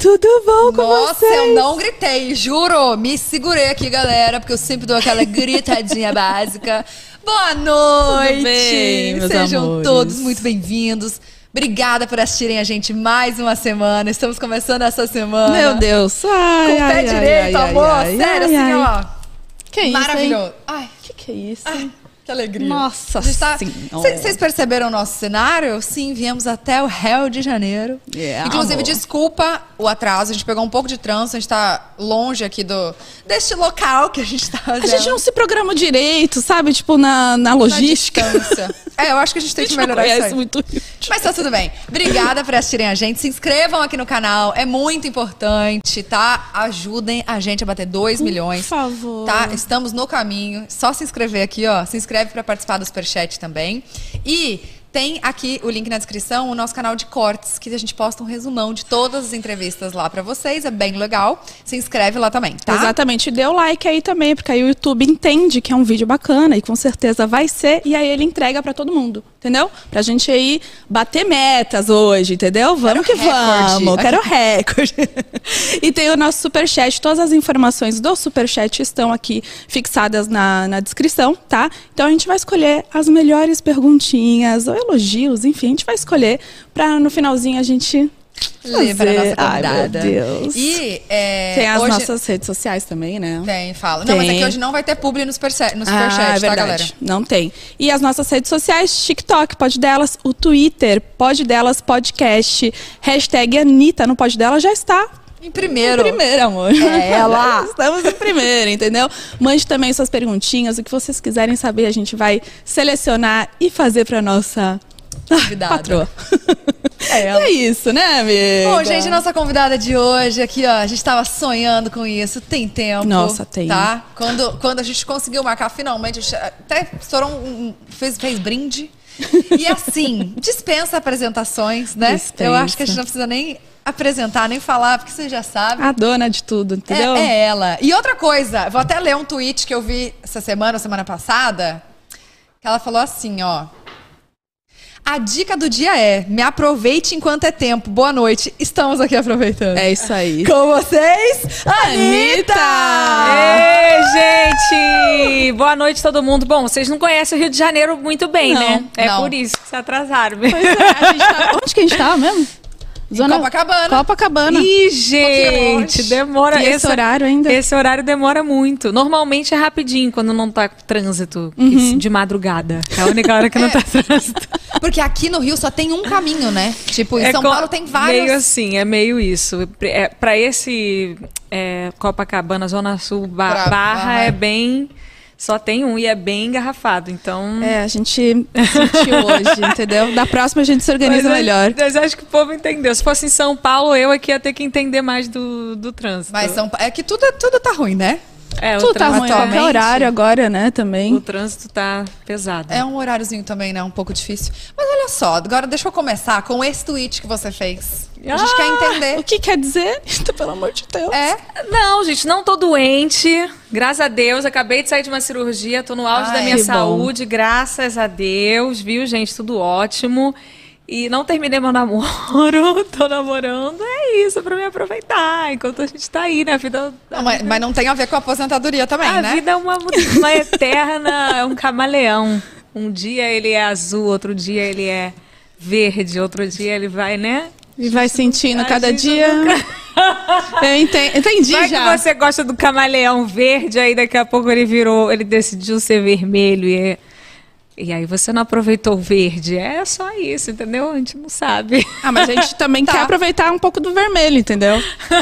tudo bom com Nossa, vocês? eu não gritei, juro. Me segurei aqui, galera, porque eu sempre dou aquela gritadinha básica. Boa noite! Tudo bem, meus Sejam amores. todos muito bem-vindos. Obrigada por assistirem a gente mais uma semana. Estamos começando essa semana. Meu Deus. Ai, Com o pé direito, amor. Sério, assim, ó. Que isso, Maravilhoso. hein? Ai, Que isso? que alegria. Nossa Senhora. Senhora. Vocês perceberam o nosso cenário? Sim, viemos até o Rio de Janeiro. Inclusive, amor. desculpa o atraso, a gente pegou um pouco de trânsito, a gente tá longe aqui deste local que a gente tá fazendo. A gente não se programa direito, sabe? Tipo, na logística. distância. Eu acho que a gente tem que melhorar isso aí. Muito... Mas tá tudo bem. Obrigada por assistirem a gente. Se inscrevam aqui no canal, é muito importante, tá? Ajudem a gente a bater 2 milhões. Por favor. Tá? Estamos no caminho. Só se inscrever aqui, ó. Se inscreve pra participar do Superchat também. E tem aqui o link na descrição, o nosso canal de cortes, que a gente posta um resumão de todas as entrevistas lá pra vocês. É bem legal. Se inscreve lá também, tá? Exatamente. Dê o like aí também, porque aí o YouTube entende que é um vídeo bacana e com certeza vai ser, e aí ele entrega pra todo mundo, entendeu? Pra gente aí bater metas hoje, entendeu? Vamos que vamos. Quero recorde. E tem o nosso Superchat. Todas as informações do Superchat estão aqui fixadas na descrição, tá? Então a gente vai escolher as melhores perguntinhas ou elogios, enfim, a gente vai escolher pra no finalzinho a gente Ler para a nossa Ai, convidada. meu Deus. E tem as hoje... nossas redes sociais também, né? Tem, fala. Tem. Não, mas aqui hoje não vai ter publi no Superchat, É tá, verdade. galera? Não tem. E as nossas redes sociais, TikTok, Pode Delas, o Twitter, Pode Delas Podcast, hashtag Anitta no Pode Delas já está. Em primeiro. Em primeiro, amor. É ela. Estamos em primeiro, entendeu? Mande também suas perguntinhas, o que vocês quiserem saber, a gente vai selecionar e fazer para nossa Convidada. patroa. É ela. É isso, né, amiga? Bom, gente, nossa convidada de hoje aqui, ó, a gente tava sonhando com isso, tem tempo. Nossa, tem. Tá? Quando a gente conseguiu marcar finalmente, a gente até estourou fez brinde. E assim, dispensa apresentações, né? Dispensa. Eu acho que a gente não precisa nem apresentar, nem falar, porque você já sabe. A dona de tudo, entendeu? É ela. E outra coisa, vou até ler um tweet que eu vi essa semana ou semana passada, que ela falou assim, ó. A dica do dia é: me aproveite enquanto é tempo. Boa noite. Estamos aqui aproveitando. É isso aí. Com vocês, Anitta! Ei, gente! Boa noite, todo mundo. Bom, vocês não conhecem o Rio de Janeiro muito bem, Não, né? É não. por isso que se atrasaram. Pois é, a gente tá... Onde que a gente tava mesmo? Copacabana. Copacabana. Ih, pouquinho gente, longe. demora. E esse horário ainda? Esse horário demora muito. Normalmente é rapidinho quando não tá trânsito de madrugada. É a única hora que não tá trânsito. Porque aqui no Rio só tem um caminho, né? Tipo, em São co- Paulo tem vários. Meio assim, é meio isso. Pra esse Copacabana, Zona Sul, Pra Barra, Barra. é bem... Só tem um e é bem engarrafado, então... É, a gente sentiu hoje, entendeu? Da próxima a gente se organiza melhor. Mas acho que o povo entendeu. Se fosse em São Paulo, eu aqui ia ter que entender mais do trânsito. Mas é que tudo tá ruim, né? Tudo o tá ruim, trânsito, qualquer horário agora, né, também. o trânsito tá pesado. É um horáriozinho também, né? Um pouco difícil. Mas olha só, agora deixa eu começar com esse tweet que você fez. A gente quer entender. O que quer dizer? Pelo amor de Deus. É? Não, gente, não tô doente. Graças a Deus, acabei de sair de uma cirurgia, tô no auge Ai, da minha que bom. saúde, graças a Deus, viu, gente? Tudo ótimo. E não terminei meu namoro, tô namorando, é isso, pra me aproveitar, enquanto a gente tá aí, né? A vida... Não, mas não tem a ver com a aposentadoria também, A né? vida é uma eterna, é um camaleão. Um dia ele é azul, outro dia ele é verde, outro dia ele vai, né? E vai sentindo A cada gente dia. Eu entendi Vai já. que você gosta do camaleão verde, aí daqui a pouco ele decidiu ser vermelho e aí você não aproveitou o verde. É só isso, entendeu? A gente não sabe. Ah, mas a gente também Tá. quer aproveitar um pouco do vermelho, entendeu?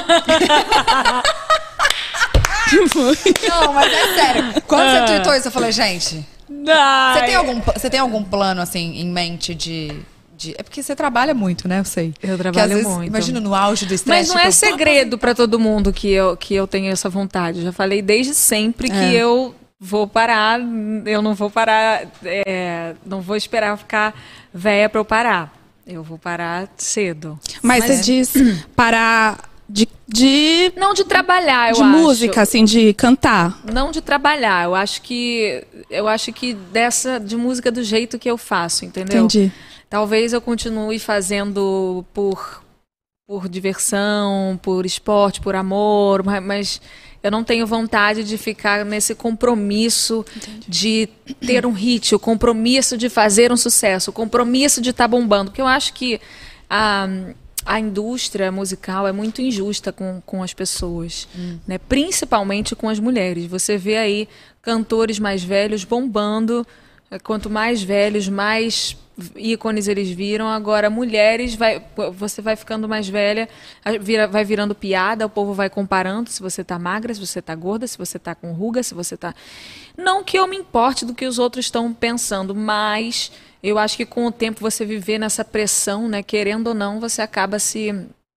Não, mas é sério. Quando você tweetou isso, eu falei, gente, você tem algum plano, assim, em mente de... É porque você trabalha muito, né? Eu sei. Eu Que trabalho às vezes, muito. imagina no auge do Mas estresse. não é tipo, segredo pra todo mundo que eu tenho essa vontade. Eu já falei desde sempre que eu vou parar, eu não vou parar, não vou esperar ficar velha pra eu parar. Eu vou parar cedo. Mas você diz parar de Não de trabalhar, eu de acho. música, assim, de cantar. Não de trabalhar. Eu acho que de música do jeito que eu faço, entendeu? Entendi. Talvez eu continue fazendo por por diversão, por esporte, por amor, mas eu não tenho vontade de ficar nesse compromisso de ter um hit, o compromisso de fazer um sucesso, o compromisso de estar bombando. Porque eu acho que a indústria musical é muito injusta com as pessoas, né? Principalmente com as mulheres. Você vê aí cantores mais velhos bombando, quanto mais velhos, mais ícones eles viram. Agora, mulheres, você vai ficando mais velha, vai virando piada, o povo vai comparando se você tá magra, se você tá gorda, se você tá com ruga, se você tá... Não que eu me importe do que os outros estão pensando, mas eu acho que com o tempo você viver nessa pressão, né, querendo ou não, você acaba se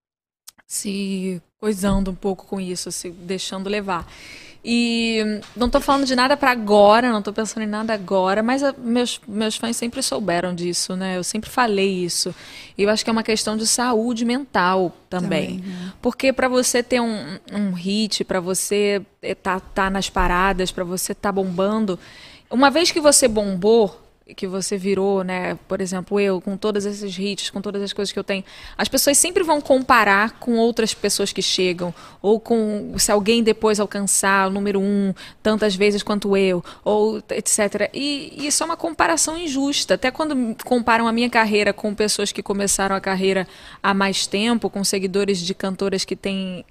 coisando um pouco com isso, se deixando levar. E não estou falando de nada para agora, não estou pensando em nada agora, mas meus fãs sempre souberam disso, né? Eu sempre falei isso. E eu acho que é uma questão de saúde mental também. Porque para você ter um hit, para você tá nas paradas, para você estar bombando, uma vez que você bombou, que você virou, né? Por exemplo, eu, com todos esses hits, com todas as coisas que eu tenho, as pessoas sempre vão comparar com outras pessoas que chegam, ou com se alguém depois alcançar o número 1 tantas vezes quanto eu, ou etc. E isso é uma comparação injusta. Até quando comparam a minha carreira com pessoas que começaram a carreira há mais tempo, com seguidores de cantoras que têm...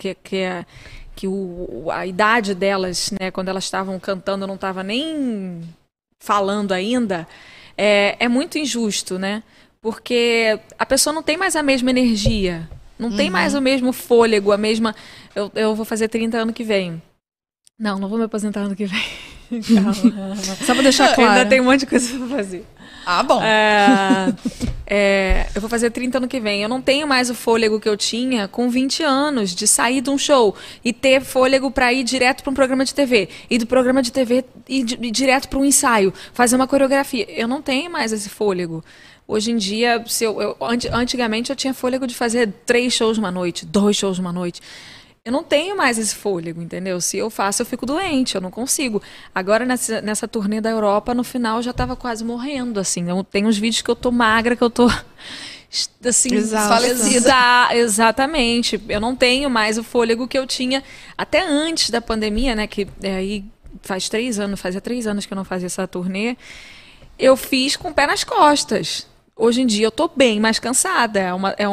a idade delas, né, quando elas estavam cantando, não estava nem falando ainda, é muito injusto, né? Porque a pessoa não tem mais a mesma energia, não tem mais o mesmo fôlego, a mesma... Eu vou fazer 30 ano que vem. Não vou me aposentar ano que vem. Calma. Só pra deixar claro. Ainda tem um monte de coisa pra fazer. Ah, bom. Eu vou fazer 30 ano que vem. Eu não tenho mais o fôlego que eu tinha com 20 anos, de sair de um show e ter fôlego para ir direto para um programa de TV. E do programa de TV ir direto para um ensaio, fazer uma coreografia. Eu não tenho mais esse fôlego. Hoje em dia, antigamente eu tinha fôlego de fazer 3 shows numa noite, 2 shows numa noite. Eu não tenho mais esse fôlego, entendeu? Se eu faço, eu fico doente, eu não consigo. Agora, nessa turnê da Europa, no final, eu já estava quase morrendo, assim. Tem uns vídeos que eu tô magra, que eu tô, assim, desfalecida. Exatamente. Eu não tenho mais o fôlego que eu tinha até antes da pandemia, né? Que aí fazia 3 anos que eu não fazia essa turnê. Eu fiz com o pé nas costas. Hoje em dia, eu tô bem mais cansada.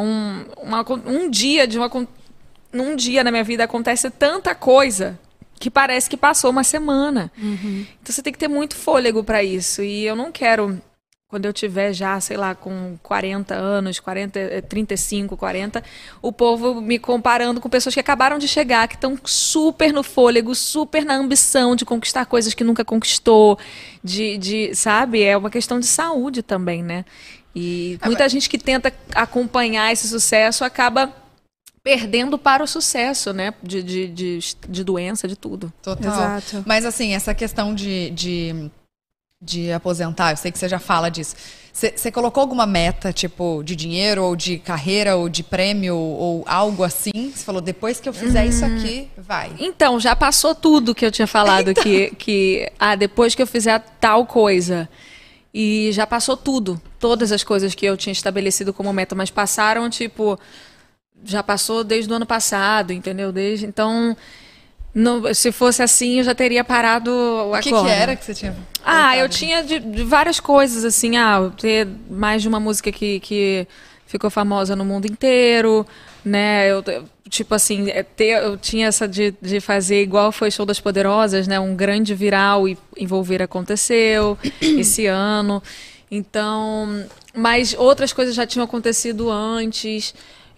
Num dia na minha vida acontece tanta coisa que parece que passou uma semana. Então você tem que ter muito fôlego para isso. E eu não quero, quando eu tiver já, sei lá, com 40 anos, 35, 40, o povo me comparando com pessoas que acabaram de chegar, que estão super no fôlego, super na ambição de conquistar coisas que nunca conquistou, sabe? É uma questão de saúde também, né? E muita gente que tenta acompanhar esse sucesso acaba perdendo para o sucesso, né? De doença, de tudo. Total. Exato. Mas assim, essa questão de aposentar, eu sei que você já fala disso. Você colocou alguma meta, tipo, de dinheiro, ou de carreira, ou de prêmio, ou algo assim? Você falou, depois que eu fizer isso aqui, vai. Então, já passou tudo que eu tinha falado, depois que eu fizer tal coisa. E já passou tudo. Todas as coisas que eu tinha estabelecido como meta, mas passaram, tipo... Já passou desde o ano passado, entendeu? Então, se fosse assim, eu já teria parado agora. O que era que você tinha? Eu tinha de várias coisas, assim. Ter mais de uma música que ficou famosa no mundo inteiro, né? Tipo assim, eu tinha essa de fazer igual foi Show das Poderosas, né? Um grande viral e Envolver aconteceu esse ano. Então, mas outras coisas já tinham acontecido antes.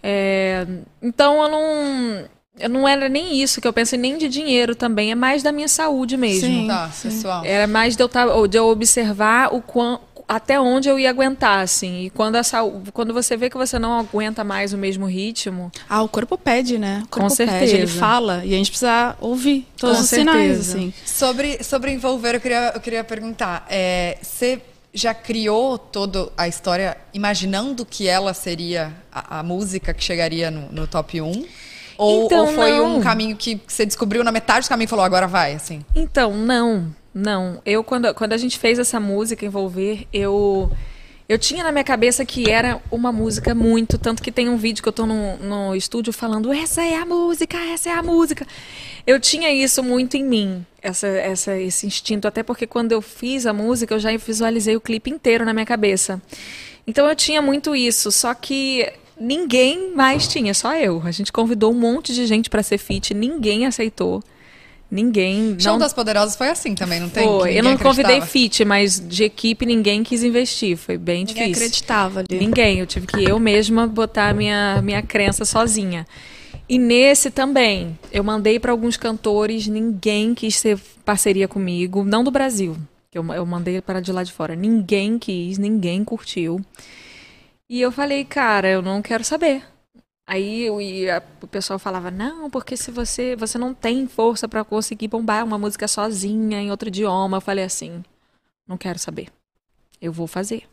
Então eu não era nem isso que eu pensei, nem de dinheiro também, é mais da minha saúde mesmo. Sim, pessoal. Era mais de eu observar até onde eu ia aguentar, assim. E quando você vê que você não aguenta mais o mesmo ritmo... o corpo pede, né? O corpo com certeza. pede, ele fala, e a gente precisa ouvir todos os sinais, assim. Sobre Envolver, eu queria perguntar, você já criou toda a história imaginando que ela seria a música que chegaria no top 1? Ou foi um caminho que você descobriu na metade do caminho e falou, agora vai, assim? Então, não. Eu, quando a gente fez essa música, Envolver, eu Eu tinha na minha cabeça que era uma música muito, tanto que tem um vídeo que eu tô no estúdio falando, essa é a música, essa é a música. Eu tinha isso muito em mim, esse instinto, até porque quando eu fiz a música, eu já visualizei o clipe inteiro na minha cabeça. Então eu tinha muito isso, só que ninguém mais tinha, só eu. A gente convidou um monte de gente para ser feat, ninguém aceitou. Ninguém. Show das Poderosas foi assim também, não tem? Foi. Eu não convidei feat, mas de equipe ninguém quis investir. Foi bem difícil. Ninguém acreditava ali. Ninguém. Eu tive que eu mesma botar a minha crença sozinha. E nesse também, eu mandei para alguns cantores, ninguém quis ser parceria comigo, não do Brasil. Eu mandei para de lá de fora. Ninguém quis, ninguém curtiu. E eu falei, cara, eu não quero saber. Aí o pessoal falava, não, porque se você não tem força pra conseguir bombar uma música sozinha em outro idioma. Eu falei assim, não quero saber. Eu vou fazer.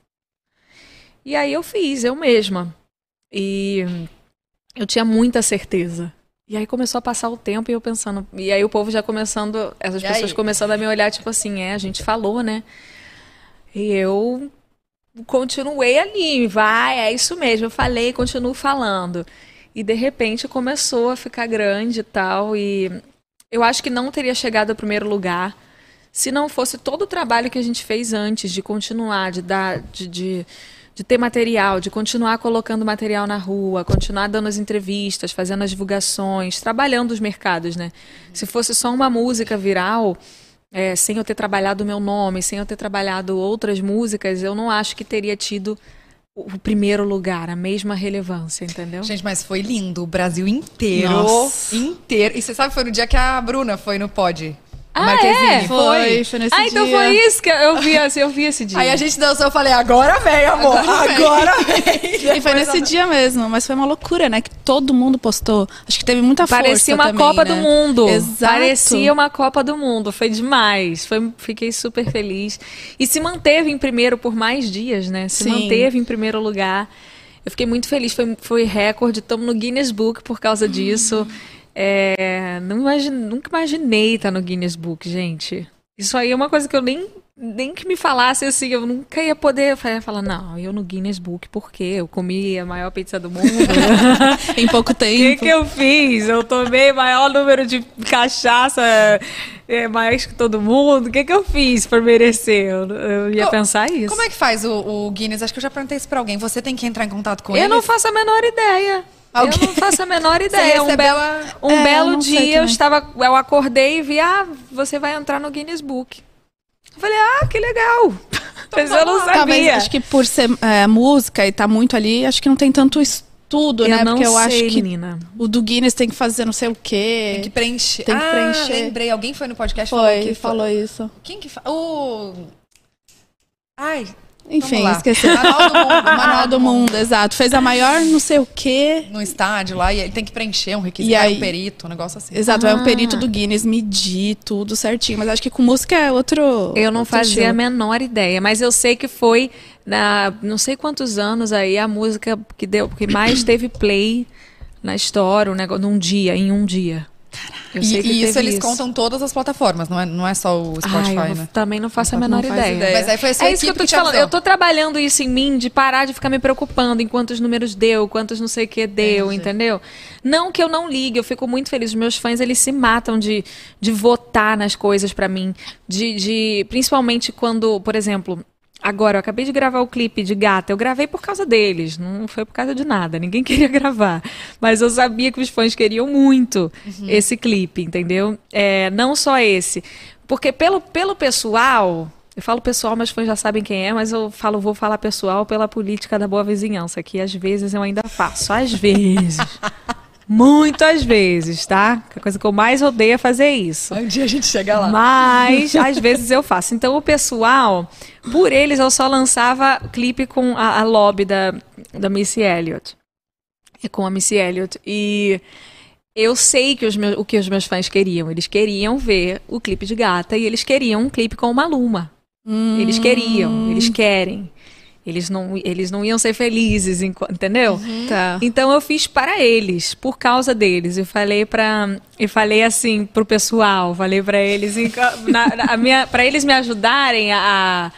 E aí eu fiz, eu mesma. E eu tinha muita certeza. E aí começou a passar o tempo e eu pensando... E aí o povo já começando... Essas pessoas começando a me olhar, tipo assim, a gente falou, né? E eu... continuei ali, é isso mesmo, eu falei, continuo falando. E de repente começou a ficar grande e tal, e eu acho que não teria chegado ao primeiro lugar se não fosse todo o trabalho que a gente fez antes, de continuar, de ter material, de continuar colocando material na rua, continuar dando as entrevistas, fazendo as divulgações, trabalhando os mercados, né? Se fosse só uma música viral... sem eu ter trabalhado o meu nome, sem eu ter trabalhado outras músicas, eu não acho que teria tido o primeiro lugar, a mesma relevância, entendeu? Gente, mas foi lindo, o Brasil inteiro, Nossa. inteiro. E você sabe, foi no dia que a Bruna foi no Pod. É? Foi nesse dia. Então foi isso que eu vi esse dia. Aí a gente dançou, eu falei, agora vem, amor, agora vem. E foi nesse dia mesmo, mas foi uma loucura, né? Que todo mundo postou. Acho que teve muita força. Parecia uma também, Copa né? do Mundo. Exato. Parecia uma Copa do Mundo. Foi demais. Fiquei super feliz. E se manteve em primeiro por mais dias, né? Se Sim. manteve em primeiro lugar. Eu fiquei muito feliz. Foi recorde. Estamos no Guinness Book por causa disso. Nunca imaginei estar no Guinness Book, gente. Isso aí é uma coisa que eu nem que me falasse assim, eu nunca ia poder falar, não, eu no Guinness Book, por quê? Eu comi a maior pizza do mundo. Em pouco O tempo. que eu fiz? Eu tomei maior número de cachaça, mais que todo mundo. O que eu fiz por merecer? Eu ia pensar isso. Como é que faz o Guinness? Acho que eu já perguntei isso pra alguém. Você tem que entrar em contato com ele? Eu não faço a menor ideia. Alguém? Eu não faço a menor ideia. Você recebeu Um belo não sei dia também. eu acordei e vi, você vai entrar no Guinness Book. Eu falei, que legal. Mas eu não Talvez, sabia. acho que por ser música e tá muito ali, acho que não tem tanto estudo, né? não Porque eu sei, acho que menina. o do Guinness tem que fazer não sei o quê. Tem que preencher. Tem que preencher. Lembrei. Alguém foi no podcast e falou que Falou isso. Quem que Ai, Enfim, vamos lá. esqueci. Manual do Mundo. Exato. Fez a maior não sei o quê. No estádio lá, e ele tem que preencher um requisito, E aí- um perito, um negócio assim. Exato, é um perito do Guinness medir tudo certinho. Mas acho que com música é outro. Eu não outro fazia a estilo. menor ideia, mas eu sei que foi não sei quantos anos aí a música que mais teve play na história, em um dia. Eu sei que E isso teve eles contam todas as plataformas, não é só o Spotify, eu né? também não faço a Não menor faz ideia. ideia. Mas aí foi a sua É isso que eu equipe tô te te falando. avisou. Eu tô trabalhando isso em mim, de parar de ficar me preocupando em quantos números deu, quantos não sei o que deu, Entendi. entendeu? Não que eu não ligue, eu fico muito feliz. Os meus fãs, eles se matam de votar nas coisas pra mim. Principalmente quando, por exemplo... Agora, eu acabei de gravar o clipe de Gata. Eu gravei por causa deles, não foi por causa de nada. Ninguém queria gravar. Mas eu sabia que os fãs queriam muito esse clipe, entendeu? Não só esse. Porque pelo pessoal... Eu falo pessoal, mas os fãs já sabem quem é, mas vou falar pessoal pela política da boa vizinhança, que às vezes eu ainda faço. Às vezes. Muito às vezes, tá? A coisa que eu mais odeio é fazer isso. Um dia a gente chega lá. Mas, às vezes, eu faço. Então, o pessoal, por eles, eu só lançava clipe com a lobby da Missy Elliott. Com a Missy Elliott. E eu sei que o que os meus fãs queriam. Eles queriam ver o clipe de Gata e eles queriam um clipe com uma Maluma. Eles querem. Eles não iam ser felizes, entendeu? Tá. Então eu fiz para eles, por causa deles. Eu falei assim pro pessoal, falei para eles para eles me ajudarem a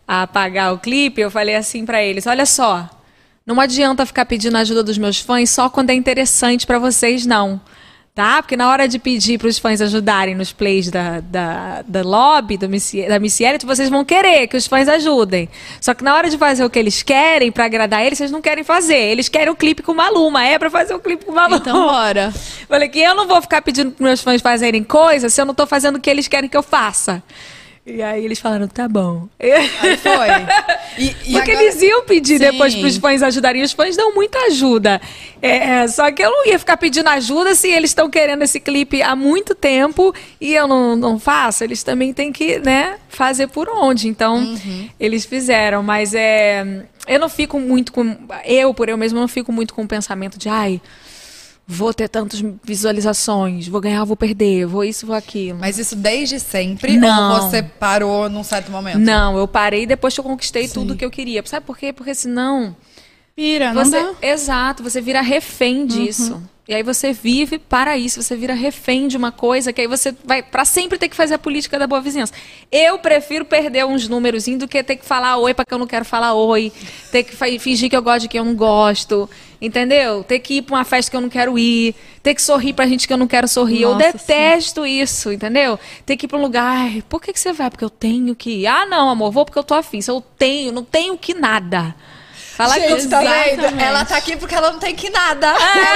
a apagar o clipe, eu falei assim pra eles, olha só, não adianta ficar pedindo ajuda dos meus fãs só quando é interessante pra vocês, não. Tá? Porque na hora de pedir para os fãs ajudarem nos plays da lobby, da Missy Elliott, vocês vão querer que os fãs ajudem. Só que na hora de fazer o que eles querem, para agradar eles, vocês não querem fazer. Eles querem o clipe com Maluma. É para fazer o clipe com Maluma. Então bora. Falei que eu não vou ficar pedindo para meus fãs fazerem coisas se eu não tô fazendo o que eles querem que eu faça. E aí eles falaram, tá bom. Aí foi. Porque agora... eles iam pedir Sim. depois para os fãs ajudarem. Os fãs dão muita ajuda. Só que eu não ia ficar pedindo ajuda se eles estão querendo esse clipe há muito tempo e eu não faço. Eles também têm que, né, fazer por onde. Então, eles fizeram. Mas eu não fico muito com... por eu mesmo, não fico muito com o pensamento de... vou ter tantas visualizações, vou ganhar, vou perder, vou isso, vou aquilo. Mas isso desde sempre? Não. Ou você parou num certo momento? Não, eu parei depois que eu conquistei tudo que eu queria. Sabe por quê? Porque senão... Pira, não dá. Exato, você vira refém disso. E aí você vive para isso, você vira refém de uma coisa que aí você vai para sempre ter que fazer a política da boa vizinhança. Eu prefiro perder uns números do que ter que falar oi para quem eu não quero falar oi, ter que fingir que eu gosto de quem eu não gosto, entendeu? Ter que ir para uma festa que eu não quero ir, ter que sorrir pra gente que eu não quero sorrir. Nossa, eu detesto isso, entendeu? Ter que ir para um lugar, por que você vai? Porque eu tenho que ir. Ah, não, amor, vou porque eu tô afim. Se eu tenho, não tenho que nada. Falar gente, que eu tá vendo? Ela tá aqui porque ela não tem que nada.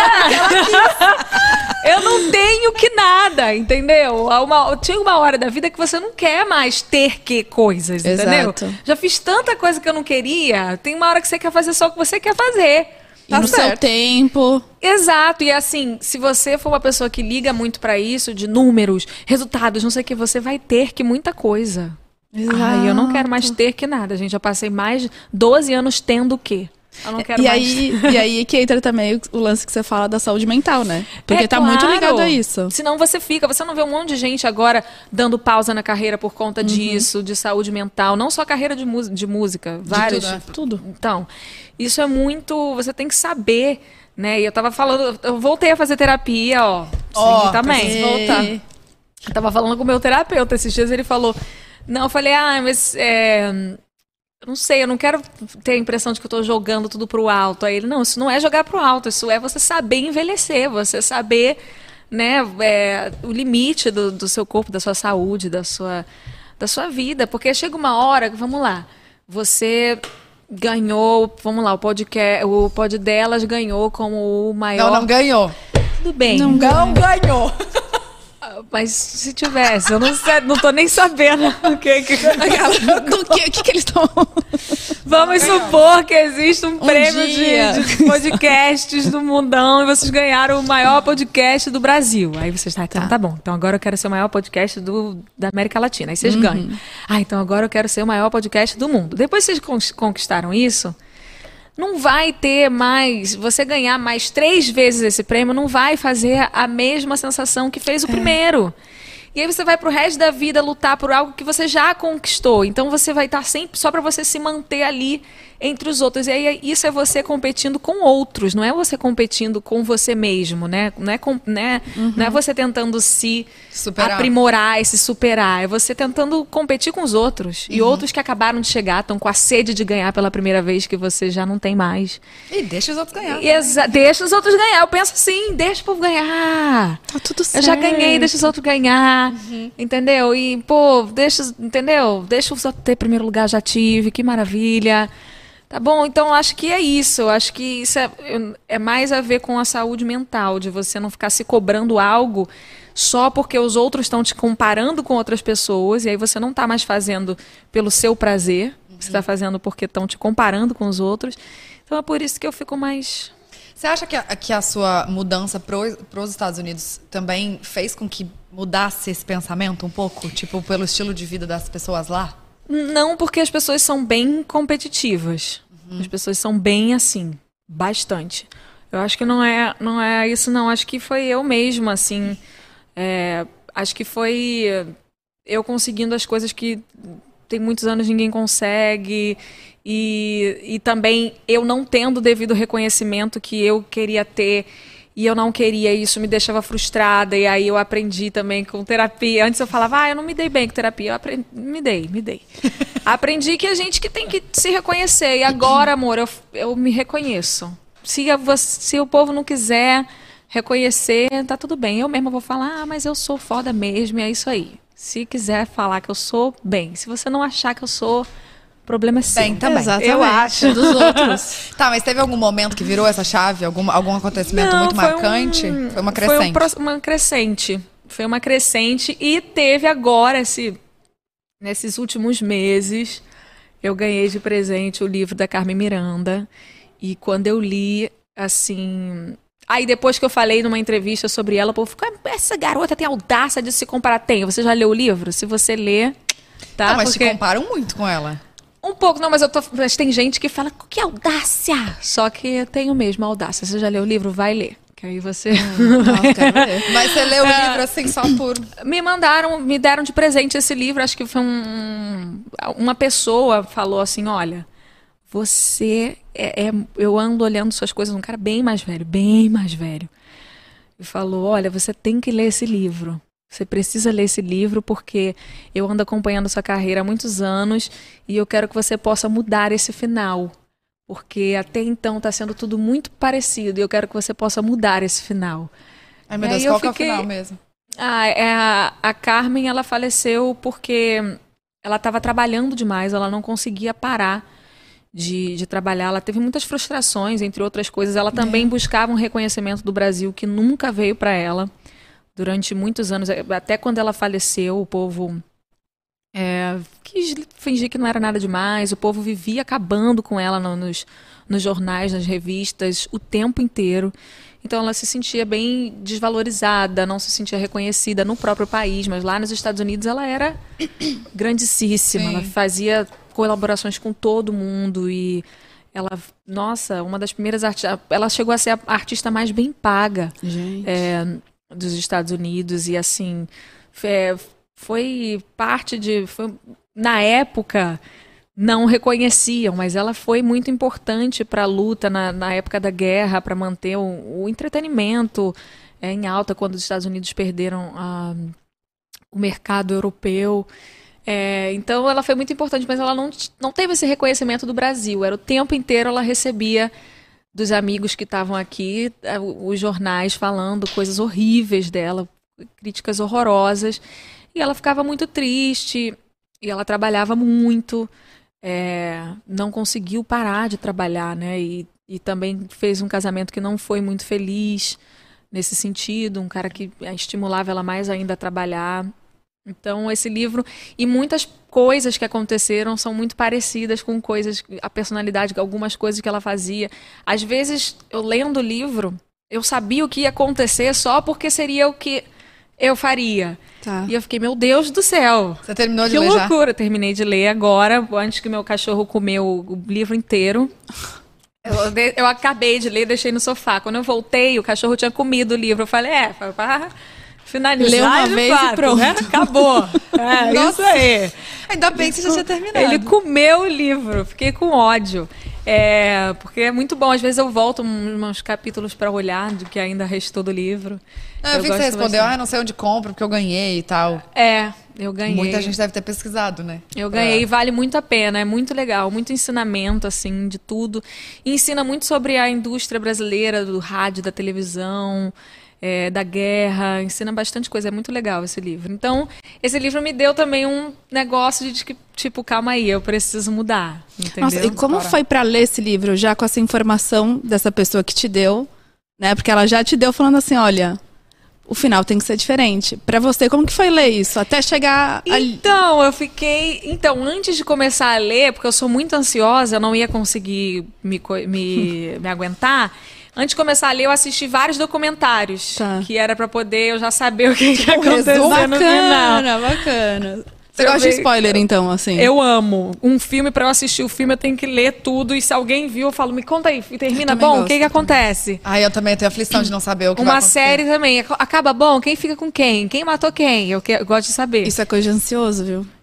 Eu não tenho que nada, entendeu? Tinha uma hora da vida que você não quer mais ter que coisas, entendeu? Exato. Já fiz tanta coisa que eu não queria. Tem uma hora que você quer fazer só o que você quer fazer. E no seu tempo. Exato, e assim, se você for uma pessoa que liga muito pra isso, de números, resultados, não sei o que, você vai ter que muita coisa. Ai, eu não quero mais ter que nada, gente. Eu passei mais de 12 anos tendo o quê? Eu não quero mais. E aí que entra também o lance que você fala da saúde mental, né? Porque tá muito ligado a isso. Senão você não vê um monte de gente agora dando pausa na carreira por conta disso, de saúde mental. Não só carreira de música, vários. Tudo. Então, isso é muito... Você tem que saber, né? E eu tava falando... Eu voltei a fazer terapia, Sim, também. Preciso voltar. Eu tava falando com o meu terapeuta esses dias, ele falou... Não, eu falei, mas eu não sei, eu não quero ter a impressão de que eu tô jogando tudo pro alto. Aí ele, não, isso não é jogar pro alto, isso é você saber envelhecer, você saber, né, o limite do seu corpo, da sua saúde, da sua vida. Porque chega uma hora, vamos lá, você ganhou, vamos lá, o pod delas ganhou como o maior... Não ganhou. Tudo bem. Não ganhou. Mas se tivesse, eu não tô nem sabendo o que eles estão... Vamos supor que existe um prêmio de podcasts do mundão e vocês ganharam o maior podcast do Brasil. Aí vocês tá bom. Então agora eu quero ser o maior podcast da América Latina. Aí vocês ganham. Então agora eu quero ser o maior podcast do mundo. Depois que vocês conquistaram isso, não vai ter mais... Você ganhar mais 3 vezes esse prêmio não vai fazer a mesma sensação que fez o primeiro. E aí você vai pro resto da vida lutar por algo que você já conquistou. Então você vai estar sempre só para você se manter ali entre os outros. E aí isso é você competindo com outros, não é você competindo com você mesmo, né? Não é você tentando se aprimorar e se superar. É você tentando competir com os outros. E outros que acabaram de chegar, estão com a sede de ganhar pela primeira vez que você já não tem mais. E deixa os outros ganhar. Deixa os outros ganhar. Eu penso assim, deixa o povo ganhar. Tá tudo certo. Eu já ganhei, deixa os outros ganhar. Entendeu? E, entendeu? Deixa os outros ter primeiro lugar, já tive, que maravilha. Tá bom, então acho que é isso. Acho que isso é mais a ver com a saúde mental, de você não ficar se cobrando algo só porque os outros estão te comparando com outras pessoas, e aí você não está mais fazendo pelo seu prazer, você está fazendo porque estão te comparando com os outros. Então é por isso que eu fico mais... Você acha que a sua mudança pros Estados Unidos também fez com que mudasse esse pensamento um pouco? Tipo, pelo estilo de vida das pessoas lá? Não, porque as pessoas são bem competitivas. As pessoas são bem assim, bastante. Eu acho que não é isso, não. Acho que foi eu mesma, assim. Acho que foi eu conseguindo as coisas que tem muitos anos ninguém consegue. E também eu não tendo o devido reconhecimento que eu queria ter. e eu não queria, isso me deixava frustrada, e aí eu aprendi também com terapia. Antes eu falava, eu não me dei bem com terapia, eu aprendi, me dei. Aprendi que a gente que tem que se reconhecer, e agora, amor, eu me reconheço. Se o povo não quiser reconhecer, tá tudo bem, eu mesma vou falar, mas eu sou foda mesmo, e é isso aí. Se quiser falar que eu sou, bem. Se você não achar que eu sou, o problema é seu. Bem, também. Exatamente. Eu acho. Dos outros. Tá, mas teve algum momento que virou essa chave? Algum acontecimento muito marcante? Foi uma crescente? Foi uma crescente. E teve agora, nesses últimos meses, eu ganhei de presente o livro da Carmen Miranda. E quando eu li, assim... Aí depois que eu falei numa entrevista sobre ela, o povo ficou, essa garota tem audácia de se comparar. Tem, você já leu o livro? Se você ler, tá? Não, mas te comparam muito com ela. Um pouco, não, mas tem gente que fala, que audácia! Só que eu tenho mesmo audácia. Você já leu o livro? Vai ler. Que aí você... Nossa, quero ler. Mas você leu o livro assim só por... Me deram de presente esse livro, acho que foi uma pessoa falou assim, olha, você eu ando olhando suas coisas, um cara bem mais velho, e falou, olha, você tem que ler esse livro. Você precisa ler esse livro porque eu ando acompanhando sua carreira há muitos anos e eu quero que você possa mudar esse final. Porque até então está sendo tudo muito parecido e eu quero que você possa mudar esse final. Ai, meu Deus, qual que é o final mesmo? A Carmen, ela faleceu porque ela estava trabalhando demais, ela não conseguia parar de trabalhar. Ela teve muitas frustrações, entre outras coisas. Ela também buscava um reconhecimento do Brasil que nunca veio para ela. Durante muitos anos, até quando ela faleceu, o povo quis fingir que não era nada demais. O povo vivia acabando com ela nos jornais, nas revistas, o tempo inteiro. Então ela se sentia bem desvalorizada, não se sentia reconhecida no próprio país, mas lá nos Estados Unidos ela era grandíssima. Sim. Ela fazia colaborações com todo mundo e ela, nossa, uma das primeiras artistas, ela chegou a ser a artista mais bem paga dos Estados Unidos e assim foi parte na época não reconheciam, mas ela foi muito importante para a luta na época da guerra, para manter o entretenimento em alta quando os Estados Unidos perderam o mercado europeu. Então ela foi muito importante, mas ela não teve esse reconhecimento do Brasil. Era o tempo inteiro ela recebia dos amigos que estavam aqui os jornais falando coisas horríveis dela, críticas horrorosas, e ela ficava muito triste, e ela trabalhava muito, não conseguiu parar de trabalhar, né? E também fez um casamento que não foi muito feliz nesse sentido, um cara que estimulava ela mais ainda a trabalhar. Então, esse livro e muitas coisas que aconteceram são muito parecidas com a personalidade, algumas coisas que ela fazia. Às vezes, eu lendo o livro, eu sabia o que ia acontecer só porque seria o que eu faria. Tá. E eu fiquei, meu Deus do céu. Você terminou de ler já? Que loucura. Eu terminei de ler agora, antes que meu cachorro comeu o livro inteiro. Eu acabei de ler, deixei no sofá. Quando eu voltei, o cachorro tinha comido o livro. Eu falei, finalizar leu uma vez e pronto. Né? Acabou. Isso aí. Ainda bem que você já tinha terminado. Ele comeu o livro. Fiquei com ódio. Porque é muito bom. Às vezes eu volto uns capítulos para olhar do que ainda restou do livro. Eu vi que você respondeu, não sei onde compro, porque eu ganhei e tal. Eu ganhei. Muita gente deve ter pesquisado, né? Eu ganhei, vale muito a pena, é muito legal, muito ensinamento, assim, de tudo. E ensina muito sobre a indústria brasileira, do rádio, da televisão, da guerra, ensina bastante coisa, é muito legal esse livro. Então, esse livro me deu também um negócio de que, tipo, calma aí, eu preciso mudar, entendeu? Nossa, e como foi para ler esse livro, já com essa informação dessa pessoa que te deu, né? Porque ela já te deu falando assim, olha, o final tem que ser diferente. Pra você, como que foi ler isso? Até chegar ali? Então, antes de começar a ler, porque eu sou muito ansiosa, eu não ia conseguir me aguentar. Antes de começar a ler, eu assisti vários documentários. Tá. Que era pra poder eu já saber o que ia acontecer no final. Bacana. Você gosta de spoiler, então, assim? Eu amo. Um filme, pra eu assistir o filme, eu tenho que ler tudo. E se alguém viu, eu falo, me conta aí. Termina bom? O que acontece? Eu também tenho aflição de não saber o que vai acontecer. Uma série também. Acaba bom? Quem fica com quem? Quem matou quem? Eu gosto de saber. Isso é coisa de ansioso, viu?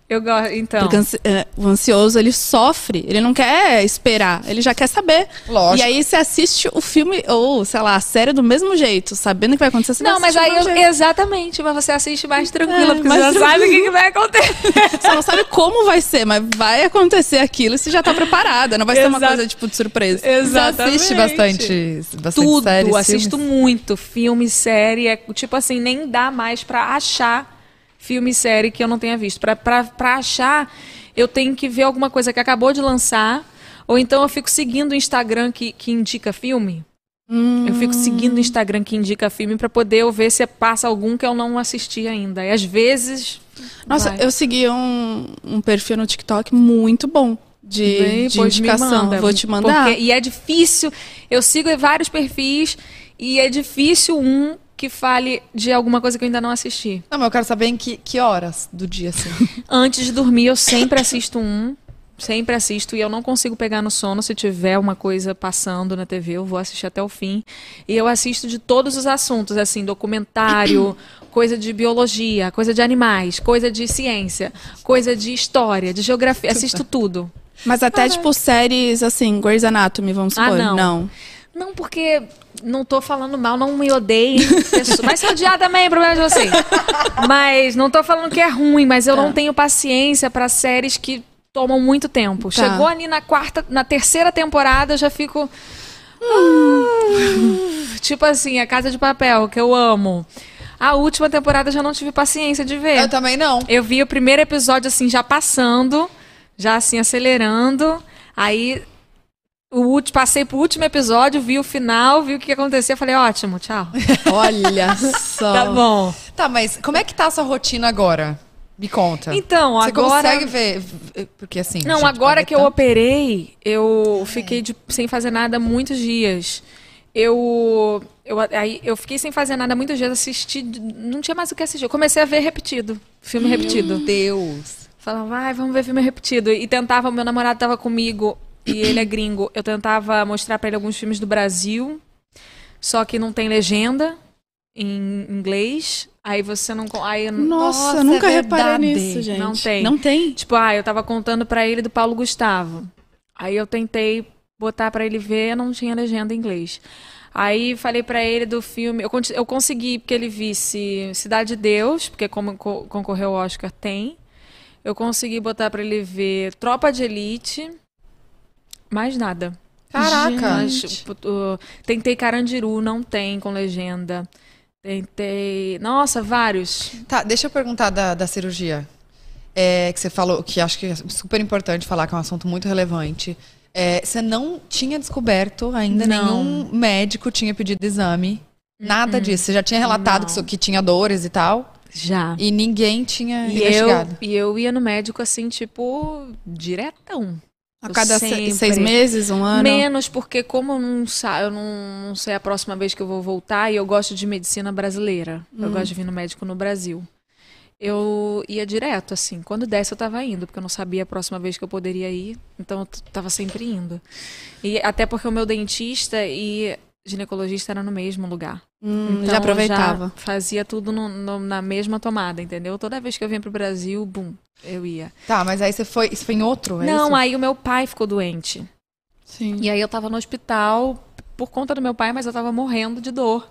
Eu gosto, então. Porque o ansioso, ele sofre, ele não quer esperar, ele já quer saber. Lógico. E aí você assiste o filme, ou, sei lá, a série do mesmo jeito, sabendo o que vai acontecer, você Não, vai mas assistir do aí, mesmo jeito. exatamente, mas você assiste mais tranquila, porque mais você já sabe o que vai acontecer. Você não sabe como vai ser, mas vai acontecer aquilo e você já tá preparada. Não vai ser uma Exato. coisa, tipo, de surpresa. Exatamente. Você assiste bastante Tudo, séries, assisto filmes? muito. Filme, série, tipo assim, nem dá mais pra achar filme e série que eu não tenha visto. Pra achar, eu tenho que ver alguma coisa que acabou de lançar, ou então eu fico seguindo o Instagram que indica filme. Eu fico seguindo o Instagram que indica filme pra poder eu ver se passa algum que eu não assisti ainda. E às vezes... Nossa, vai. eu segui um perfil no TikTok muito bom de Pois me indicação. manda, Vou te mandar. E é difícil. Eu sigo vários perfis e é difícil que fale de alguma coisa que eu ainda não assisti. Não, mas eu quero saber em que horas do dia, assim. Antes de dormir, eu sempre assisto Sempre assisto e eu não consigo pegar no sono. Se tiver uma coisa passando na TV, eu vou assistir até o fim. E eu assisto de todos os assuntos, assim, documentário, coisa de biologia, coisa de animais, coisa de ciência, coisa de história, de geografia. Assisto tudo. Mas até, tipo, séries, assim, Grey's Anatomy, vamos supor. Não. Não, porque não tô falando mal, não me odeiem. Mas se odiar também, é problema de vocês. Mas não tô falando que é ruim, mas eu não tenho paciência pra séries que tomam muito tempo. Chegou ali na terceira temporada, eu já fico... Tipo assim, A Casa de Papel, que eu amo. A última temporada eu já não tive paciência de ver. Eu também não. Eu vi o primeiro episódio, assim, já passando, já, assim, acelerando. Aí... Passei pro último episódio, vi o final, vi o que acontecia, falei, ótimo, tchau. Olha só. Tá bom. Tá, mas como é que tá a sua rotina agora? Me conta. Então, Você agora... consegue ver? Porque assim... Não, gente, agora que eu tanto. operei, eu fiquei sem fazer nada muitos dias. Aí eu fiquei sem fazer nada muitos dias, assisti, não tinha mais o que assistir. Eu comecei a ver repetido, filme repetido. Meu Deus. Falava, vamos ver filme repetido. E tentava, meu namorado tava comigo, e ele é gringo. Eu tentava mostrar pra ele alguns filmes do Brasil, só que não tem legenda em inglês. Aí você não... Nossa, eu nunca é reparei verdade. nisso, gente. Não tem. Não tem? Tipo, eu tava contando pra ele do Paulo Gustavo. Aí eu tentei botar pra ele ver, não tinha legenda em inglês. Aí falei pra ele do filme... Eu consegui, porque ele visse Cidade de Deus, porque como concorreu ao Oscar, tem. Eu consegui botar pra ele ver Tropa de Elite. Mais nada. Caraca. Tentei Carandiru, não tem com legenda. Tentei... Nossa, vários. Tá, deixa eu perguntar da cirurgia. Que você falou, que acho que é super importante falar, que é um assunto muito relevante. Você não tinha descoberto ainda, Não. nenhum médico tinha pedido exame. Nada disso. Você já tinha relatado que tinha dores e tal. Já. E ninguém tinha investigado. Eu ia no médico, assim, tipo, diretão. A cada sempre. 6 meses, um ano? Menos, porque como eu não sei a próxima vez que eu vou voltar, e eu gosto de medicina brasileira. Eu gosto de vir no médico no Brasil. Eu ia direto, assim. Quando desse, eu tava indo, porque eu não sabia a próxima vez que eu poderia ir. Então, eu tava sempre indo. E até porque o meu dentista e ginecologista era no mesmo lugar. Então, já aproveitava. já fazia tudo na mesma tomada, entendeu? Toda vez que eu vinha pro Brasil, bum, eu ia. Tá, mas aí isso foi em outro, Não, isso? aí o meu pai ficou doente. Sim. E aí eu tava no hospital por conta do meu pai, mas eu tava morrendo de dor.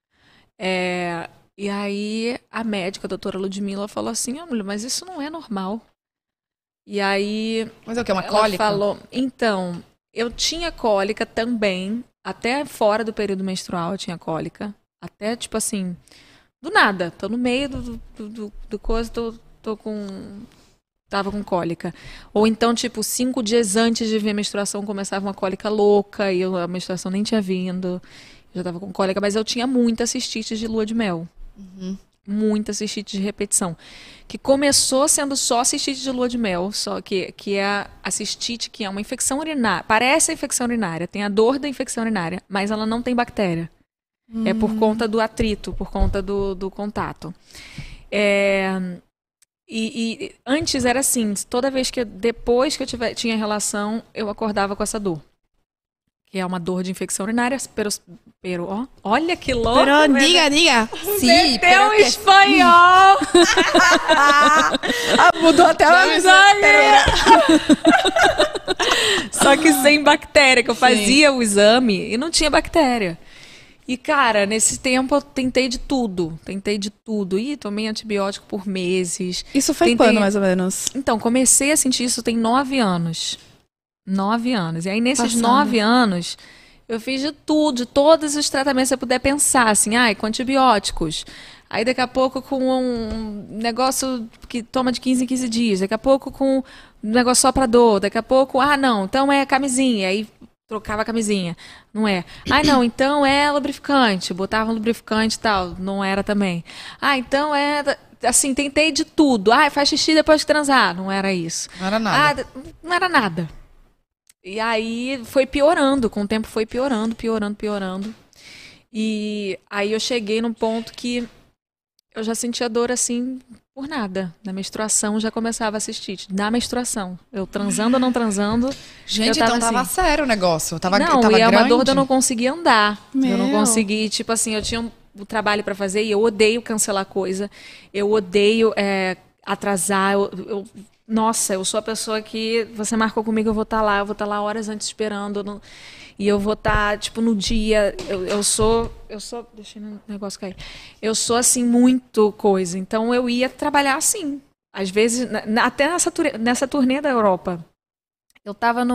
E aí a médica, a doutora Ludmila, falou assim, mulher, mas isso não é normal. E aí... Mas é o que, uma ela cólica? falou, então, eu tinha cólica também, até fora do período menstrual eu tinha cólica. Até, tipo assim, do nada. Tô no meio do coisa, tava com cólica. Ou então, tipo, 5 dias antes de vir a menstruação, começava uma cólica louca e a menstruação nem tinha vindo. Eu já tava com cólica, mas eu tinha muita cistite de lua de mel. Muita cistite de repetição. Que começou sendo só cistite de lua de mel, só que é a cistite, que é uma infecção urinária. Parece a infecção urinária, tem a dor da infecção urinária, mas ela não tem bactéria. É por conta do atrito, por conta do contato. E antes era assim, toda vez depois que eu tinha relação, eu acordava com essa dor. que é uma dor de infecção urinária, ó, olha que louco. Pero, diga. Sim, Meteu espanhol. Mudou até o Só que sem bactéria, que eu fazia o exame e não tinha bactéria. E, cara, nesse tempo eu tentei de tudo. Ih, tomei antibiótico por meses. Isso foi quando, mais ou menos? Então, comecei a sentir isso tem 9 anos. 9 anos. E aí, nesses 9 anos, eu fiz de tudo, de todos os tratamentos que você puder pensar, assim, com antibióticos. Aí, daqui a pouco, com um negócio que toma de 15 em 15 dias. Daqui a pouco, com um negócio só pra dor. Daqui a pouco, não, então é camisinha. Aí, trocava a camisinha. Não é. Não, então é lubrificante. Botava um lubrificante e tal. Não era também. Então é... Assim, tentei de tudo. Faz xixi depois de transar. Não era isso. Não era nada. Não era nada. E aí foi piorando. Com o tempo foi piorando. E aí eu cheguei num ponto que eu já sentia dor assim... Por nada. Na menstruação já começava a assistir. Na menstruação. Eu transando ou não transando. Gente, então tava assim, sério o negócio. Tava não, tava e é uma grande. dor de eu não conseguir andar. Meu. Eu não consegui, tipo assim, eu tinha um trabalho pra fazer e eu odeio cancelar coisa. Eu odeio atrasar. Nossa, eu sou a pessoa que você marcou comigo, eu vou estar lá horas antes esperando. E eu vou estar, tipo, no dia. Eu sou. Deixa o negócio cair. Eu sou, assim, muito coisa. Então, eu ia trabalhar assim. Às vezes, até nessa turnê da Europa. Eu tava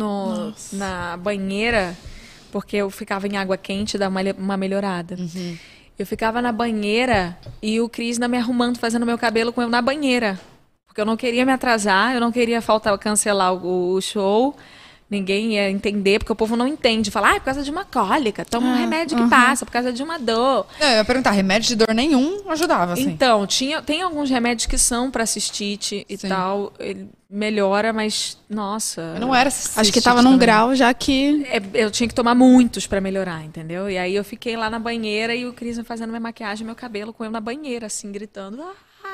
na banheira, porque eu ficava em água quente, dar uma melhorada. Uhum. Eu ficava na banheira e o Cris me arrumando, fazendo meu cabelo com eu na banheira. Porque eu não queria me atrasar, eu não queria cancelar o show. Ninguém ia entender, porque o povo não entende. Fala, por causa de uma cólica, toma um remédio que passa, por causa de uma dor. Eu ia perguntar, remédio de dor nenhum ajudava, assim? Então, tem alguns remédios que são pra cistite e tal. Ele melhora, mas, nossa... Não era Acho que tava num grau já que... Eu tinha que tomar muitos pra melhorar, entendeu? E aí eu fiquei lá na banheira e o Cris fazendo minha maquiagem, meu cabelo, com eu na banheira, assim, gritando.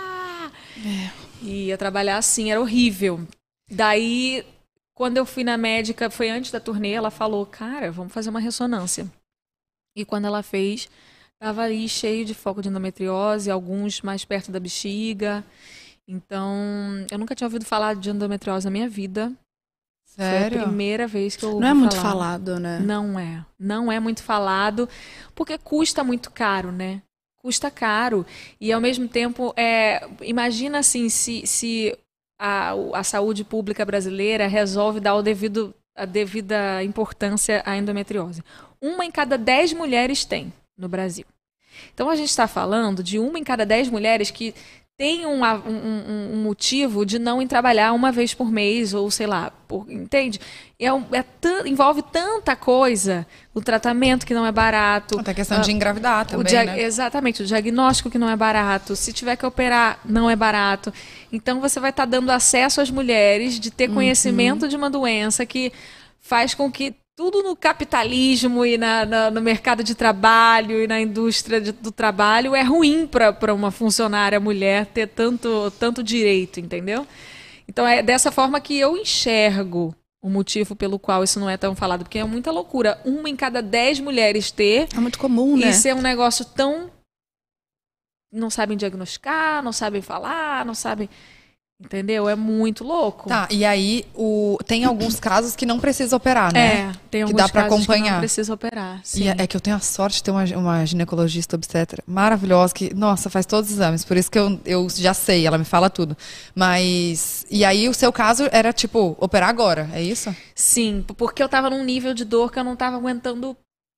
E ia trabalhar assim, era horrível. Daí... Quando eu fui na médica, foi antes da turnê, ela falou, cara, vamos fazer uma ressonância. E quando ela fez, tava ali cheio de foco de endometriose, alguns mais perto da bexiga. Então, eu nunca tinha ouvido falar de endometriose na minha vida. Sério? Foi a primeira vez que eu ouvi Não é muito falar. falado, né? Não é muito falado, porque custa muito caro, né? Custa caro. E, ao mesmo tempo, imagina assim, se a saúde pública brasileira resolve dar a devida importância à endometriose. 1 em cada 10 mulheres tem no Brasil. Então, a gente está falando de 1 em cada 10 mulheres que tem um motivo de não ir trabalhar uma vez por mês, ou sei lá, entende? Envolve tanta coisa, o tratamento que não é barato. Até a questão de engravidar também, né? Exatamente, o diagnóstico que não é barato, se tiver que operar, não é barato. Então você vai estar dando acesso às mulheres de ter conhecimento de uma doença que faz com que tudo no capitalismo e no mercado de trabalho e na indústria do trabalho é ruim para uma funcionária mulher ter tanto direito, entendeu? Então é dessa forma que eu enxergo o motivo pelo qual isso não é tão falado, porque é muita loucura. 1 em cada 10 mulheres ter... É muito comum, né? E ser um negócio tão... Não sabem diagnosticar, não sabem falar, não sabem... Entendeu? É muito louco. Tá, e aí tem alguns casos que não precisa operar, né? Tem alguns que dá pra casos acompanhar. que não precisa operar, sim. E é que eu tenho a sorte de ter uma ginecologista obstetra maravilhosa que, nossa, faz todos os exames. Por isso que eu já sei, ela me fala tudo. Mas, e aí o seu caso era, tipo, operar agora, é isso? Sim, porque eu tava num nível de dor que eu não tava aguentando.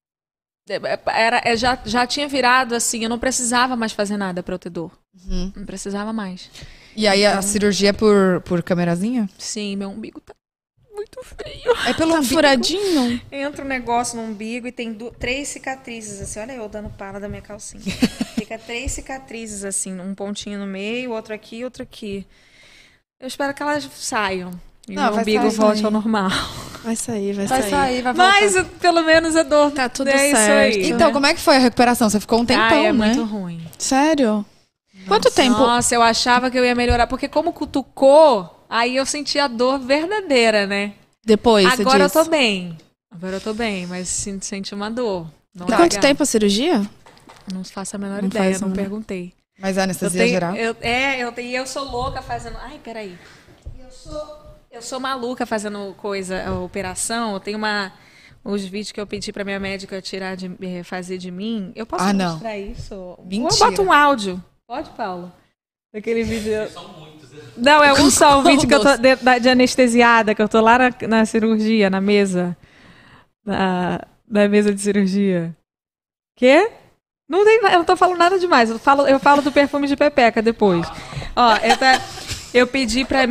Já tinha virado assim, eu não precisava mais fazer nada pra eu ter dor. Não precisava mais. E aí a cirurgia é por câmerazinha? Sim, meu umbigo tá muito feio. É pelo umbigo? Furadinho? Entra um negócio no umbigo e tem 3 cicatrizes, assim. Olha eu dando pala da minha calcinha. Fica 3 cicatrizes, assim. Um pontinho no meio, outro aqui, outro aqui. Eu espero que elas saiam. E o umbigo volte ao normal. Vai sair. Vai voltar. Mas pelo menos a dor tá tudo isso certo. aí. Então, como é que foi a recuperação? Você ficou um tempão, é né? muito ruim. Sério? Quanto tempo? Nossa, eu achava que eu ia melhorar. Porque como cutucou, aí eu senti a dor verdadeira, né? Depois, Agora eu você tô bem. Agora eu tô bem, mas senti uma dor. Não é Quanto legal. tempo a cirurgia? Não faço a menor Não ideia, faz não uma- perguntei. Mas a anestesia geral? Eu sou louca fazendo... Ai, peraí. Eu sou maluca fazendo operação. Eu tenho os vídeos que eu pedi pra minha médica fazer de mim. Eu posso mostrar isso? Mentira. Eu boto um áudio. Pode, Paulo? Daquele vídeo... São muitos. Não, é um só, um vídeo que eu tô de anestesiada, que eu tô lá na cirurgia, na mesa. Na mesa de cirurgia. Quê? Não tem, eu não tô falando nada demais. Eu falo do perfume de pepeca depois. Ó, eu pedi pra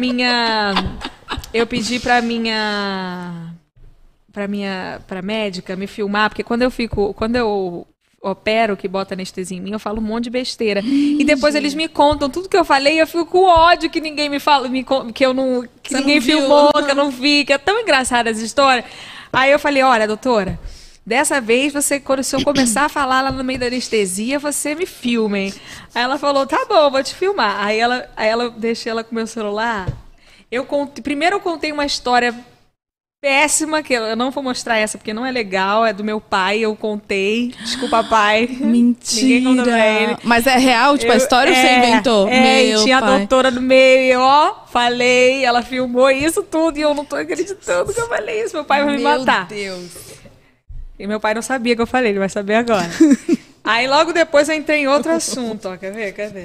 médica me filmar, porque quando eu opero, que bota anestesia em mim, eu falo um monte de besteira. E depois eles me contam tudo que eu falei, e eu fico com ódio que ninguém me fala, que ninguém filmou, que eu não vi, que é tão engraçada essa história. Aí eu falei, olha, doutora, dessa vez, se eu começar a falar lá no meio da anestesia, você me filma, hein? Aí ela falou, tá bom, vou te filmar. Aí ela deixei ela com o meu celular. Primeiro eu contei uma história péssima, que eu não vou mostrar essa porque não é legal, é do meu pai, eu contei. Desculpa, pai. Ninguém contou pra ele. Mentira. Mas é real? Tipo, a história você inventou? E tinha pai. a doutora no meio, e ó, falei, ela filmou isso tudo, e eu não tô acreditando que eu falei isso. Meu pai vai me matar. Meu Deus. E meu pai não sabia que eu falei, ele vai saber agora. Aí logo depois eu entrei em outro assunto, ó. Quer ver? Cadê?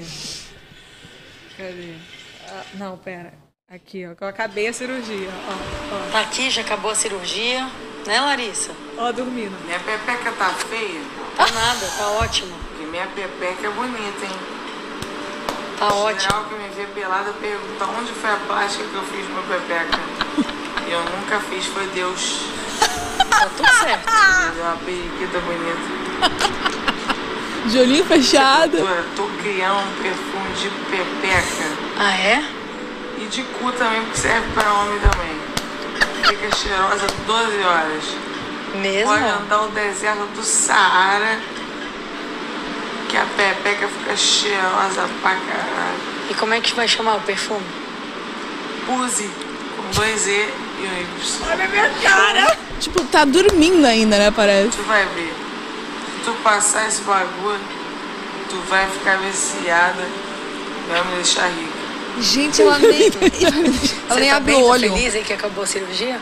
Ah, não, pera. Aqui, ó, que eu acabei a cirurgia, ó. Tá aqui, já acabou a cirurgia, né, Larissa? Ó, dormindo. Minha pepeca tá feia? Tá nada, tá ótimo. Porque minha pepeca é bonita, hein? Tá ótimo. Geral que me vê pelada pergunta onde foi a plástica que eu fiz minha pepeca. E eu nunca fiz, foi Deus. Tá tudo certo. Me deu uma periquita bonita. De olhinho fechado. Doutora, tô criando um perfume de pepeca. Ah, é? E de cu também, porque serve para homem também. Fica cheirosa 12 horas. Mesmo? Pode andar o deserto do Saara, que a pepeca fica cheirosa pra caralho. E como é que vai chamar o perfume? Use com 2 E e um Y. Olha a minha cara! Tipo, tá dormindo ainda, né, parece. Tu vai ver. Se tu passar esse bagulho, tu vai ficar viciada. Vai me deixar rica. Gente, ela nem Você tá abre bem, o tá olho. feliz aí que acabou a cirurgia?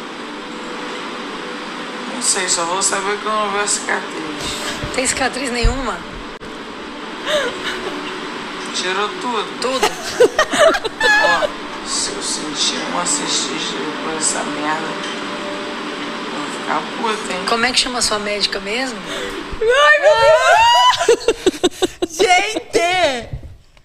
Não sei, só vou saber que eu não vejo a cicatriz. Tem cicatriz nenhuma? Tirou tudo. Tudo? Ó, se eu sentir uma cistite depois dessa merda, eu vou ficar puta, hein? Como é que chama a sua médica mesmo? Gente!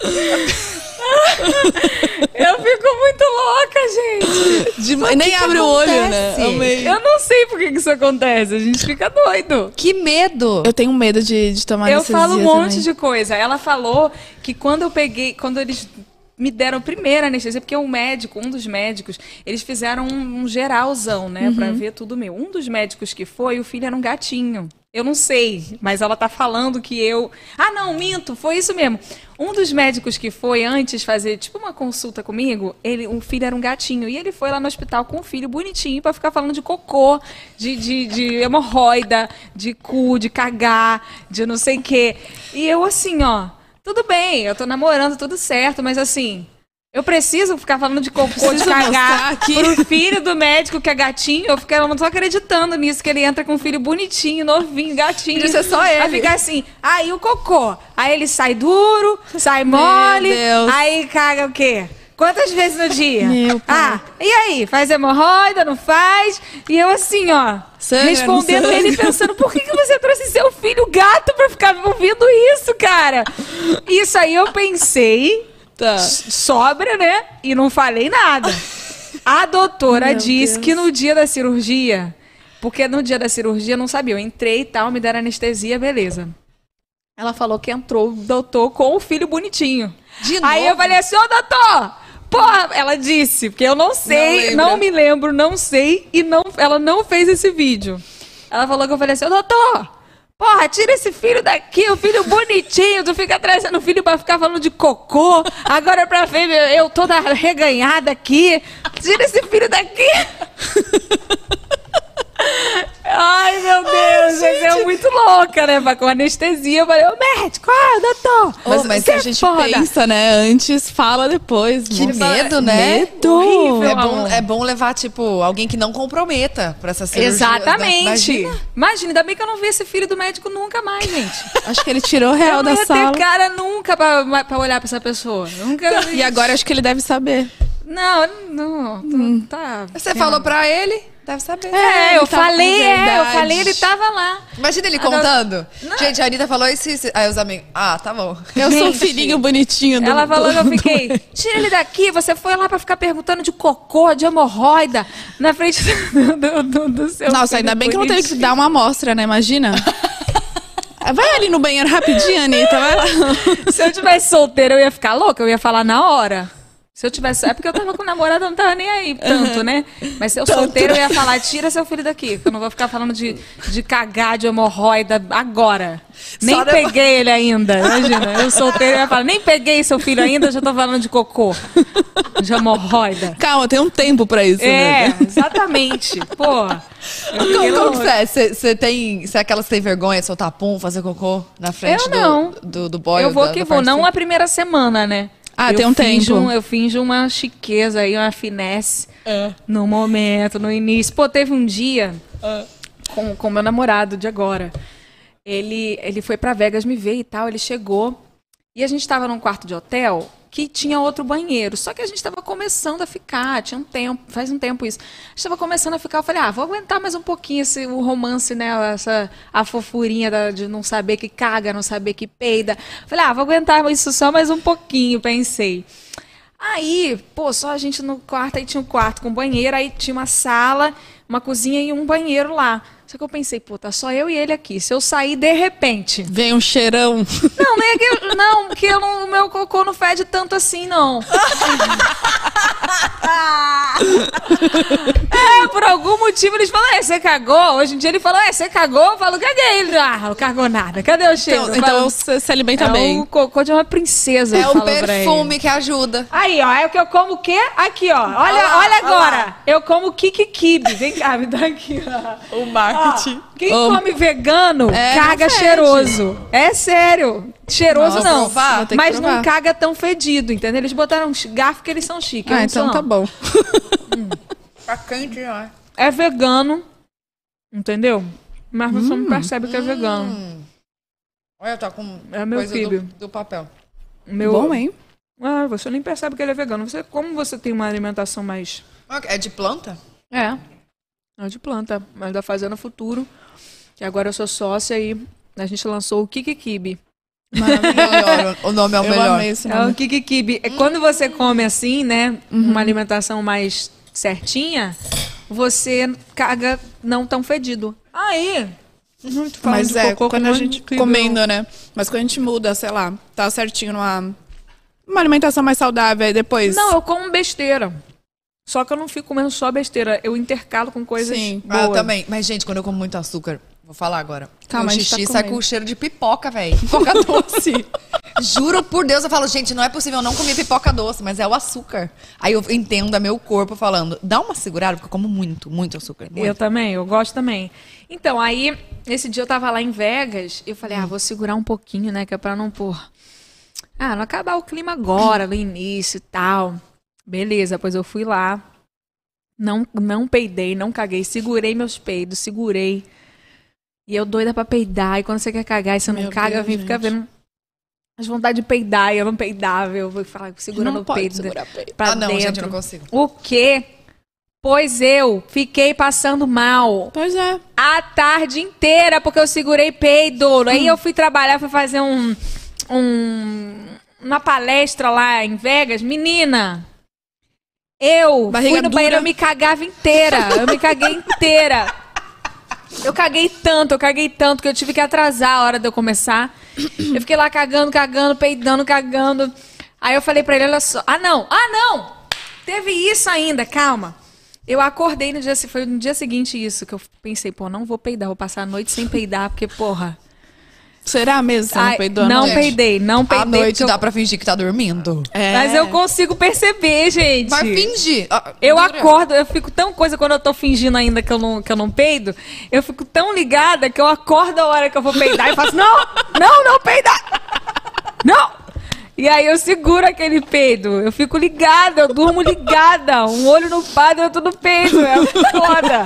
Eu fico muito louca, gente. Nem abre o olho, né? acontece? Amei. Eu não sei por que isso acontece, a gente fica doido. Que medo! Eu tenho medo de tomar Eu anestesia falo um monte também. de coisa. Ela falou que quando eles me deram a primeira anestesia, porque um dos médicos, eles fizeram um geralzão, né, pra ver tudo meu. Um dos médicos que foi, o filho era um gatinho. Eu não sei, mas ela tá falando que eu... Ah, não, minto, foi isso mesmo. Um dos médicos que foi antes fazer, tipo, uma consulta comigo, o filho era um gatinho. E ele foi lá no hospital com o filho bonitinho pra ficar falando de cocô, de hemorroida, de cu, de cagar, de não sei o quê. E eu assim, ó, tudo bem, eu tô namorando, tudo certo, mas assim... Eu preciso ficar falando de cocô, de Preciso mostrar cagar aqui. pro filho do médico que é gatinho. Eu não tô acreditando nisso, que ele entra com um filho bonitinho, novinho, gatinho. Podia ser só ele. Aí fica assim, aí o cocô. Aí ele sai duro, sai mole. Deus. Aí caga o quê? Quantas vezes no dia? Meu pai. Ah, e aí? Faz hemorroida, não faz? E eu assim, ó, Sangra, respondendo não sangra. ele, pensando, por que você trouxe seu filho gato pra ficar ouvindo isso, cara? Isso aí eu pensei... Tá. Sobra, né? E não falei nada. A doutora Meu disse Deus. que no dia da cirurgia, porque no dia da cirurgia eu não sabia, eu entrei e tal, me deram anestesia, beleza. Ela falou que entrou o doutor com o filho bonitinho. De Aí novo? eu falei assim, ô doutor, porra, ela disse, porque eu não sei, Não lembra. não me lembro, não sei, e ela não fez esse vídeo. Ela falou que eu falei assim, ô doutor, porra, tira esse filho daqui, o filho bonitinho, tu fica trazendo o filho pra ficar falando de cocô, agora pra ver eu toda reganhada aqui, tira esse filho daqui. louca, né? Com anestesia. Eu falei, ô médico, doutor. Mas você a gente foda. pensa, né? Antes, fala depois. Que Nossa. medo, né? Medo. Horrível. É bom levar, tipo, alguém que não comprometa pra essa cirurgia. Exatamente. Imagina. Imagina, ainda bem que eu não vi esse filho do médico nunca mais, gente. Acho que ele tirou o réu Eu não da ia sala. ter cara nunca pra olhar pra essa pessoa. Nunca. E agora acho que ele deve saber. Não, tá. Você falou pra ele, deve saber. É, eu ele tava com falei, verdade. ele tava lá. Imagina ele contando. Gente, a Anitta falou isso. Aí os amigos, tá bom. Eu sou o Gente, filhinho bonitinho do Ela falou que eu do- fiquei, tira ele daqui, você foi lá pra ficar perguntando de cocô, de hemorroida, na frente do seu Nossa, filho ainda bem que não teve que bonitinho. dar uma amostra, né? Imagina. Vai ali no banheiro rapidinho, Anitta. Vai lá. Se eu tivesse solteira, eu ia ficar louca, eu ia falar na hora. Se eu tivesse. É porque eu tava com namorado, eu não tava nem aí tanto, né? Mas se eu solteira, eu ia falar, tira seu filho daqui. Que eu não vou ficar falando de cagar, de hemorroida agora. Nem peguei ele ainda, imagina. Eu solteira, eu ia falar, nem peguei seu filho ainda, já tô falando de cocô. De hemorroida. Calma, tem um tempo pra isso, É, né? exatamente. Pô. Como que você é? Você é aquela que tem vergonha de soltar pum, fazer cocô na frente Eu não. do boy? Eu vou da que vou, não a primeira semana, né? Ah, Eu tem um finjo tempo. Eu finjo uma chiqueza aí, uma finesse no momento, no início. Pô, teve um dia com meu namorado de agora. Ele foi pra Vegas me ver e tal, ele chegou. E a gente tava num quarto de hotel que tinha outro banheiro. Só que a gente tava começando a ficar, tinha um tempo, faz um tempo isso. A gente tava começando a ficar, eu falei, vou aguentar mais um pouquinho o romance, né? A fofurinha de não saber que caga, não saber que peida. Falei, vou aguentar isso só mais um pouquinho, pensei. Aí, pô, só a gente no quarto, aí tinha um quarto com banheiro, aí tinha uma sala, uma cozinha e um banheiro lá. Só que eu pensei, pô, tá só eu e ele aqui. Se eu sair de repente... Vem um cheirão. Não, nem é que, não, porque o meu cocô não fede tanto assim, não. Por algum motivo eles falam, você cagou? Hoje em dia ele falou, você cagou? Eu falo, caguei. Ele, não cagou nada. Cadê o cheiro? Então você se alimenta bem. É o cocô de uma princesa, É eu o falo pra ele. perfume que ajuda. Aí, ó, é o que eu como o quê? Aqui, ó. Olha agora. Eu como kikikibe. Vem cá, me dá aqui, ó. O marketing. Quem come vegano caga não fede. cheiroso. É sério. Cheiroso Nossa, não. provar? Vou ter que Mas não provar. caga tão fedido, entendeu? Eles botaram um garfo que eles são chiques. eu não sou, Então tá não. bom. Tá quente, ó. É vegano, entendeu? Mas você não percebe que é vegano. Olha, tá com É meu coisa quibe. do papel. Meu... Bom, hein? Você nem percebe que ele é vegano. Como você tem uma alimentação mais... É de planta? É de planta, mas da Fazenda Futuro, que agora eu sou sócia e a gente lançou o Kikikibe. Melhor, o nome é o Eu melhor. amei esse É nome. o Kikikibe. É quando você come assim, né, uma alimentação mais certinha, você caga não tão fedido. Aí, muito falando Mas de é, cocô, quando como a gente incrível. comendo, né? Mas quando a gente muda, sei lá, tá certinho uma alimentação mais saudável, aí depois... Não, eu como besteira. Só que eu não fico comendo só besteira. Eu intercalo com coisas Sim. boas. Eu também. Mas, gente, quando eu como muito açúcar, vou falar agora. Calma, o a gente xixi tá sai comendo. com o cheiro de pipoca, velho. Pipoca doce. Juro por Deus, eu falo, gente, não é possível eu não comer pipoca doce, mas é o açúcar. Aí eu entendo a meu corpo falando, dá uma segurada, porque eu como muito, muito açúcar. Muito. Eu também, eu gosto também. Então, aí, esse dia eu tava lá em Vegas, eu falei, vou segurar um pouquinho, né, que é pra não pôr... não acabar o clima agora, no início e tal. Beleza, pois eu fui lá, não peidei, não caguei, segurei meus peidos, segurei. E eu doida pra peidar, e quando você quer cagar e você não Meu caga, Deus, vem ficar gente. vendo as vontades de peidar, e eu não peidava, eu vou falar, segurando Não o pode peido segurar peito. pra não, dentro. gente, eu não consigo. O quê? Pois eu fiquei passando mal Pois é. a tarde inteira, porque eu segurei peido. Aí eu fui trabalhar, fui fazer uma palestra lá em Vegas. Menina, eu Barriga fui no dura. banheiro, eu me cagava inteira. Eu me caguei inteira. Eu caguei tanto que eu tive que atrasar a hora de eu começar. Eu fiquei lá cagando, peidando, cagando. Aí eu falei pra ele, olha só. Ah, não! Teve isso ainda, calma. Eu acordei foi no dia seguinte isso, que eu pensei, pô, não vou peidar, vou passar a noite sem peidar, porque, porra... Será mesmo? Você não peidou à Não noite? peidei, não peidei. À noite porque eu- dá pra fingir que tá dormindo. Mas eu consigo perceber, gente. Vai fingir. Eu acordo, eu fico tão coisa quando eu tô fingindo ainda que eu não peido, eu fico tão ligada que eu acordo a hora que eu vou peidar e faço, não peidar! Não! E aí eu seguro aquele peido, eu fico ligada, eu durmo ligada, um olho no padre e outro no peido, é foda.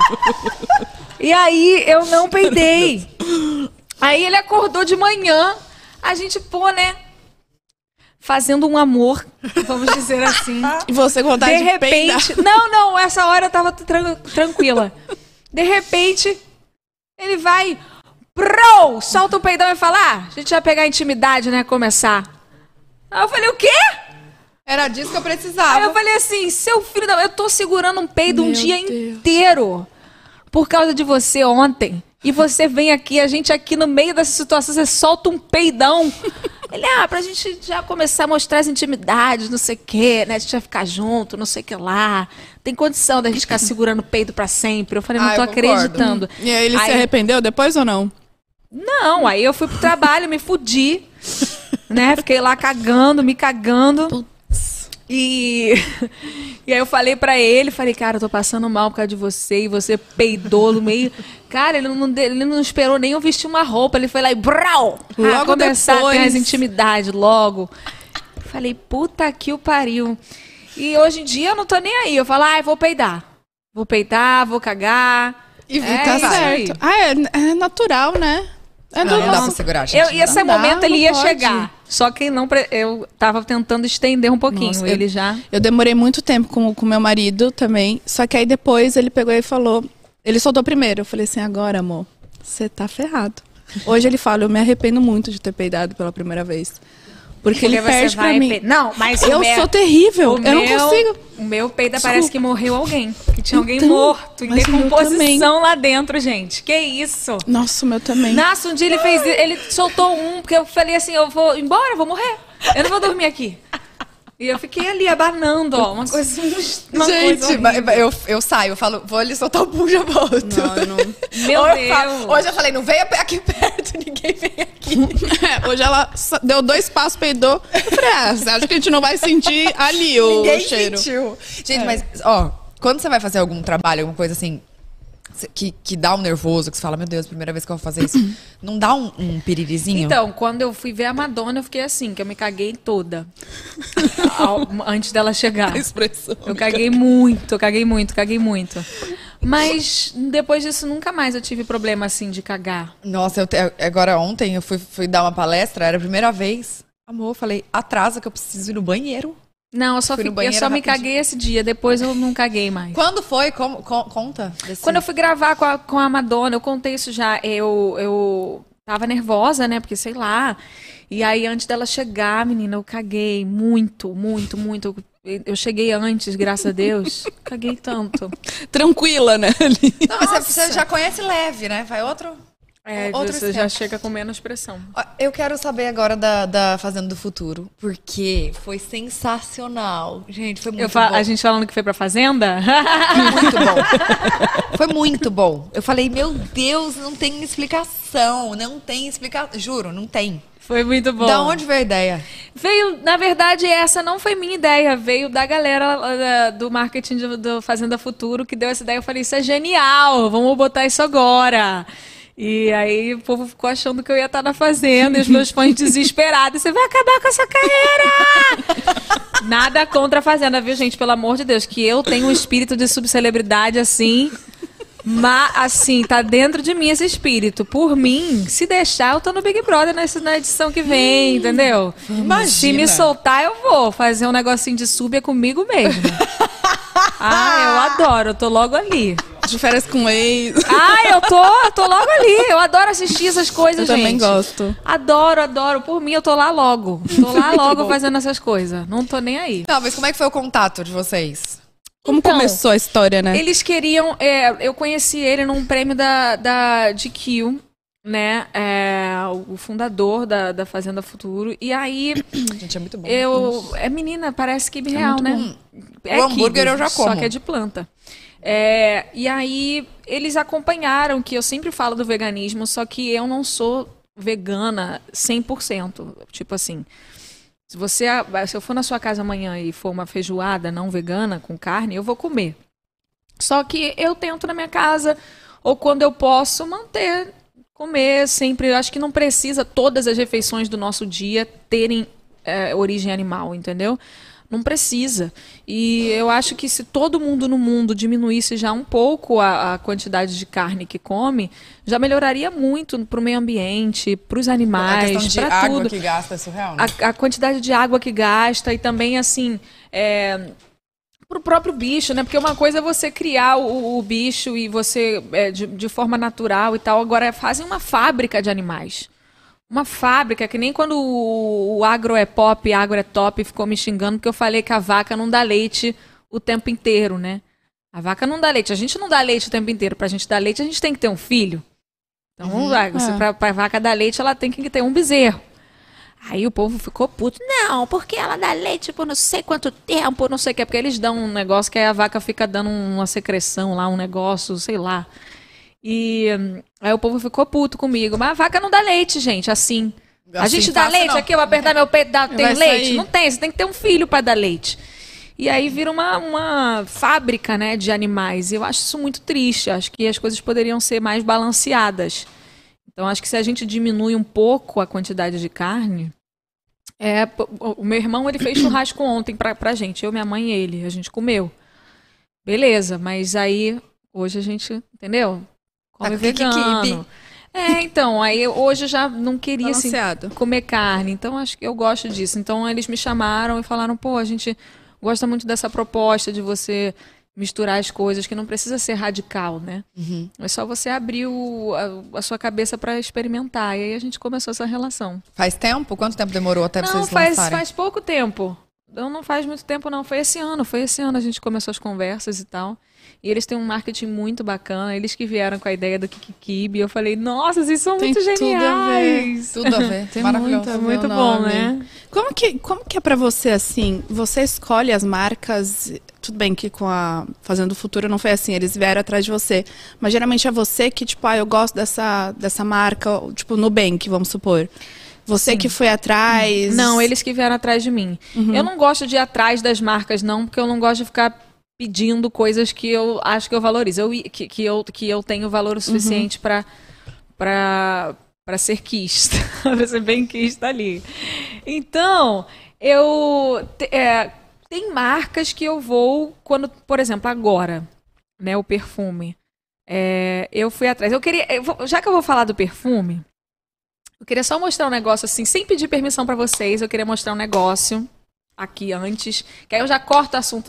E aí eu não peidei. Aí ele acordou de manhã, a gente, né, fazendo um amor, vamos dizer assim. E você com vontade de peidar. Não, essa hora eu tava tranquila. De repente, ele vai, solta o peidão e fala, a gente vai pegar a intimidade, né, começar. Aí eu falei, o quê? Era disso que eu precisava. Aí eu falei assim, seu filho, eu tô segurando um peido um Meu dia Deus. inteiro por causa de você ontem. E você vem aqui, a gente aqui no meio dessa situação, você solta um peidão. Ele, pra gente já começar a mostrar as intimidades, não sei o quê, né? A gente vai ficar junto, não sei o que lá. Tem condição da gente ficar segurando o peito pra sempre. Eu falei, não tô eu concordo. acreditando. E aí ele se arrependeu depois ou não? Não, aí eu fui pro trabalho, me fudi, né? Fiquei lá me cagando. E aí eu falei pra ele, cara, eu tô passando mal por causa de você, e você peidou no meio. Cara, ele não esperou nem eu vestir uma roupa, ele foi lá e Logo começar depois. a ter as intimidades logo. Falei, puta que o pariu. E hoje em dia eu não tô nem aí, eu falo, vou peidar. Vou peidar, vou cagar. E Tá isso aí. certo. É natural, né? É Não, do não dá pra segurar, gente. E esse Não dá, momento ele não ia pode. chegar. Só que eu tava tentando estender um pouquinho. Nossa, ele já. Eu demorei muito tempo com meu marido também. Só que aí depois ele pegou e falou. Ele soltou primeiro. Eu falei assim, agora, amor, você tá ferrado. Hoje ele fala, eu me arrependo muito de ter peidado pela primeira vez. Porque ele você perde pra vai mim. Não, mas Eu sou terrível. Eu não consigo. O meu peida Desculpa. parece que morreu alguém. Que tinha alguém Então, morto, em mas o meu também. decomposição lá dentro, gente. Que isso? Nossa, o meu também. Nossa, um dia ele soltou porque eu falei assim, eu vou embora, eu vou morrer. Eu não vou dormir aqui. E eu fiquei ali abanando, uma coisa. Uma Gente, coisa eu saio, eu falo, vou ali soltar o pum, já volto. Meu Ou eu Deus. falo- hoje eu falei, não venha aqui perto, ninguém vem aqui. Hoje ela deu 2 passos, peidou. Eu falei, você acha que a gente não vai sentir ali o Ninguém cheiro? sentiu. Gente, mas, quando você vai fazer algum trabalho, alguma coisa assim, que dá um nervoso, que você fala, meu Deus, primeira vez que eu vou fazer isso, não dá um piririzinho? Então, quando eu fui ver a Madonna, eu fiquei assim, que eu me caguei toda. Antes dela chegar. Expressão. Eu caguei muito, caguei muito. Mas depois disso, nunca mais eu tive problema assim de cagar. Nossa, agora ontem eu fui dar uma palestra, era a primeira vez. Amor, eu falei, atrasa que eu preciso ir no banheiro. Não, eu Fui no só banheiro me rapidinho. caguei esse dia, depois eu não caguei mais. Quando foi? Conta. Quando eu fui gravar com a Madonna, eu contei isso já. Eu tava nervosa, né? Porque sei lá. E aí, antes dela chegar, menina, eu caguei muito. Eu cheguei antes, graças a Deus. Caguei tanto. Tranquila, né? Não, mas você já conhece leve, né? Vai outro Você esquema. já chega com menos pressão. Ó, eu quero saber agora da Fazenda do Futuro, porque foi sensacional. Gente, foi muito bom. A gente falando que foi pra Fazenda? Muito bom. Foi muito bom. Eu falei, meu Deus, não tem explicação. Não tem explicação. Juro, não tem. Foi muito bom. Da onde veio a ideia? Veio, na verdade, essa não foi minha ideia, veio da galera do marketing do Fazenda Futuro que deu essa ideia. Eu falei, isso é genial, vamos botar isso agora. E aí o povo ficou achando que eu ia estar na Fazenda, e os meus fãs desesperados, você vai acabar com essa carreira! Nada contra a Fazenda, viu, gente? Pelo amor de Deus, que eu tenho um espírito de subcelebridade assim... Mas, assim, tá dentro de mim esse espírito. Por mim, se deixar, eu tô no Big Brother na edição que vem, entendeu? Imagina. Se me soltar, eu vou fazer um negocinho de sub é comigo mesmo. Eu adoro, eu tô logo ali. De férias com ex. Eu tô logo ali. Eu adoro assistir essas coisas, Eu gente. também gosto. Adoro. Por mim, eu tô lá logo. Tô lá logo fazendo essas coisas. Não tô nem aí. Não, mas como é que foi o contato de vocês? Como Então, começou a história, né? Eles queriam... eu conheci ele num prêmio da GQ, né? O fundador da Fazenda Futuro. E aí, Gente, é muito bom. menina, parece quibe real, muito né? O hambúrguer eu já Só como. que é de planta. E aí, eles acompanharam, que eu sempre falo do veganismo, só que eu não sou vegana 100%. Tipo assim, se eu for na sua casa amanhã e for uma feijoada não vegana com carne, eu vou comer. Só que eu tento na minha casa, ou quando eu posso, comer sempre. Eu acho que não precisa todas as refeições do nosso dia terem origem animal, entendeu? Não precisa. E eu acho que se todo mundo no mundo diminuísse já um pouco a quantidade de carne que come, já melhoraria muito para o meio ambiente, para os animais, para tudo. A questão de água que gasta é surreal, né? A quantidade de água que gasta e também, assim, para o próprio bicho, né? Porque uma coisa é você criar o bicho e você, de forma natural e tal. Agora, fazem uma fábrica de animais. Uma fábrica, que nem quando o agro é pop, agro é top, ficou me xingando porque eu falei que a vaca não dá leite o tempo inteiro, né? A vaca não dá leite. A gente não dá leite o tempo inteiro. Pra gente dar leite, a gente tem que ter um filho. Então, pra vaca dar leite, ela tem que ter um bezerro. Aí o povo ficou puto. Não, porque ela dá leite por não sei quanto tempo, não sei o que. Porque eles dão um negócio que aí a vaca fica dando uma secreção lá, um negócio, sei lá. E aí o povo ficou puto comigo. Mas a vaca não dá leite, gente, assim. A gente dá leite não. Aqui, eu vou apertar meu peito, tem leite? Sair. Não tem, você tem que ter um filho para dar leite. E aí vira uma fábrica, né, de animais. E eu acho isso muito triste. Acho que as coisas poderiam ser mais balanceadas. Então, acho que se a gente diminui um pouco a quantidade de carne... O meu irmão, ele fez churrasco ontem pra gente. Eu, minha mãe e ele. A gente comeu. Beleza, mas aí... Hoje a gente... Entendeu? Come vegano. Então, aí hoje eu já não queria assim, comer carne. Então, acho que eu gosto disso. Então, eles me chamaram e falaram, pô, a gente gosta muito dessa proposta de você misturar as coisas, que não precisa ser radical, né? Uhum. É só você abrir a sua cabeça para experimentar. E aí a gente começou essa relação. Faz tempo? Quanto tempo demorou até vocês lançarem? Não, faz pouco tempo. Não faz muito tempo, não. Foi esse ano a gente começou as conversas e tal. E eles têm um marketing muito bacana. Eles que vieram com a ideia do Kikkibi. Eu falei, nossa, vocês são muito geniais. Tudo a ver. Tem maravilhoso. muito bom, né? Como que é pra você, assim? Você escolhe as marcas... Tudo bem que com a Fazenda do Futuro não foi assim. Eles vieram atrás de você. Mas geralmente é você que, tipo, eu gosto dessa marca. Tipo, Nubank, vamos supor. Você que foi atrás... Não, eles que vieram atrás de mim. Uhum. Eu não gosto de ir atrás das marcas, não. Porque eu não gosto de ficar... pedindo coisas que eu acho que eu valorizo, que eu tenho valor o suficiente para ser quista, para ser bem quista ali. Então, tem marcas que eu vou, quando, por exemplo, agora, né, o perfume, eu fui atrás. Já que eu vou falar do perfume, eu queria só mostrar um negócio assim, sem pedir permissão para vocês, eu queria mostrar um negócio aqui antes, que aí eu já corto o assunto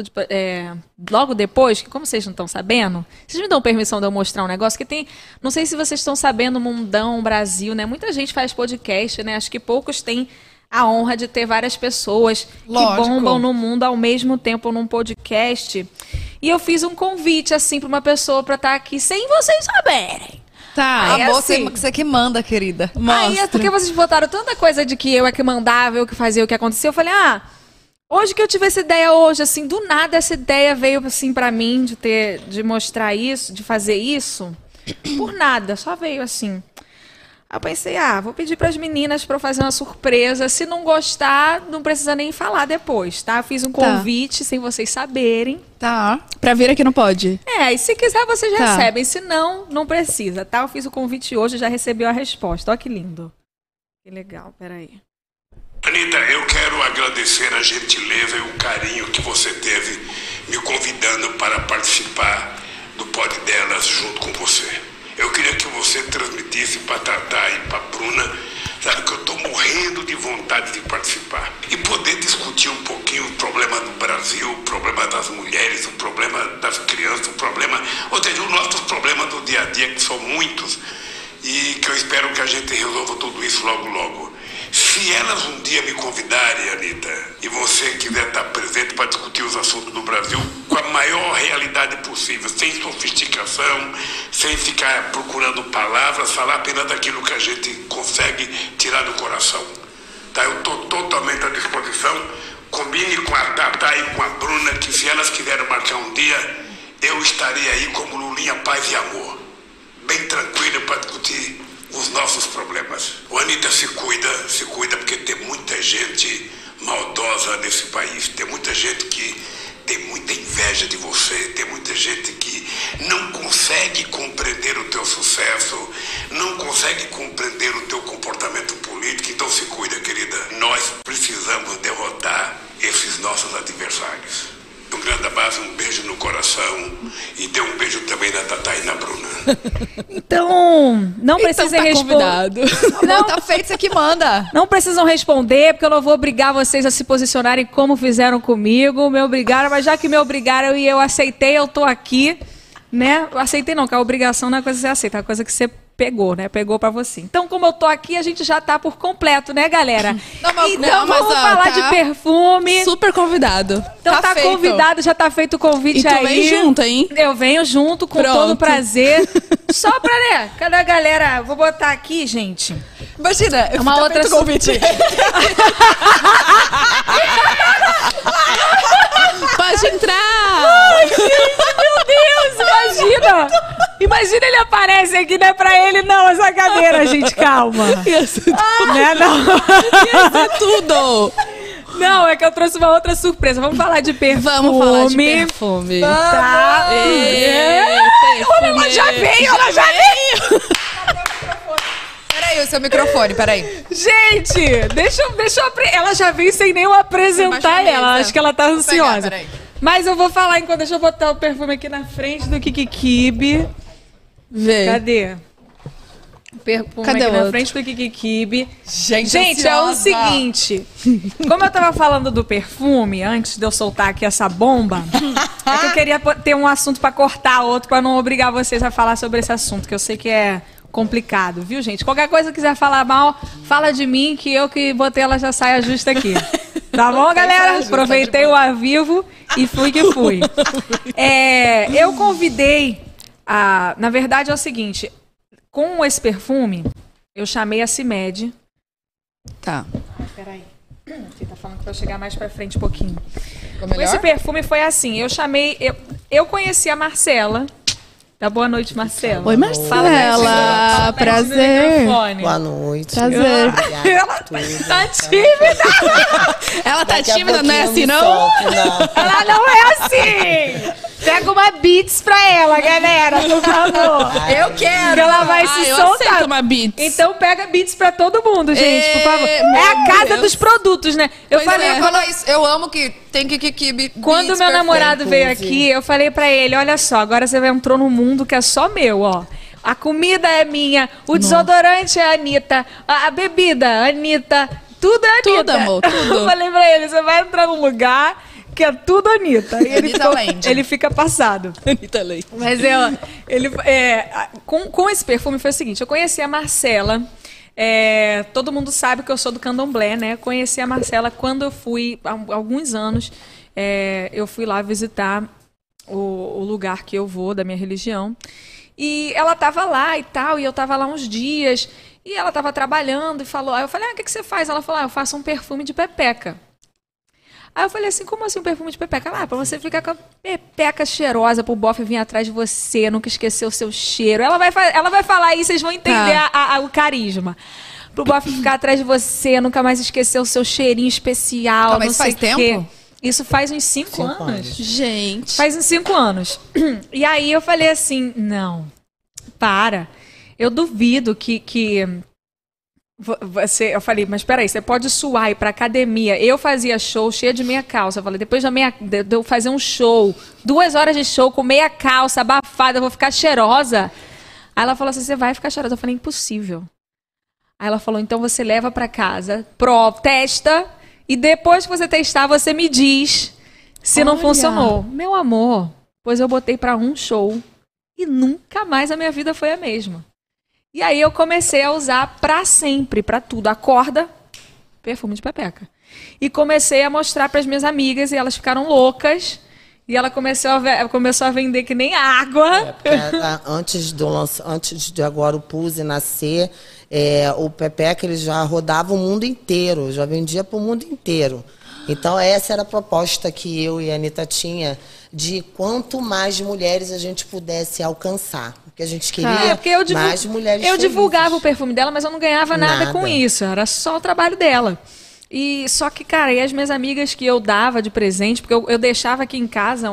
logo depois, que como vocês não estão sabendo, vocês me dão permissão de eu mostrar um negócio que tem, não sei se vocês estão sabendo, Mundão, Brasil, né? Muita gente faz podcast, né? Acho que poucos têm a honra de ter várias pessoas que bombam no mundo ao mesmo tempo num podcast. E eu fiz um convite, assim, para uma pessoa para estar aqui sem vocês saberem. Tá, você que manda, querida. Aí é porque vocês botaram tanta coisa de que eu é que mandava, eu que fazia o que aconteceu. Eu falei, hoje que eu tive essa ideia hoje, assim, do nada essa ideia veio assim pra mim de mostrar isso, de fazer isso, por nada, só veio assim. Aí eu pensei, vou pedir pras meninas pra eu fazer uma surpresa, se não gostar, não precisa nem falar depois, tá? Eu fiz um convite sem vocês saberem. Tá. Pra vir aqui não pode. E se quiser vocês recebem, se não, não precisa, tá? Eu fiz o convite hoje e já recebi a resposta, ó que lindo. Que legal, peraí. Anitta, eu quero agradecer a gentileza e o carinho que você teve me convidando para participar do Pod Delas junto com você. Eu queria que você transmitisse para Tatá e para Bruna, sabe, que eu estou morrendo de vontade de participar. E poder discutir um pouquinho o problema do Brasil, o problema das mulheres, o problema das crianças, ou seja, os nossos problemas do dia a dia, que são muitos, e que eu espero que a gente resolva tudo isso logo, logo. Se elas um dia me convidarem, Anitta, e você quiser estar presente para discutir os assuntos do Brasil com a maior realidade possível, sem sofisticação, sem ficar procurando palavras, falar apenas daquilo que a gente consegue tirar do coração. Tá? Eu estou totalmente à disposição. Combine com a Tatá e com a Bruna que se elas quiserem marcar um dia, eu estarei aí como Lulinha Paz e Amor. Bem tranquilo para discutir os nossos problemas. O Anitta, se cuida porque tem muita gente maldosa nesse país, tem muita gente que tem muita inveja de você, tem muita gente que não consegue compreender o teu sucesso, não consegue compreender o teu comportamento político, então se cuida, querida. Nós precisamos derrotar esses nossos adversários. Um grande abraço, um beijo no coração e dê um beijo também na Tatá e na Bruna. Então, não precisem responder. Não, tá feito, isso aqui manda. Não precisam responder, porque eu não vou obrigar vocês a se posicionarem como fizeram comigo. Me obrigaram, mas já que me obrigaram e eu aceitei, eu tô aqui, né? Eu aceitei não, que a obrigação não é coisa que você aceita, é uma coisa que você pegou, né? Pegou pra você. Então, como eu tô aqui, a gente já tá por completo, né, galera? Então, vamos falar de perfume. Super convidado. Então tá feito. Convidado, já tá feito o convite E tu aí. vem junto, hein? Eu venho junto, com Pronto. todo prazer. Só pra, né? Cadê a galera? Vou botar aqui, gente. Imagina, eu Uma outra convite. Pode entrar! Ai, gente, meu Deus, imagina! Imagina ele aparece aqui, não é pra ele não, essa cadeira, gente, calma. Ia ser Né, não? Ia ser tudo! Não, é que eu trouxe uma outra surpresa. Vamos falar de perfume. Vamos falar de perfume. Tá. Olha, ela já veio, ela já veio! Peraí, o seu microfone, peraí. Gente, deixa eu ela já veio sem nem eu apresentar ela. Acho que ela tá ansiosa. Peraí. Mas eu vou falar enquanto. Deixa eu botar o perfume aqui na frente do Kikikibe. Vê. Cadê? O perfume Cadê aqui o na outro? frente do Kikikibe. Gente, É o ansiosa. seguinte. Como eu tava falando do perfume, antes de eu soltar aqui essa bomba, é que eu queria ter um assunto pra cortar outro, pra não obrigar vocês a falar sobre esse assunto, que eu sei que é complicado, viu, gente? Qualquer coisa que quiser falar mal, fala de mim, que eu que botei ela já saia justa aqui. Tá bom, galera? Aproveitei o ao vivo e fui que fui. Eu convidei na verdade é o seguinte, com esse perfume, eu chamei a Cimed. Tá. Peraí. Você tá falando que vai chegar mais pra frente um pouquinho. Ficou Com melhor? esse perfume foi assim, eu conheci a Marcela. Tá, boa noite, Marcela. Oi, Marcela. Prazer. Boa noite. Prazer. Ela tá tímida. Ela tá Daqui a tímida, não é pouquinho assim, eu me não? solto, não. Ela não é assim. Pega uma Beats pra ela, galera, por favor. Eu quero. Que ela vai se eu soltar. aceito uma Beats. Então pega Beats pra todo mundo, gente, por favor. Meu É a casa Deus. dos produtos, né? Eu Pois falei, é. Fala isso. Eu amo que tem que quando meu namorado veio aqui, eu falei pra ele, olha só, agora você entrou num mundo que é só meu, ó. A comida é minha, o desodorante é a Anitta, a bebida, a Anitta, tudo é a Anitta. Tudo, amor, tudo. Eu falei pra ele, você vai entrar num lugar que é tudo Anitta. E Anitta Land. ele fica passado. Anitta Leite. Mas com esse perfume foi o seguinte, eu conheci a Marcela, todo mundo sabe que eu sou do Candomblé, né? Conheci a Marcela quando eu fui, há alguns anos, eu fui lá visitar o lugar que eu vou, da minha religião. E ela tava lá e tal, e eu tava lá uns dias, e ela tava trabalhando e falou, aí eu falei, o que você faz? Ela falou, eu faço um perfume de pepeca. Aí eu falei assim, como assim um perfume de pepeca? Pra você ficar com a pepeca cheirosa, pro bofe vir atrás de você, nunca esquecer o seu cheiro. Ela vai falar aí, vocês vão entender o carisma. Pro bofe ficar atrás de você, nunca mais esquecer o seu cheirinho especial. Calma, não isso sei faz tempo? quê. Isso faz uns 5 5 anos. anos. Gente. Faz uns 5 anos. E aí eu falei assim, não, para. Eu duvido que você... Eu falei, mas peraí, você pode suar e ir pra academia. Eu fazia show cheia de meia calça. Eu falei, depois de eu fazer um show, 2 horas de show com meia calça, abafada, eu vou ficar cheirosa. Aí ela falou assim, você vai ficar cheirosa. Eu falei, impossível. Aí ela falou, então você leva pra casa, testa, e depois que você testar, você me diz se não Olha. funcionou. Meu amor, pois eu botei pra um show e nunca mais a minha vida foi a mesma. E aí eu comecei a usar pra sempre, pra tudo. Acorda, perfume de pepeca. E comecei a mostrar pras minhas amigas e elas ficaram loucas. E ela começou a vender que nem água. Porque, antes de agora o Puse nascer, o Pepeca ele já rodava o mundo inteiro, já vendia para o mundo inteiro. Então essa era a proposta que eu e a Anitta tinha, de quanto mais mulheres a gente pudesse alcançar. porque a gente queria porque eu mais mulheres eu divulgava o felizes. perfume dela, mas eu não ganhava nada com Nada. isso. Era só o trabalho dela. E só que, cara, e as minhas amigas que eu dava de presente, porque eu deixava aqui em casa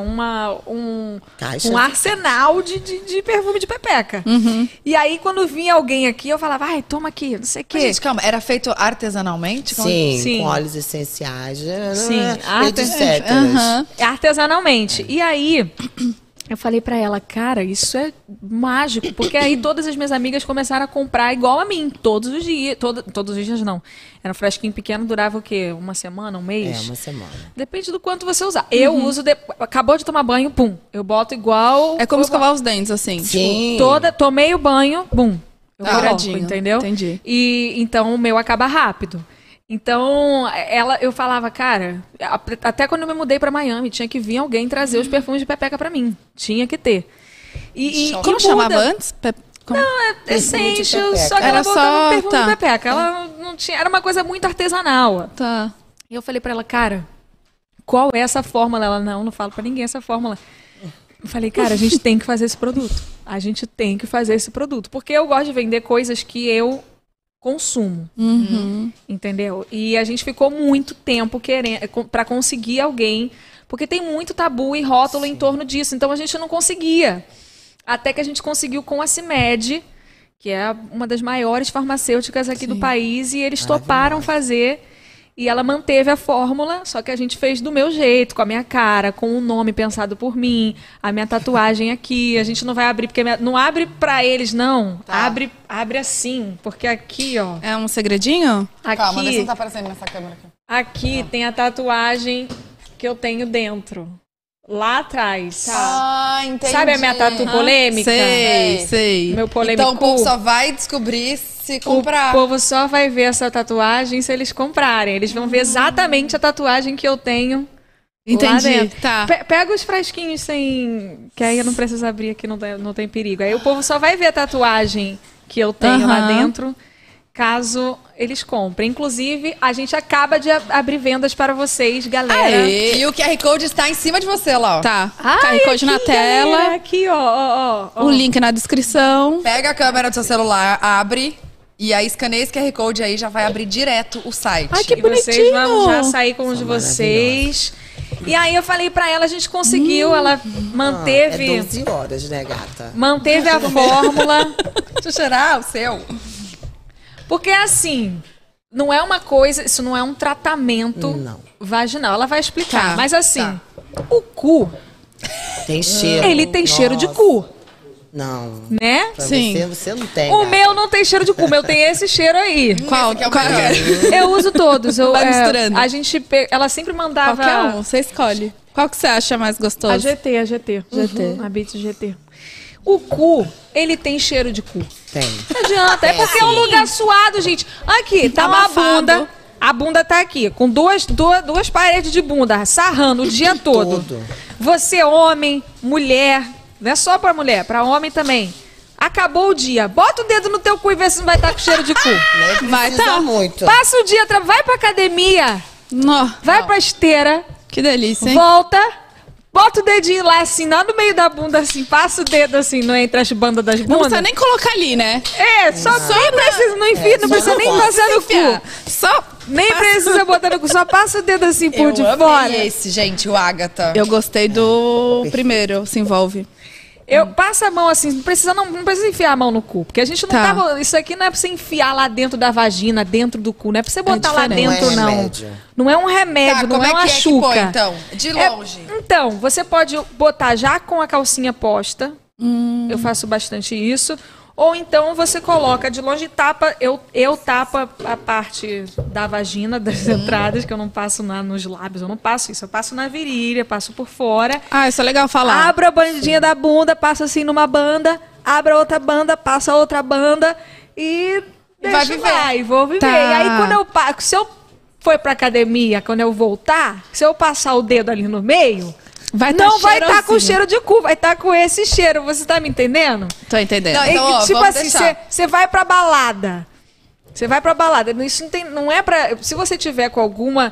um arsenal de perfume de pepeca. E aí, quando vinha alguém aqui, eu falava, ai, toma aqui, não sei o quê. Mas, gente, calma, era feito artesanalmente? Sim, com óleos essenciais. Sim, etc. Artesanalmente. E aí, eu falei pra ela, cara, isso é mágico, porque aí todas as minhas amigas começaram a comprar igual a mim, todos os dias. Todos os dias não. Era um fresquinho pequeno, durava o quê? Uma semana, um mês? Uma semana. Depende do quanto você usar. Eu uso, acabou de tomar banho, pum. Eu boto igual... É como escovar os dentes, assim. Sim. Tomei o banho, bum. Eu coloco, Douradinho, entendeu? entendi. E então o meu acaba rápido. Então, eu falava, cara, até quando eu me mudei pra Miami, tinha que vir alguém trazer os perfumes de pepeca pra mim. Tinha que ter. E Como que chamava muda. antes? Essential, só que Era ela botava só- perfume tá. de pepeca. Ela não tinha, era uma coisa muito artesanal. Tá. E eu falei pra ela, cara, qual é essa fórmula? Ela, não falo pra ninguém essa fórmula. Eu falei, cara, a gente tem que fazer esse produto. A gente tem que fazer esse produto. Porque eu gosto de vender coisas que eu consumo. Entendeu? E a gente ficou muito tempo querendo para conseguir alguém, porque tem muito tabu e rótulo em torno disso. Então a gente não conseguia. Até que a gente conseguiu com a CIMED, que é uma das maiores farmacêuticas aqui do país, e eles toparam fazer. E ela manteve a fórmula, só que a gente fez do meu jeito, com a minha cara, com o nome pensado por mim, a minha tatuagem aqui. A gente não vai abrir, porque não abre pra eles, não. Tá. Abre assim, porque aqui, ó. É um segredinho? Calma, vê se não Aqui, tá aparecendo nessa câmera aqui. aqui tem a tatuagem que eu tenho dentro. Lá atrás. Ah, entendi. Sabe a minha tatu polêmica? Sei. Meu polêmico. Então o povo só vai descobrir se comprar. O povo só vai ver essa tatuagem se eles comprarem. Eles vão ver exatamente a tatuagem que eu tenho. Lá Entendi. dentro. Tá. Pega os frasquinhos sem... Que aí eu não preciso abrir aqui, não tem perigo. Aí o povo só vai ver a tatuagem que eu tenho lá dentro, caso eles comprem. Inclusive, a gente acaba de abrir vendas para vocês, galera. Aê. E o QR Code está em cima de você lá, ó. Tá. Ai, QR Code na aqui, tela. galera, aqui, ó. O link na descrição. Pega a câmera do seu celular, abre e aí escaneia esse QR Code aí, já vai abrir direto o site. Ai, que E vocês bonitinho. vão já sair com os de vocês. E aí eu falei pra ela, a gente conseguiu, ela manteve... É 12 horas, né, gata? Manteve a fórmula. Deixa eu cheirar o seu. Porque assim, não é uma coisa, isso não é um tratamento Não. vaginal. Ela vai explicar. Tá, Mas assim, o cu, Tem cheiro. ele tem cheiro de Nossa. cu, Não. né? Pra Sim. você não tem. O gata. meu não tem cheiro de cu, o meu tem esse cheiro aí. Qual? Esse aqui é o Qual melhor. Eu uso todos. Vai misturando. A gente, ela sempre mandava... Qualquer um, você escolhe. Qual que você acha mais gostoso? A GT. A Beats GT. O cu, ele tem cheiro de cu. Tem. Não adianta, é porque é um lugar suado, gente. Aqui, tá uma abafado. bunda. A bunda tá aqui, com duas paredes de bunda, sarrando o dia todo. Tudo. Você, homem, mulher, não é só pra mulher, pra homem também. Acabou o dia, bota o dedo no teu cu e vê se não vai estar com cheiro de cu. Nem Vai precisa tá. muito. Passa o dia, vai pra academia, Nó, vai pra esteira, que delícia, hein? volta, bota o dedinho lá assim, lá no meio da bunda assim, passa o dedo assim, no entre as bandas das Não bundas. precisa nem colocar ali, né? É, só nem precisa, não enfia, não precisa nem passar no cu. Só Nem precisa botar no cu, só passa o dedo assim por de Eu fora. amei esse, gente, o Agatha. Eu gostei do primeiro, se envolve. Eu passo a mão assim, não precisa enfiar a mão no cu. Porque a gente não Tá. tava. Isso aqui não é pra você enfiar lá dentro da vagina, dentro do cu. Não é pra você botar lá diferente. dentro, Não é não. remédio. Não é um remédio, Tá, não como é uma é que chuca. põe, então? De longe. Então, você pode botar já com a calcinha posta. Eu faço bastante isso. Ou então você coloca de longe e tapa. Eu tapo a parte da vagina, das entradas, que eu não passo nos lábios. Eu não passo isso. Eu passo na virilha, passo por fora. Ah, isso é legal falar. Abro a bandinha da bunda, passo assim numa banda, abro a outra banda, passo a outra banda e Vai deixo viver. lá e vou viver. Tá. E aí quando eu se eu for pra academia, quando eu voltar, se eu passar o dedo ali no meio, Vai não vai estar cheirosinho. com cheiro de cu, vai estar com esse cheiro. Você tá me entendendo? Tô entendendo. Não, então, ó, tipo vamos assim, deixar. você vai pra balada. Você vai pra balada. Isso não é pra. Se você tiver com alguma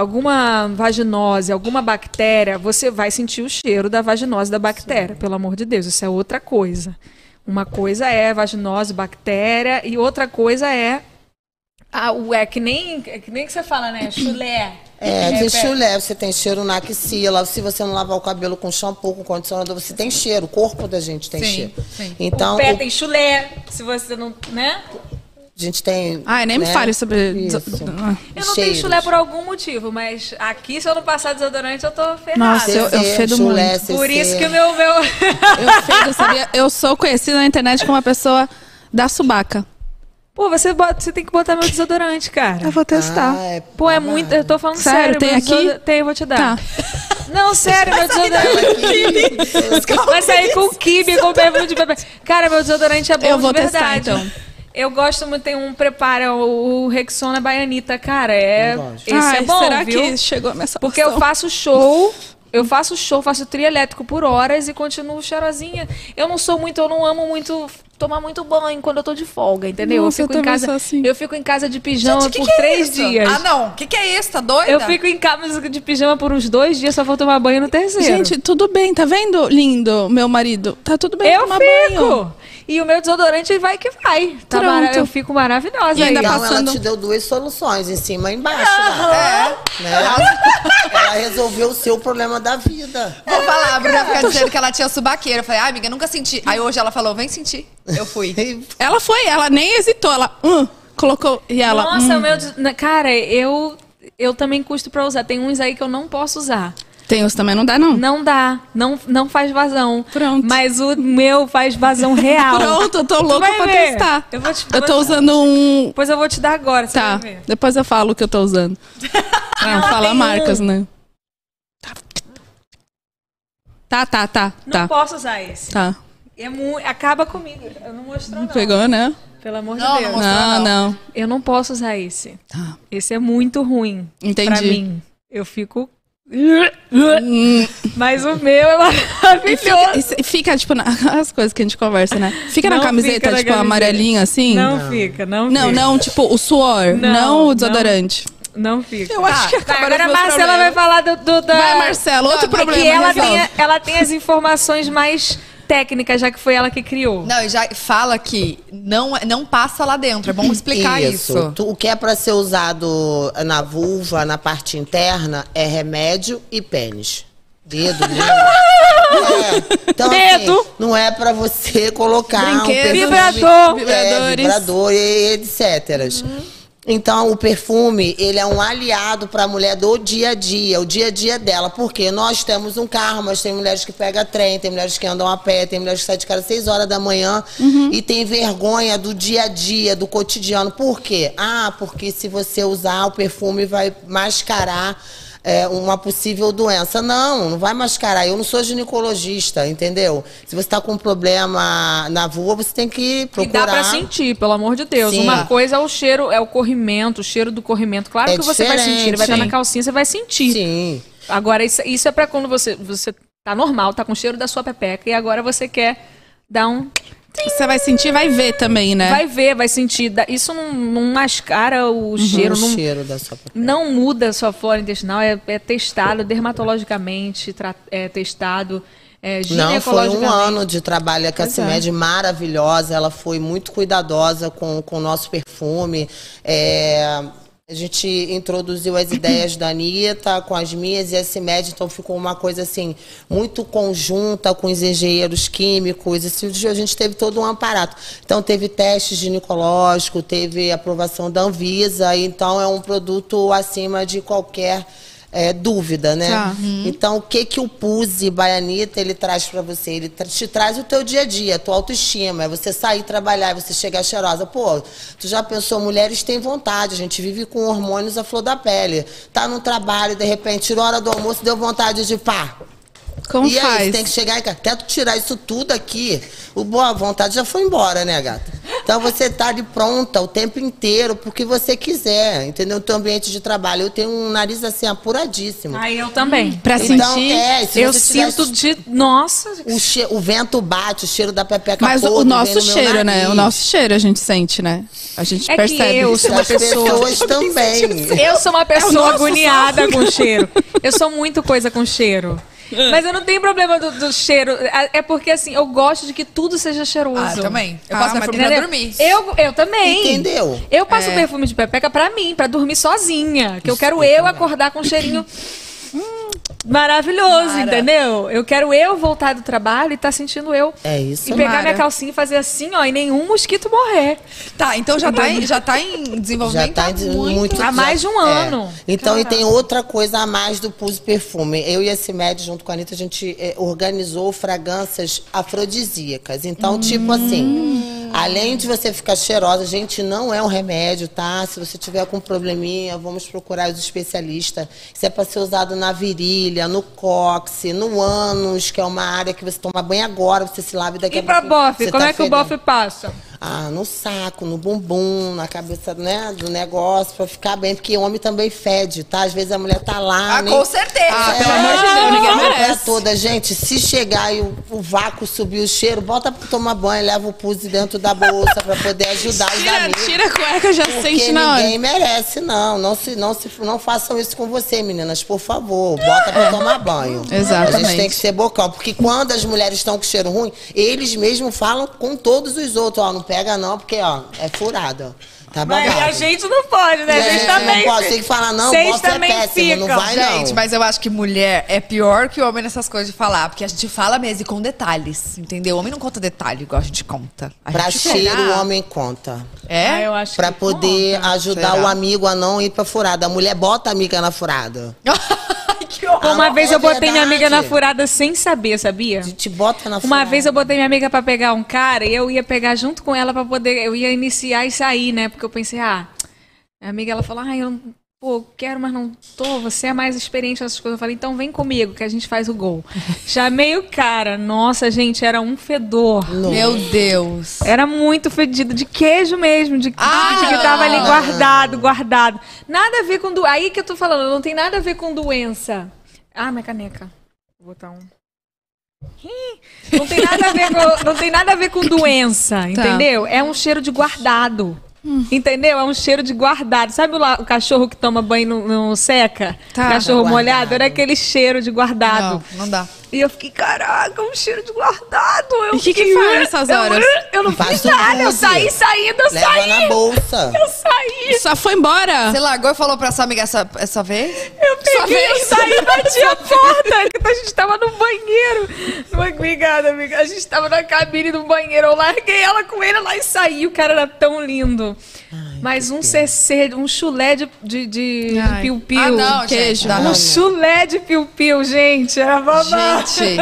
vaginose, alguma bactéria, você vai sentir o cheiro da vaginose da bactéria, pelo amor de Deus. Isso é outra coisa. Uma coisa é vaginose, bactéria, e outra coisa é que nem que você fala, né? Chulé. Tem chulé, você tem cheiro na axila. Se você não lavar o cabelo com shampoo, com condicionador, você tem cheiro. O corpo da gente tem cheiro. Sim. Então, O pé tem chulé. Se você não, né? a gente tem... Ai, nem me fale sobre... Isso. Eu não tenho Cheiros. chulé por algum motivo, mas aqui, se eu não passar desodorante, eu tô ferrada. Nossa, eu fedo chulé, muito. Por isso que o meu... Eu fedo, sabia? Eu sou conhecida na internet como uma pessoa da subaca. Pô, você tem que botar meu desodorante, cara. Eu vou testar. Pô, é muito... Eu tô falando Sério, sério. tem meu aqui? Tem, eu vou te dar. Tá. Não, sério, meu desodorante... Vai sair com quibe, com perfume de bebê. Cara, meu desodorante é bom Eu vou de verdade. testar, então. Eu gosto muito, tem um prepara, o Rexona Baianita, cara, esse Ai, é bom, será viu? que chegou a minha salvação? Porque eu faço trio elétrico por horas e continuo cheirosinha. Eu não amo muito tomar muito banho quando eu tô de folga, entendeu? Nossa, eu fico eu em também casa, sou assim. eu fico em casa de pijama Gente, por que é 3 isso? dias. Ah, não. O que é isso? Tá doida? Eu fico em casa de pijama por uns 2 dias, só vou tomar banho no terceiro. Gente, tudo bem, tá vendo, lindo, meu marido? Tá tudo bem eu tomar fico. banho. E o meu desodorante vai que vai. Tá Pronto. eu fico maravilhosa. E ainda aí. Então, passando- ela te deu 2 soluções, em cima e embaixo. Né? Ela resolveu o seu problema da vida. Vou falar, a Bruna fica dizendo que ela tinha subaqueira. Eu falei, ai, amiga, nunca senti. Aí hoje ela falou, vem sentir. Eu fui. Ela nem hesitou, ela colocou e ela... Nossa, o meu... Cara, eu também custo pra usar. Tem uns aí que eu não posso usar. Tem uns também, não dá não. Não dá. Não faz vazão. Pronto. Mas o meu faz vazão real. Pronto, eu tô Tu louca vai pra ver. testar. Eu tô usando um... Depois eu vou te dar agora, você Tá, vai ver. depois eu falo o que eu tô usando. Não, fala tem marcas, né? Tá. Não posso usar esse. Tá. Acaba comigo. Eu não mostro, não. Pegou, né? Pelo amor Não, de Deus. não Não. Eu não posso usar esse. Tá. Esse é muito ruim. Entendi. Pra mim. Eu fico... Mas o meu é maravilhoso. E fica, tipo, as coisas que a gente conversa, né? Fica na Não camiseta, fica na tipo, camiseta. amarelinho, assim? Não fica. Não, tipo, o suor, não o desodorante. Não fica. Eu acho que acabaram agora os a meus Marcela vai problemas. falar da... Vai, Marcelo, outro É problema. que resolve. ela tem as informações mais técnicas, já que foi ela que criou. Não, e já fala que não passa lá dentro. É bom explicar isso. O que é para ser usado na vulva, na parte interna, é remédio e pênis. Dedo, né? Então, Dedo. assim, não é para você colocar Brinquedo, vibrador. vibradores. vibrador e etc. Então, o perfume, ele é um aliado para a mulher do dia a dia, o dia a dia dela. Porque nós temos um carro, mas tem mulheres que pegam trem, tem mulheres que andam a pé, tem mulheres que saem de casa às 6 horas da manhã e tem vergonha do dia a dia, do cotidiano. Por quê? Porque se você usar o perfume vai mascarar uma possível doença. Não vai mascarar. Eu não sou ginecologista, entendeu? Se você está com um problema na vulva, você tem que procurar. E dá pra sentir, pelo amor de Deus. Sim. Uma coisa é o cheiro, é o corrimento, o cheiro do corrimento. Claro É que você vai sentir, ele vai estar Sim. na calcinha, você vai sentir. Sim. Agora, isso é pra quando você tá normal, tá com o cheiro da sua pepeca, e agora você quer dar um... Você vai sentir, vai ver também, né? Vai ver, vai sentir. Isso não mascara o cheiro, O cheiro da sua pepeca. não muda a sua flora intestinal, é testado dermatologicamente, é testado Não, foi ginecologicamente. 1 ano de trabalho com a CIMED maravilhosa. Ela foi muito cuidadosa com o nosso perfume. A gente introduziu as ideias da Anitta com as minhas e a CIMED, então ficou uma coisa assim, muito conjunta com os engenheiros químicos. A gente teve todo um aparato. Então teve teste ginecológico, teve aprovação da Anvisa, então é um produto acima de qualquer dúvida, né? Tá. Então, o que o Puse Baianita ele traz pra você? Ele te traz o teu dia a dia, a tua autoestima. É você sair trabalhar, é você chegar cheirosa. Pô, tu já pensou, mulheres têm vontade, a gente vive com hormônios à flor da pele. Tá no trabalho, de repente, tirou a hora do almoço, deu vontade de pá. Como E faz? aí, tem que chegar e até tu tirar isso tudo aqui, o boa vontade já foi embora, né, gata? Então você tá ali pronta o tempo inteiro porque você quiser, entendeu? O teu ambiente de trabalho. Eu tenho um nariz assim apuradíssimo. Aí eu também. Pra Então, sentir... se Eu você tiver- sinto Nossa! o vento bate, o cheiro da pepeca Mas podre o vem nosso no meu cheiro, né? nariz. O nosso cheiro a gente sente, né? A gente É que percebe. eu sou uma As pessoa... pessoas também. Eu sou uma pessoa nosso agoniada com cheiro. Eu sou muito coisa com cheiro. Mas eu não tenho problema do cheiro. É porque, assim, eu gosto de que tudo seja cheiroso. Ah, eu também. Eu passo perfume pra dormir. Eu também. Entendeu? Eu passo perfume de pepeca pra mim, pra dormir sozinha. Que eu quero eu acordar com um cheirinho maravilhoso, entendeu? Eu quero eu voltar do trabalho e tá sentindo eu. É isso. E pegar minha calcinha e fazer assim, ó, e nenhum mosquito morrer. Tá, então já tá em desenvolvimento Já tá muito há mais de um ano. Então, e tem outra coisa a mais do Pulse Perfume. Eu e a Cimed, junto com a Anitta, a gente organizou fragrâncias afrodisíacas. Então, tipo assim, além de você ficar cheirosa, gente, não é um remédio, tá? Se você tiver com probleminha, vamos procurar os especialistas. Isso é pra ser usado na virilha, no cóccix, no ânus, que é uma área que você toma banho agora, você se lava e daqui a pouco... E pra bofe? Como é que o bofe passa? Ah, no saco, no bumbum, na cabeça, né, do negócio, pra ficar bem, porque homem também fede, tá? Às vezes a mulher tá lá... com certeza! Pelo amor de Deus, ninguém merece. Toda, gente, se chegar e o vácuo subir o cheiro, bota pra tomar banho, leva o pus dentro da bolsa pra poder ajudar os amigos. Tira a cueca, já sente na hora. Ninguém merece, não. Não façam isso com você, meninas, por favor. Bota pra tomar banho. Exatamente. A gente tem que ser bocão, porque quando as mulheres estão com cheiro ruim, eles mesmos falam com todos os outros, ó, não pega não, porque, ó, é furada. Tá babado. Mas a gente não pode, né? A gente também. Não pode, tem que falar, não, Vocês bofe é também péssimo, não ficam. vai Gente, não. mas eu acho que mulher é pior que homem nessas coisas de falar. Porque a gente fala mesmo e com detalhes, entendeu? O homem não conta detalhe, igual a gente conta. Pra cheiro, o homem conta. É? Eu acho Pra que poder conta. ajudar Será? o amigo a não ir pra furada. A mulher bota a amiga na furada. Que horror. Uma vez é eu botei minha amiga na verdade. furada sem saber, sabia? A gente bota na furada. Uma vez eu botei minha amiga pra pegar um cara e eu ia pegar junto com ela pra poder... Eu ia iniciar e sair, né? Porque eu pensei, minha amiga, ela falou, eu não, quero, mas não tô. Você é mais experiente nessas coisas. Eu falei, então vem comigo que a gente faz o gol. Chamei o cara. Nossa, gente, era um fedor. Meu Deus. Era muito fedido, de queijo mesmo, de que tava ali guardado. Nada a ver com doença. Aí que eu tô falando, não tem nada a ver com doença. Minha caneca. Vou botar um. Não tem nada a ver com doença, entendeu? É um cheiro de guardado. Entendeu? É um cheiro de guardado. Sabe o cachorro que toma banho não seca? Cachorro guardado. molhado? Era aquele cheiro de guardado. Não dá. E eu fiquei, caraca, um cheiro de guardado. E o que faz nessas horas? Eu não Faz fiz nada, eu tudo. saí saindo, eu Leva saí. na bolsa. Eu saí. Só foi embora. Você largou e falou pra sua amiga essa vez? Eu peguei, eu saí e bati a porta. A gente tava no banheiro. Obrigada, amiga. A gente tava na cabine do banheiro. Eu larguei ela com ele lá e saí. O cara era tão lindo. Mas um CC, um chulé de piu-piu. Ah, não, queijo. gente. Um chulé de piu-piu, gente. Era babado. Gente,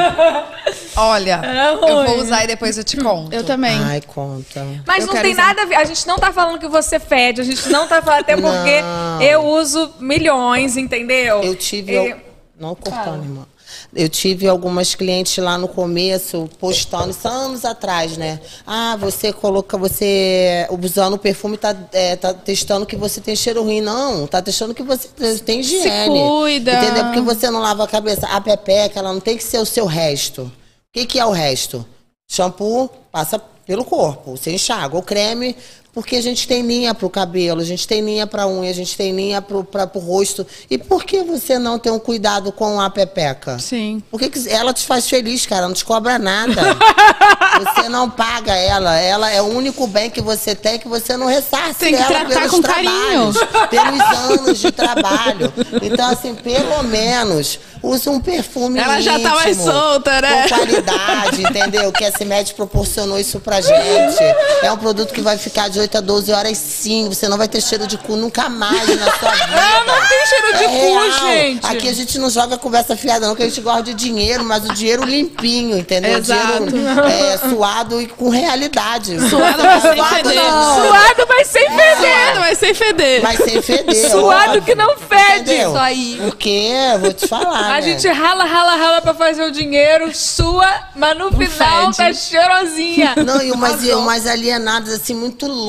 olha, eu vou usar e depois eu te conto. Eu também. Ai, conta. Mas Eu não quero tem usar. nada a ver. A gente não tá falando que você fede. A gente não tá falando, até porque eu uso milhões, entendeu? Eu tive... Não cortando, irmão. Eu tive algumas clientes lá no começo postando, isso há anos atrás, né? Você usando o perfume, tá testando que você tem cheiro ruim. Não, tá testando que você tem higiene. Se cuida. Entendeu? Porque você não lava a cabeça. A pepeca, ela não tem que ser o seu resto. O que é o resto? Shampoo passa pelo corpo, você enxágua. O creme, porque a gente tem linha pro cabelo, a gente tem linha pra unha, a gente tem linha pro rosto. E por que você não tem um cuidado com a pepeca? Sim. Por que ela te faz feliz, cara? Não te cobra nada. Você não paga ela. Ela é o único bem que você tem que você não ressarce Tem que ela tratar pelos com trabalhos, pelos anos de trabalho. Então, assim, pelo menos, use um perfume Ela já tá mais íntimo, solta, né? com qualidade, entendeu? Que a CIMED proporcionou isso pra gente. É um produto que vai ficar de 8 a 12 horas sim. Você não vai ter cheiro de cu nunca mais na sua vida. Não tem cheiro de cu, real. gente. Aqui a gente não joga conversa fiada, não, que a gente gosta de dinheiro, mas o dinheiro limpinho, entendeu? Exato. O dinheiro suado e com realidade. Suado, mas sem feder. Suado, mas sem feder. Suado, mas sem feder. Mas sem feder. Suado óbvio. que não fede. Entendeu? Isso aí. Porque, vou te falar, A né? gente rala pra fazer o dinheiro, sua, mas no final fede. tá cheirosinha. Não, e umas alienadas, assim, muito loucas.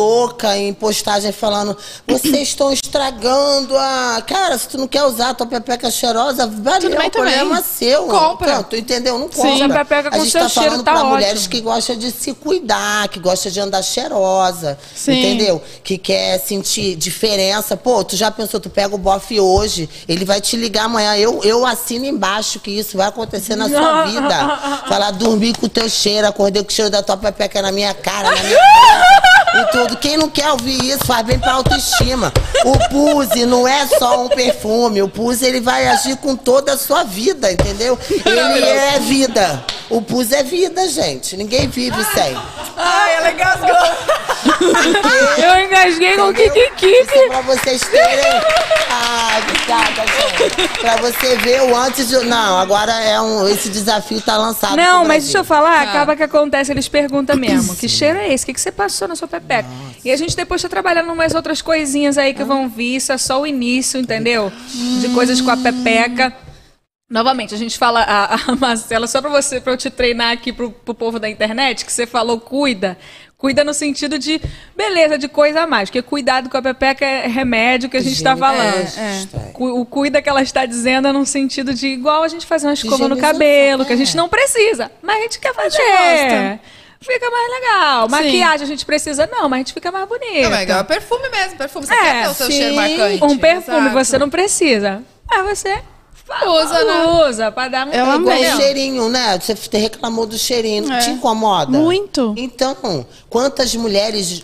louca em postagem falando, vocês estão estragando a... Cara, se tu não quer usar a tua pepeca cheirosa, valeu, o problema é seu. Compra. Então, tu entendeu? Não compra. Sim, a pepeca com a gente seu tá cheiro falando tá pra ótimo. mulheres que gostam de se cuidar, que gostam de andar cheirosa, Sim. entendeu? Que quer sentir diferença. Pô, tu já pensou, tu pega o bofe hoje, ele vai te ligar amanhã. Eu assino embaixo que isso vai acontecer na sua vida. Falar, dormir com o teu cheiro, acordei com o cheiro da tua pepeca na minha cara, na minha boca e tudo. Quem não quer ouvir isso faz bem pra autoestima. O Puzi não é só um perfume. O Puzi, ele vai agir com toda a sua vida, entendeu? Ele é vida. O Puzi é vida, gente. Ninguém vive sem. Ai, ela engasgou. Eu engasguei com o Kikiki. Isso é pra vocês terem... obrigada, gente. Pra você ver o antes de... Não, agora esse desafio tá lançado. Não, pro mas Brasil. deixa eu falar, acaba que acontece, eles perguntam mesmo, que cheiro é esse? O que você passou na sua pepeca? E a gente depois tá trabalhando umas outras coisinhas aí que vão vir, isso é só o início, entendeu? De coisas com a pepeca. Novamente, a gente fala, a Marcela, só pra eu te treinar aqui pro povo da internet, que você falou cuida no sentido de, beleza, de coisa a mais, porque cuidado com a pepeca é remédio que a gente tá falando. O cuida que ela está dizendo é num sentido de igual a gente fazer uma escova no cabelo, que a gente não precisa, mas a gente quer fazer. Fica mais legal. Maquiagem a gente precisa, não, mas a gente fica mais bonita. Não, é igual perfume mesmo. Perfume, você quer ter o seu cheiro marcante. Um perfume Exato. você não precisa, mas você Usa, né? usa pra dar um... Eu Igual amei. o cheirinho, né? Você reclamou do cheirinho. Te incomoda? Muito. Então, quantas mulheres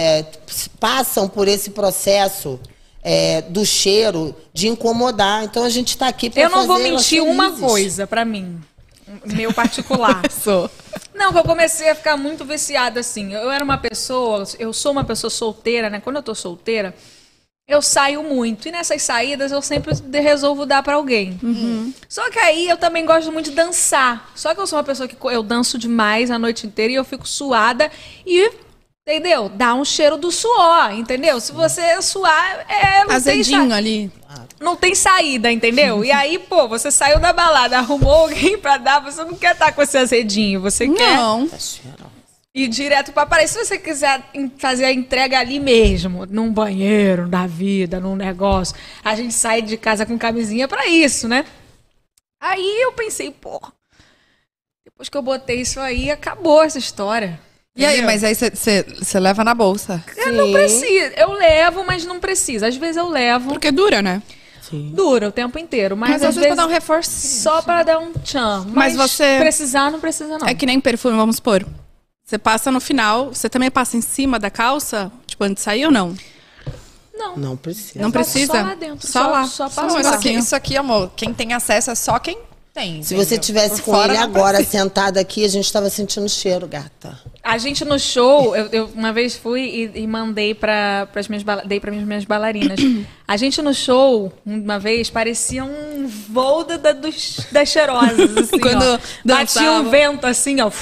passam por esse processo do cheiro de incomodar? Então, a gente tá aqui pra Eu não vou fazer elas mentir uma felizes. coisa pra mim, meu particular. Não, que eu comecei a ficar muito viciada assim. Eu sou uma pessoa solteira, né? Quando eu tô solteira, eu saio muito. E nessas saídas eu sempre resolvo dar pra alguém. Só que aí eu também gosto muito de dançar. Só que eu sou uma pessoa que eu danço demais a noite inteira e eu fico suada e... Entendeu? Dá um cheiro do suor, entendeu? Se você suar, não Azedinho ali. não tem saída, entendeu? E aí, pô, você saiu da balada, arrumou alguém pra dar, você não quer estar com esse azedinho, você quer Não. ir direto pra parede. Se você quiser fazer a entrega ali mesmo, num banheiro, da vida, num negócio, a gente sai de casa com camisinha pra isso, né? Aí eu pensei, pô, depois que eu botei isso aí, acabou essa história. E aí, Entendeu? mas aí você leva na bolsa. Eu não precisa. Eu levo, mas não precisa. Às vezes eu levo. Porque dura, né? Dura o tempo inteiro. Mas, Mas às vezes pra dar um reforço. só pra dar um tchan. Mas você- precisar, não precisa, não. É que nem perfume, vamos supor. Você passa no final, você também passa em cima da calça, tipo, antes de sair ou não? Não. Não precisa. Não precisa? Só lá dentro. Só lá. Só Só passa um lá. pouquinho. Isso aqui, amor, quem tem acesso é só quem tem. Se você entendeu? tivesse Por com fora ele não agora, precisa. sentado aqui, a gente tava sentindo o cheiro, gata. A gente no show, eu uma vez fui e mandei dei para minhas bailarinas. A gente no show, uma vez, parecia um voo das cheirosas, assim, Quando ó. Batia dançava. um vento, assim, ó.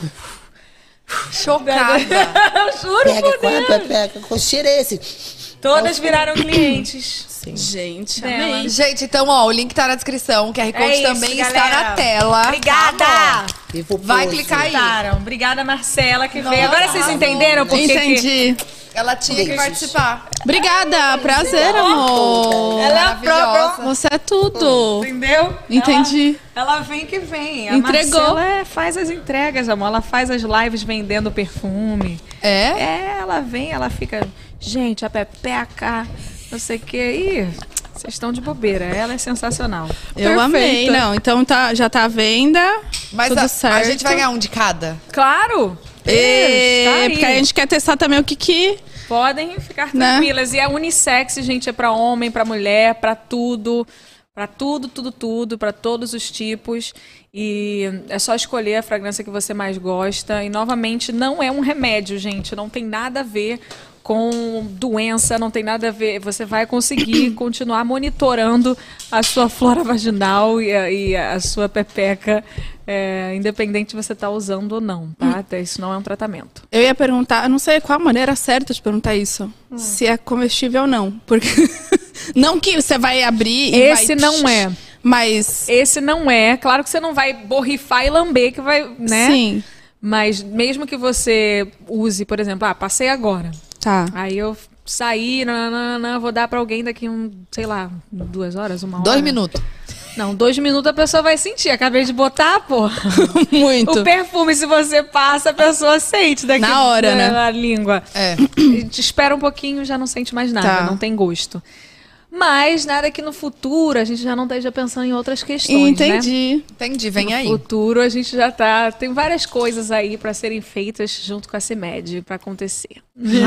Chocada. Eu juro Pega por com a Deus. pepeca, com cheiro é esse. Todas viraram clientes. Gente, Dela. amei. Gente, então, ó, o link tá na descrição. O QR Code isso, também está galera. na tela. Obrigada! Tá bom? Viva o Vai Puzi. clicar aí. Gostaram. Obrigada, Marcela, que Nossa, veio. Agora vocês entenderam por que que... Entendi. Ela tinha que participar. Obrigada, prazer, amor. Ela é a Maravilhosa. própria... Você é tudo. Entendeu? Entendi. Ela vem que vem. A Entregou. Marcela faz as entregas, amor. Ela faz as lives vendendo perfume. É? Ela vem, ela fica... Gente, a pepeca, não sei o que. Ih, vocês estão de bobeira. Ela é sensacional. Eu amei. Não, então já tá à venda. Mas tudo a certo. gente vai ganhar um de cada. Claro! Tá aí. Porque a gente quer testar também o que... Podem ficar Né? tranquilas. E é unissex, gente. É pra homem, pra mulher, pra tudo. Pra tudo, pra todos os tipos. E é só escolher a fragrância que você mais gosta. E, novamente, não é um remédio, gente. Não tem nada a ver com doença, não tem nada a ver. Você vai conseguir continuar monitorando a sua flora vaginal e a sua pepeca, independente de você estar usando ou não, tá? Até isso não é um tratamento. Eu ia perguntar, eu não sei qual a maneira certa de perguntar isso. Se é comestível ou não. Porque não que você vai abrir e Esse vai... não é. Mas... Esse não é. Claro que você não vai borrifar e lamber, que vai, né? Sim. Mas mesmo que você use, por exemplo, passei agora. Tá. Aí eu saí, vou dar pra alguém daqui sei lá, 2 horas, 1 hora. 2 minutos. Não, 2 minutos a pessoa vai sentir. Acabei de botar, pô. Muito. O perfume, se você passa, a pessoa sente daqui Na hora, né? na língua. É. Te espera um pouquinho, já não sente mais nada, Tá. não tem gosto. Mas nada que no futuro a gente já não esteja pensando em outras questões, né? Entendi, vem aí. No futuro a gente já tem várias coisas aí pra serem feitas junto com a CIMED pra acontecer.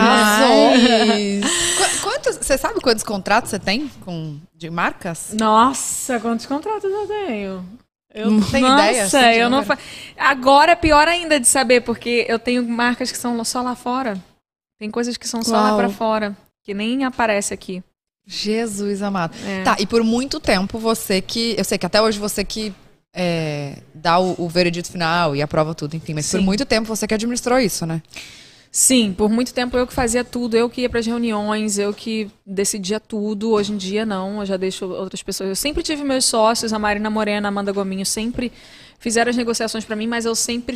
Você sabe quantos contratos você tem de marcas? Nossa, quantos contratos eu tenho? Não tem ideia? Nossa, assim, de eu não número? Agora é pior ainda de saber, porque eu tenho marcas que são só lá fora. Tem coisas que são só lá Uau. pra fora, que nem aparece aqui. Jesus amado. É. Tá, e por muito tempo você que... Eu sei que até hoje você que dá o veredito final e aprova tudo, enfim. Mas por Sim. muito tempo você que administrou isso, né? Sim, por muito tempo eu que fazia tudo, eu que ia pras reuniões, eu que decidia tudo. Hoje em dia não, eu já deixo outras pessoas. Eu sempre tive meus sócios, a Marina Morena, a Amanda Gominho, sempre fizeram as negociações pra mim, mas eu sempre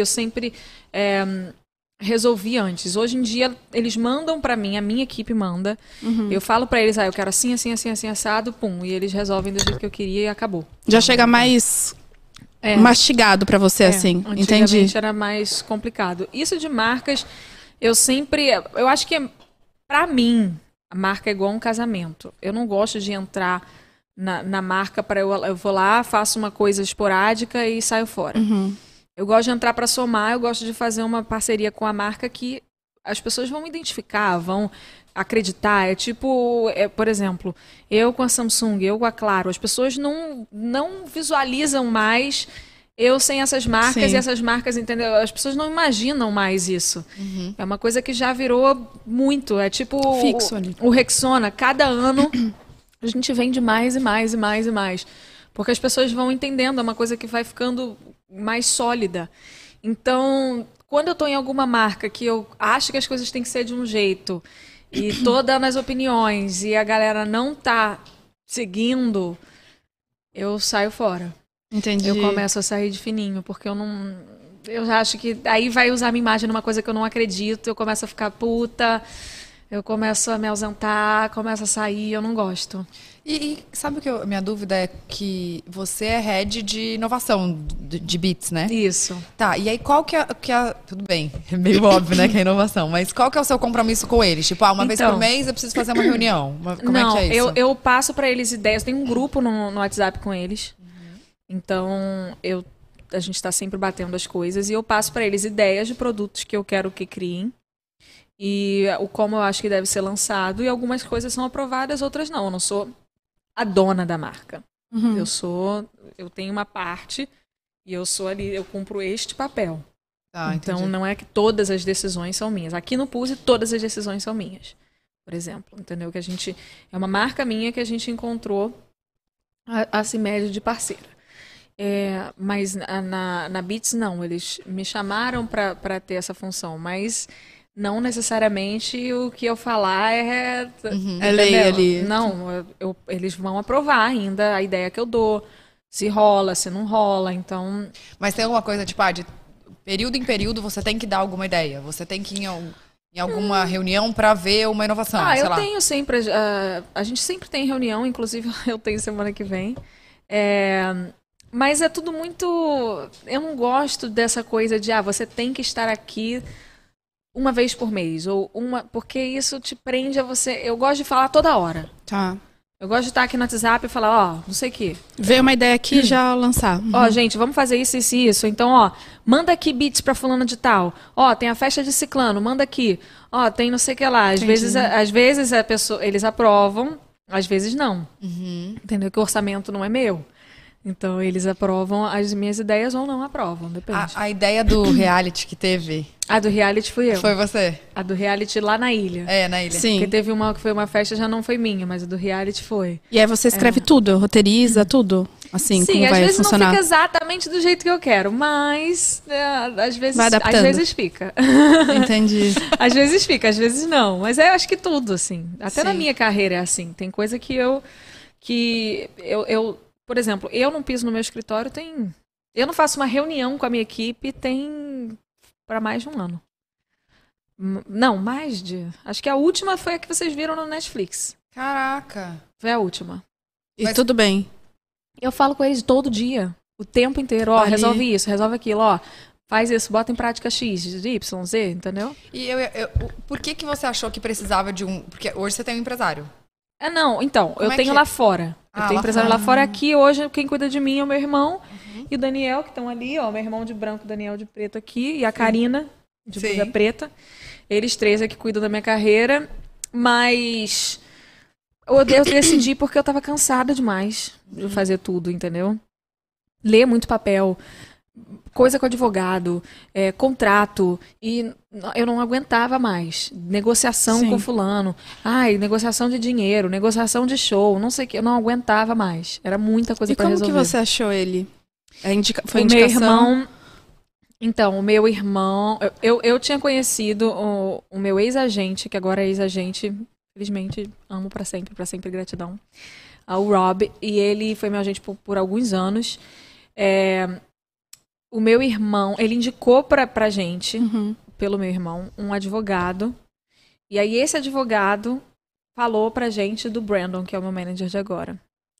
resolvi antes. Hoje em dia eles mandam pra mim, a minha equipe manda. Eu falo pra eles, eu quero assim, assim, assim, assim, assado, pum, e eles resolvem do jeito que eu queria e acabou. Já chega mais É. mastigado pra você, assim. Entendi. Antigamente era mais complicado. Isso de marcas, eu acho que pra mim, a marca é igual um casamento. Eu não gosto de entrar na marca eu vou lá, faço uma coisa esporádica e saio fora. Eu gosto de entrar pra somar, eu gosto de fazer uma parceria com a marca que as pessoas vão identificar, vão acreditar. É tipo, por exemplo, eu com a Samsung, eu com a Claro, as pessoas não visualizam mais eu sem essas marcas. Sim. E essas marcas, entendeu? As pessoas não imaginam mais isso. É uma coisa que já virou muito. É tipo Fixo ali. o Rexona. Cada ano a gente vende mais e mais e mais e mais. Porque as pessoas vão entendendo, é uma coisa que vai ficando mais sólida. Então, quando eu estou em alguma marca que eu acho que as coisas têm que ser de um jeito e tô dando as opiniões e a galera não tá seguindo, eu saio fora. Entendi. Eu começo a sair de fininho, porque eu já acho que aí vai usar minha imagem numa coisa que eu não acredito, eu começo a ficar puta, eu começo a me ausentar, começo a sair, eu não gosto. E sabe o que minha dúvida é que você é head de inovação de Beats, né? Isso. Tá, e aí qual que é... Tudo bem, é meio óbvio, né, que é inovação, mas qual que é o seu compromisso com eles? Tipo, uma vez por mês eu preciso fazer uma reunião. Como não, é que é isso? eu passo pra eles ideias, eu tenho um grupo no WhatsApp com eles, então a gente tá sempre batendo as coisas e eu passo pra eles ideias de produtos que eu quero que criem e como eu acho que deve ser lançado, e algumas coisas são aprovadas, outras não. Eu não sou a dona da marca. Eu tenho uma parte e eu sou ali, eu cumpro este papel. Tá, Então entendi. não é que todas as decisões são minhas. Aqui no Pulse todas as decisões são minhas. Por exemplo, entendeu? Que a gente é uma marca minha que a gente encontrou a CIMED de parceira. Mas na Beats não, eles me chamaram para ter essa função, mas não necessariamente o que eu falar é lei ali. Não, eles vão aprovar ainda a ideia que eu dou, se rola, se não rola, então... Mas tem alguma coisa, tipo, de período em período você tem que dar alguma ideia, você tem que ir em alguma reunião pra ver uma inovação, sei eu lá. tenho sempre, a gente sempre tem reunião, inclusive eu tenho semana que vem, mas é tudo muito... Eu não gosto dessa coisa de, você tem que estar aqui uma vez por mês, porque isso te prende a você. Eu gosto de falar toda hora. Tá. Eu gosto de estar aqui no WhatsApp e falar, não sei o quê. Veio uma ideia aqui e já lançar. Gente, vamos fazer isso, isso e isso. Então, manda aqui beats pra fulana de tal. Tem a festa de ciclano, manda aqui. Tem não sei o que lá. Às vezes a pessoa, eles aprovam, às vezes não. Entendeu? Que o orçamento não é meu. Então, eles aprovam as minhas ideias ou não aprovam, depende. A ideia do reality que teve... A do reality fui eu. Foi você? A do reality lá na ilha. Na ilha. Sim. Porque teve uma que foi uma festa, já não foi minha, mas a do reality foi. E aí você escreve tudo, roteiriza tudo? Assim, Sim, como às vai vezes funcionar? não fica exatamente do jeito que eu quero, mas às Vai adaptando. às vezes fica. Entendi. Às vezes fica, às vezes não. Mas eu acho que tudo, assim. Até na Sim. minha carreira é assim. Tem coisa que eu por exemplo, eu não piso no meu escritório eu não faço uma reunião com a minha equipe para mais de um ano. Não, mais de... Acho que a última foi a que vocês viram no Netflix. Caraca. Foi a última. E tudo bem. Eu falo com eles todo dia, o tempo inteiro. Ó, Ali. resolve isso, resolve aquilo, ó. Faz isso, bota em prática X, Y, Z, entendeu? E por que você achou que precisava de um... Porque hoje você tem um empresário. Não, então, Como eu é tenho que- lá fora. Eu Ah, tenho lá empresário fora. lá fora. Aqui, hoje, quem cuida de mim é o meu irmão e o Daniel, que estão ali, ó. Meu irmão de branco, o Daniel de preto aqui. E a Karina, de Sim. blusa preta. Eles três é que cuidam da minha carreira. Mas eu decidi porque eu tava cansada demais de fazer tudo, entendeu? Ler muito papel, coisa com advogado, contrato, e eu não aguentava mais. Negociação Sim. com fulano, negociação de dinheiro, negociação de show, não sei o que, eu não aguentava mais. Era muita coisa E pra como resolver. que você achou ele? Foi O meu indicação? irmão... Então, o meu irmão... Eu tinha conhecido o meu ex-agente, que agora é ex-agente, felizmente, amo pra sempre gratidão, o Rob, e ele foi meu agente por alguns anos. O meu irmão, ele indicou pra gente, pelo meu irmão, um advogado, e aí esse advogado falou pra gente do Brandon, que é o meu manager de agora.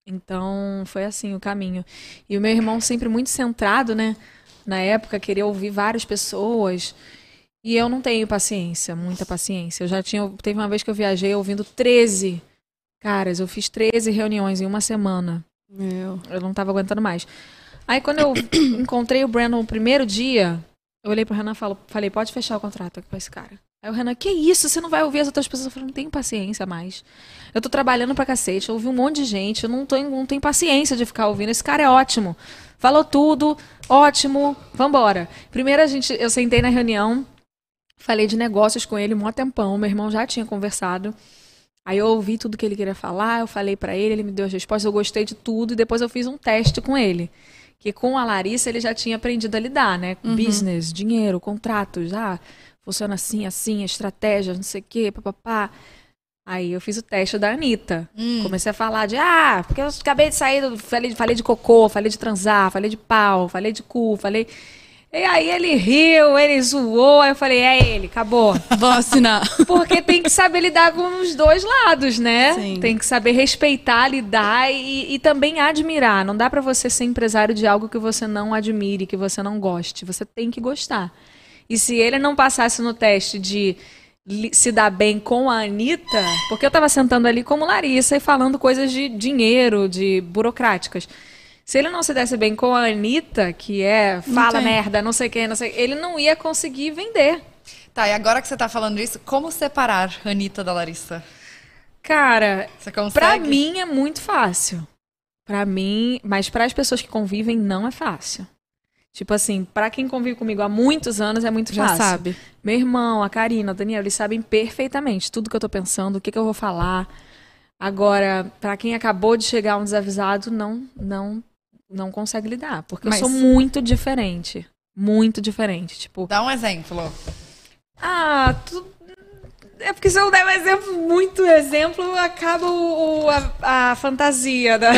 Então, foi assim o caminho. E o meu irmão sempre muito centrado, né? Na época, queria ouvir várias pessoas. E eu não tenho paciência, muita paciência. Teve uma vez que eu viajei ouvindo 13 caras. Eu fiz 13 reuniões em uma semana. Eu não tava aguentando mais. Aí, quando eu encontrei o Brandon no primeiro dia, eu olhei pro Renan e falei, pode fechar o contrato com esse cara. Aí o Renan, que isso? Você não vai ouvir as outras pessoas? Eu falei, não tenho paciência mais. Eu tô trabalhando pra cacete, eu ouvi um monte de gente, eu não tenho paciência de ficar ouvindo. Esse cara é ótimo. Falou tudo, ótimo, vambora. Primeiro eu sentei na reunião, falei de negócios com ele um mó tempão, meu irmão já tinha conversado. Aí eu ouvi tudo que ele queria falar, eu falei pra ele, ele me deu as respostas, eu gostei de tudo, e depois eu fiz um teste com ele. Que com a Larissa ele já tinha aprendido a lidar, né? Business, dinheiro, contratos, funciona assim, assim, estratégia, não sei o quê, papapá. Aí eu fiz o teste da Anitta. Comecei a falar porque eu acabei de sair, falei de cocô, falei de transar, falei de pau, falei de cu, falei... E aí ele riu, ele zoou, aí eu falei, ele, acabou. Vou assinar. Porque tem que saber lidar com os dois lados, né? Sim. Tem que saber respeitar, lidar e também admirar. Não dá pra você ser empresário de algo que você não admire, que você não goste. Você tem que gostar. E se ele não passasse no teste de se dar bem com a Anitta, porque eu tava sentando ali como Larissa e falando coisas de dinheiro, de burocráticas. Se ele não se desse bem com a Anitta, que fala merda, não sei o que, ele não ia conseguir vender. Tá, e agora que você tá falando isso, como separar a Anitta da Larissa? Cara, Você consegue? pra mim é muito fácil. Pra mim, mas para as pessoas que convivem não é fácil. Tipo assim, pra quem convive comigo há muitos anos é muito Já fácil. sabe. Meu irmão, a Karina, o Daniel, eles sabem perfeitamente tudo que eu tô pensando, o que eu vou falar. Agora, pra quem acabou de chegar um desavisado, não consegue lidar. Porque eu sou muito diferente. Muito diferente. Tipo, Dá um exemplo. É porque se eu der um exemplo, muito exemplo, acaba a fantasia da...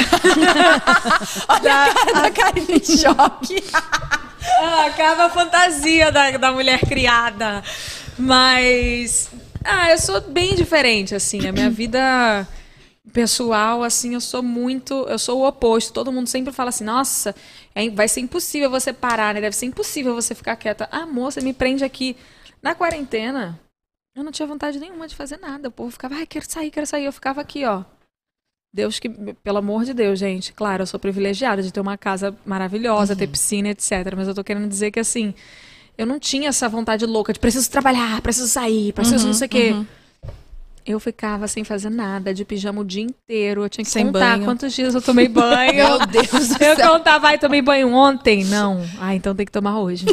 A Karina em choque. acaba a fantasia da mulher criada. Mas... eu sou bem diferente, assim. A minha vida pessoal, assim, eu sou o oposto. Todo mundo sempre fala assim, nossa, vai ser impossível você parar, né? Deve ser impossível você ficar quieta. Moça, me prende aqui. Na quarentena, eu não tinha vontade nenhuma de fazer nada. O povo ficava, quero sair. Eu ficava aqui, ó. Deus que, pelo amor de Deus, gente. Claro, eu sou privilegiada de ter uma casa maravilhosa, ter piscina, etc. Mas eu tô querendo dizer que, assim, eu não tinha essa vontade louca de preciso trabalhar, preciso sair, preciso não sei o quê. Eu ficava sem fazer nada, de pijama o dia inteiro. Eu tinha que Sem contar banho. quantos dias eu tomei banho. Meu Deus do Eu céu. contava, tomei banho ontem. Não. Então tem que tomar hoje.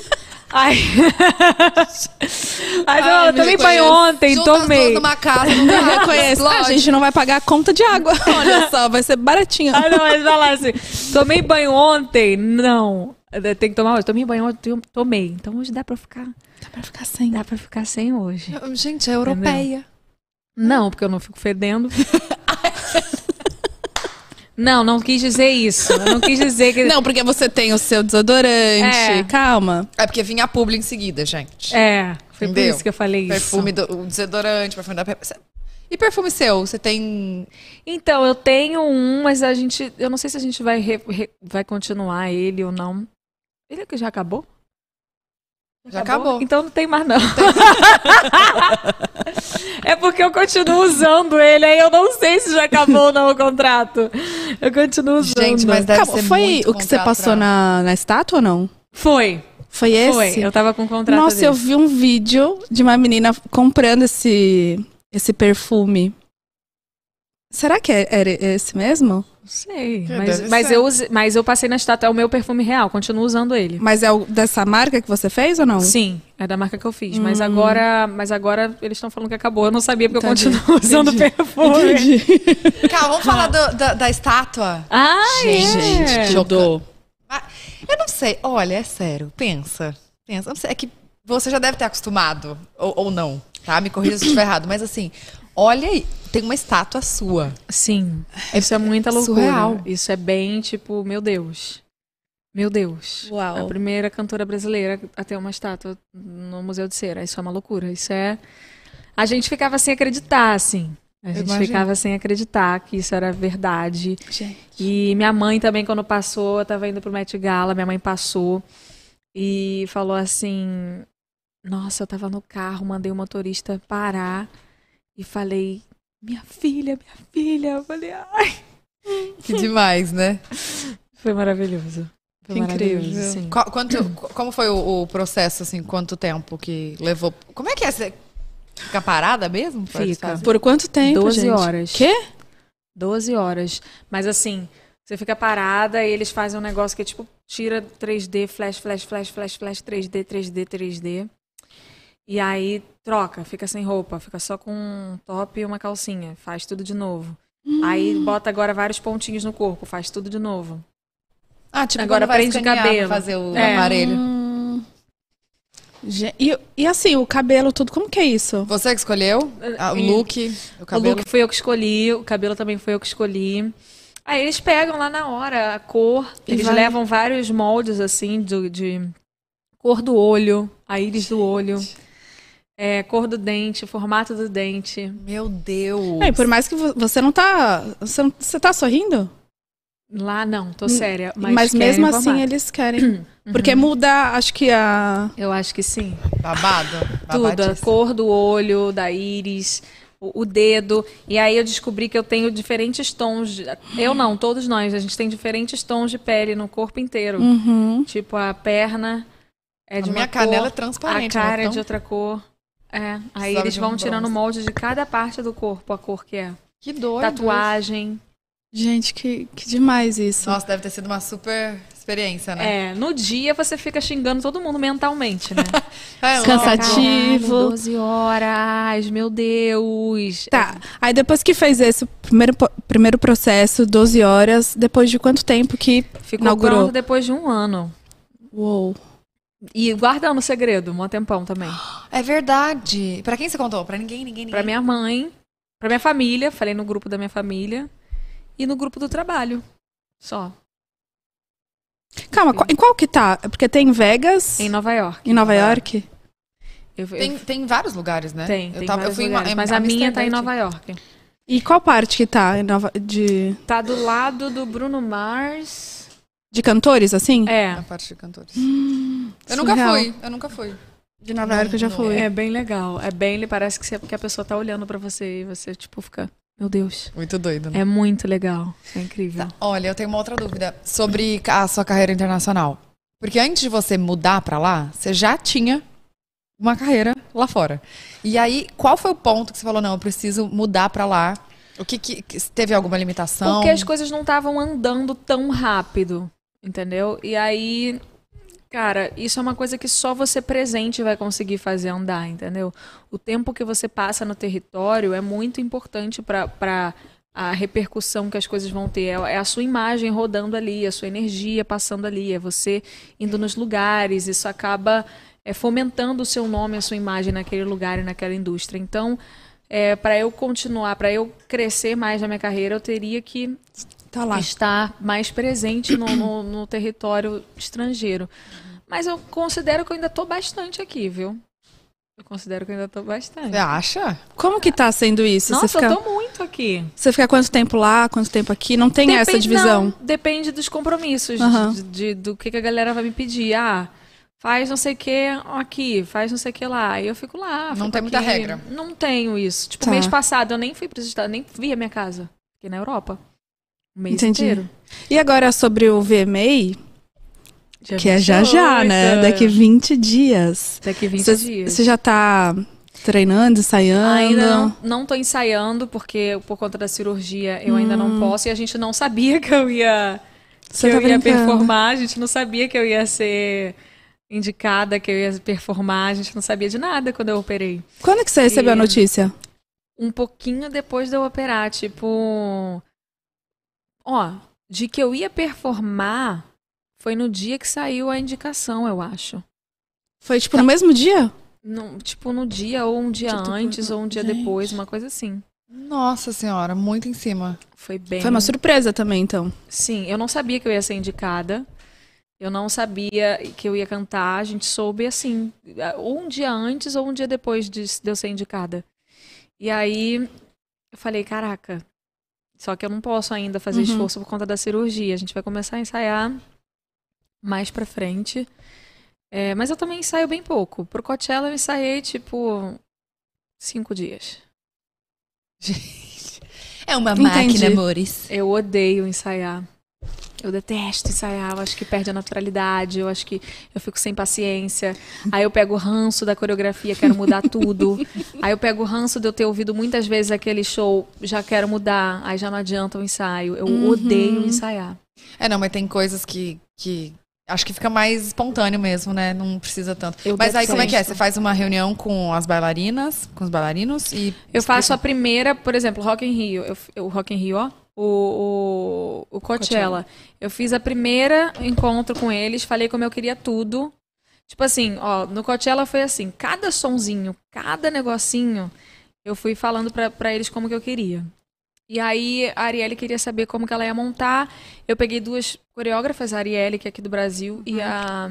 Eu tomei banho ontem, Junta as tomei. duas numa casa, não Eu dá. reconheço. A gente não vai pagar a conta de água. Olha só, vai ser baratinho. Não, mas falar assim, tomei banho ontem? Não. Tem que tomar hoje. Tomei banho ontem, tomei. Então hoje dá pra ficar. Dá pra ficar sem. Dá pra ficar sem hoje. Gente, é europeia. Não, porque eu não fico fedendo. Não quis dizer isso. Eu não quis dizer que. Não, porque você tem o seu desodorante. É. Calma. É porque vinha a publi em seguida, gente. Foi por Entendeu? isso que eu falei Perfume isso. o desodorante, perfume da... E perfume seu? Você tem... Então, eu tenho um, mas eu não sei se a gente vai continuar ele ou não. Ele que já acabou? Já acabou. Então não tem mais, não. É porque eu continuo usando ele, aí eu não sei se já acabou ou não o contrato. Eu continuo usando. Gente, mas deve ser Foi muito o que você contrato passou pra- na estátua ou não? Foi. Foi esse? Foi. Eu tava com o contrato Nossa, desse. eu vi um vídeo de uma menina comprando esse perfume. Será que era esse mesmo? Não sei. Deve Mas eu passei na estátua, é o meu perfume real, continuo usando ele. Mas é o dessa marca que você fez ou não? Sim, é da marca que eu fiz. Mas agora eles estão falando que acabou. Eu não sabia porque Entendi. eu continuo usando perfume. Calma, vamos falar da estátua? Ah, Gente, é. Tudo. Ah, eu não sei. Olha, é sério. Pensa. Eu não sei. É que você já deve ter acostumado. Ou não, tá? Me corrija se eu estiver errado. Mas assim, olha aí. Tem uma estátua sua. Sim, isso é muita loucura. surreal. Isso é bem tipo, meu Deus. Meu Deus. Uau. A primeira cantora brasileira a ter uma estátua no Museu de Cera. Isso é uma loucura. Isso é... A gente ficava sem acreditar, assim. A gente imagino. ficava sem acreditar que isso era verdade. Gente. E minha mãe também, quando passou, eu tava indo pro Met Gala, minha mãe passou e falou assim, nossa, eu tava no carro, mandei o motorista parar e falei, minha filha. Eu falei, ai. Que demais, né? Foi maravilhoso. Foi Que incrível. maravilhoso, sim. Como foi o processo, assim? Quanto tempo que levou? Como é que é? Você fica parada mesmo? pra Fica. fazer? Por quanto tempo, 12 gente? horas. Quê? 12 horas. Mas assim, você fica parada e eles fazem um negócio que é tipo, tira 3D, flash, 3D. E aí troca, fica sem roupa, fica só com um top e uma calcinha, faz tudo de novo. Aí bota agora vários pontinhos no corpo, faz tudo de novo. Ah, tipo, Agora agora vai prende escanear cabelo. pra fazer o É. aparelho. E assim, o cabelo, tudo, como que é isso? Você que escolheu? O look, o O cabelo? look foi eu que escolhi, o cabelo também foi eu que escolhi. Aí eles pegam lá na hora a cor, E eles vai- levam vários moldes assim de cor do olho, a íris do olho, cor do dente, formato do dente. Meu Deus. É, e por mais que você não tá... Você tá sorrindo? Lá não, tô séria. Mas querem mesmo assim formato. eles querem. Porque muda, acho que a... Eu acho que sim. Babado? Tudo, a Babadíssimo. cor do olho, da íris, o dedo. E aí eu descobri que eu tenho diferentes tons. Eu não, todos nós. A gente tem diferentes tons de pele no corpo inteiro. Uhum. Tipo, a perna é de A uma minha cor, canela é transparente, a cara é então- de outra cor. É. Aí Precisava eles de vão um tirando bronze. molde de cada parte do corpo, a cor que é. Que doido. Tatuagem. Gente, que demais isso. Nossa, deve ter sido uma super experiência, né? No dia você fica xingando todo mundo mentalmente, né? É, Cansativo. Caralho, 12 horas, meu Deus. Tá, aí depois que fez esse primeiro processo, 12 horas, depois de quanto tempo que Ficou inaugurou? pronto depois de um ano. Uou. E guardando o segredo, um tempão também. É verdade. Pra quem você contou? Pra ninguém. Pra minha mãe, pra minha família, falei no grupo da minha família e no grupo do trabalho. Só. Calma, em qual que tá? Porque tem em Vegas, Em Nova York. em Nova York. Tem vários lugares, né? Tem eu vários fui lugares, em mas a minha tá em Amsterdã. Nova York. E qual parte que tá? Tá do lado do Bruno Mars. De cantores, assim? É. Na parte de cantores. Eu nunca fui. De Nova York eu já fui. É bem legal. É bem, parece que a pessoa tá olhando pra você e você, tipo, fica, meu Deus. Muito doido, né? É muito legal. É incrível. Olha, eu tenho uma outra dúvida sobre a sua carreira internacional. Porque antes de você mudar pra lá, você já tinha uma carreira lá fora. E aí, qual foi o ponto que você falou, não, eu preciso mudar pra lá? O que teve alguma limitação? Porque as coisas não estavam andando tão rápido, entendeu? E aí, cara, isso é uma coisa que só você presente vai conseguir fazer andar, entendeu? O tempo que você passa no território é muito importante para a repercussão que as coisas vão ter. É a sua imagem rodando ali, a sua energia passando ali, é você indo nos lugares, isso acaba fomentando o seu nome, a sua imagem naquele lugar e naquela indústria. Então, para eu continuar, para eu crescer mais na minha carreira, eu teria que Tá lá. estar mais presente no território estrangeiro. Mas eu considero que eu ainda estou bastante aqui, viu? Eu considero que eu ainda tô bastante. Você acha? Como que tá sendo isso? Nossa, você fica, eu tô muito aqui. você fica quanto tempo lá, quanto tempo aqui? Não tem essa divisão? Não, depende dos compromissos, Aham. do que a galera vai me pedir. Ah, faz não sei o que aqui, faz não sei o que lá. E eu fico lá. Não fico tem muita aqui. regra. Não tenho isso. Tipo, Tá. mês passado eu nem fui para os Estados, nem vi a minha casa. Fiquei na Europa. O mês Entendi. inteiro. E agora sobre o VMA, Dia que é já já, 28, né? Daqui 20 dias. Daqui 20 Você dias. você já tá treinando, ensaiando? Ainda não tô ensaiando, porque por conta da cirurgia eu ainda não posso. E a gente não sabia que eu ia, Você tá ia brincando. performar. A gente não sabia que eu ia ser indicada, que eu ia performar. A gente não sabia de nada quando eu operei. Quando que você recebeu a notícia? Um pouquinho depois de eu operar, tipo... Ó, de que eu ia performar foi no dia que saiu a indicação, eu acho. Foi tipo no mesmo dia? Tipo, no dia, ou um dia Tipo, antes, ou um dia gente. depois, uma coisa assim. Nossa senhora, muito em cima. Foi bem... Foi uma surpresa também, então. Sim, eu não sabia que eu ia ser indicada. Eu não sabia que eu ia cantar. A gente soube, assim, ou um dia antes ou um dia depois de eu ser indicada. E aí, eu falei, caraca, só que eu não posso ainda fazer esforço por conta da cirurgia. A gente vai começar a ensaiar mais pra frente. Mas eu também ensaio bem pouco. Pro Coachella eu ensaiei, tipo, 5 dias. É uma Entendi. máquina, amores. Eu odeio ensaiar. Eu detesto ensaiar, eu acho que perde a naturalidade, eu acho que eu fico sem paciência. Aí eu pego o ranço da coreografia, quero mudar tudo. Aí eu pego o ranço de eu ter ouvido muitas vezes aquele show, já quero mudar, aí já não adianta o ensaio. Eu odeio ensaiar. Não, mas tem coisas que acho que fica mais espontâneo mesmo, né? Não precisa tanto. Eu Mas aí como é que é? detesto. Você faz uma reunião com as bailarinas, com os bailarinos e... Eu faço a primeira, por exemplo, Rock in Rio. O Rock in Rio, ó. O Coachella. Eu fiz a primeira encontro com eles, falei como eu queria tudo. Tipo assim, ó, no Coachella foi assim, cada sonzinho, cada negocinho, eu fui falando pra eles como que eu queria. E aí a Arielle queria saber como que ela ia montar. Eu peguei 2 coreógrafas, a Arielle, que é aqui do Brasil, e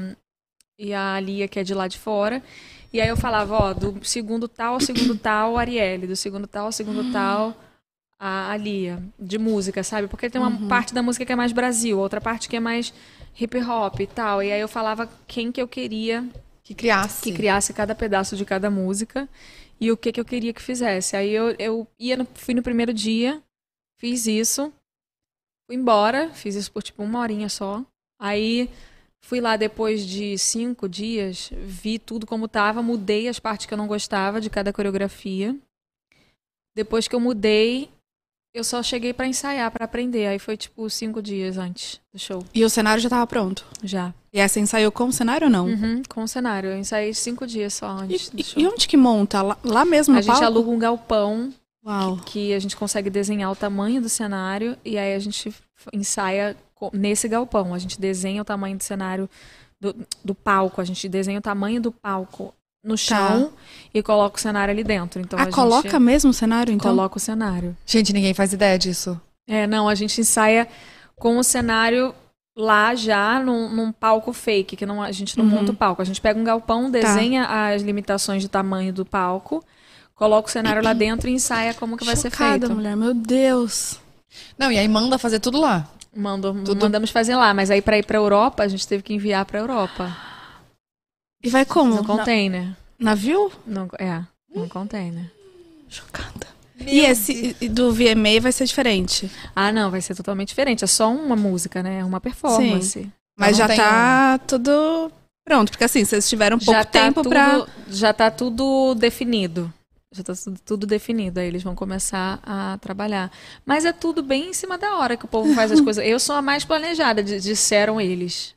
a Lia, que é de lá de fora. E aí eu falava, ó, do segundo tal ao segundo tal, a Arielle, do segundo tal ao segundo tal, a Lia, de música, sabe? Porque tem uma parte da música que é mais Brasil, outra parte que é mais hip hop e tal. E aí eu falava quem que eu queria que criasse cada pedaço de cada música e o que eu queria que fizesse. Aí eu fui no primeiro dia, fiz isso, fui embora, fiz isso por tipo 1 horinha só. Aí fui lá depois de 5 dias, vi tudo como tava, mudei as partes que eu não gostava de cada coreografia. Depois que eu mudei, eu só cheguei pra ensaiar, pra aprender. Aí foi tipo 5 dias antes do show. E o cenário já tava pronto? Já. E essa ensaiou com o cenário ou não? Uhum, com o cenário. Eu ensaiei 5 dias só antes do show. E onde que monta? Lá mesmo no A gente palco? aluga um galpão. Uau. Que a gente consegue desenhar o tamanho do cenário e aí a gente ensaia nesse galpão. A gente desenha o tamanho do cenário do palco, a gente desenha o tamanho do palco no chão e coloca o cenário ali dentro. Então, coloca mesmo o cenário, então? Coloca o cenário. Gente, ninguém faz ideia disso. Não, a gente ensaia com o cenário lá já num palco fake, que a gente não monta o palco. A gente pega um galpão, desenha as limitações de tamanho do palco, coloca o cenário lá dentro e ensaia como que vai ser feito. Mulher, meu Deus. Não, e aí manda fazer tudo lá. Mandamos fazer lá, mas aí pra ir pra Europa, a gente teve que enviar pra Europa. E vai como? No container. Navio? No container. Chocada. E esse do VMA vai ser diferente? Ah, não, vai ser totalmente diferente. É só uma música, né? É uma performance. Sim. Mas já tá tudo pronto, porque assim, vocês tiveram pouco tempo pra... Já tá tudo definido. Já tá tudo definido, aí eles vão começar a trabalhar. Mas é tudo bem em cima da hora que o povo faz as coisas. Eu sou a mais planejada, disseram eles.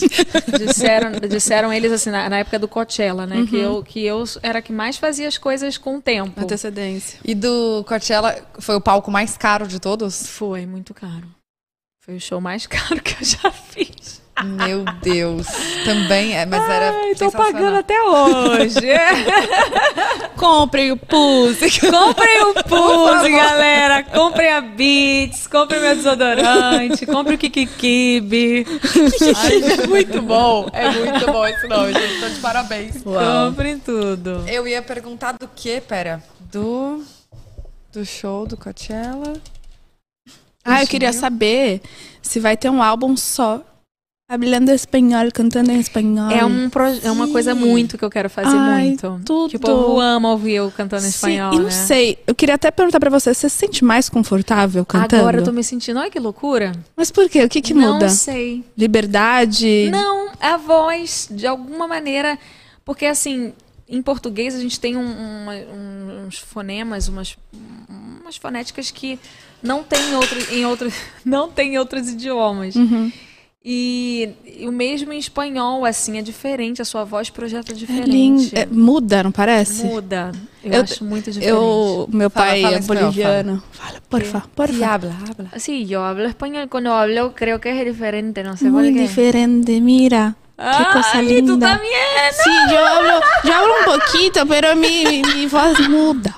disseram eles assim, na época do Coachella, né? Que eu era a que mais fazia as coisas com o tempo. Antecedência. E do Coachella, foi o palco mais caro de todos? Foi, muito caro. Foi o show mais caro que eu já fiz. Meu Deus. Também é, mas era Ai, tô sensacional. pagando até hoje. Comprem o Pussy. Comprem o Pulse, galera. Comprem a Beats. Comprem meu desodorante. Comprem o Kikikibi. Ai, é muito bom. É muito bom esse nome, gente. Tô de parabéns. Comprem tudo. Eu ia perguntar do quê? Pera. Do show do Coachella. Eu queria saber se vai ter um álbum só hablando espanhol, cantando em espanhol. É uma coisa muito que eu quero fazer muito. Tudo. Que o povo ama ouvir eu cantando em Sim, espanhol, e não né? sei, eu queria até perguntar pra você se sente mais confortável cantando? Agora eu tô me sentindo, olha que loucura. Mas por quê? O que Não muda? sei. Liberdade? Não, a voz, de alguma maneira. Porque, assim, em português a gente tem uns fonemas, umas fonéticas que não tem não tem em outros idiomas. Uhum. E o mesmo em espanhol, assim, é diferente. A sua voz projeta É diferente. lindo. Muda, não parece? Muda. Eu acho muito diferente. Meu pai Fala é espanhol, boliviano. Fala, porfa. E habla. Sí, yo hablo español. Cuando hablo creo que es diferente, no sé por Muy qué. diferente, mira. Qué cosa Ay, linda. tú también. Sí, yo hablo un poquito, pero mi voz muda.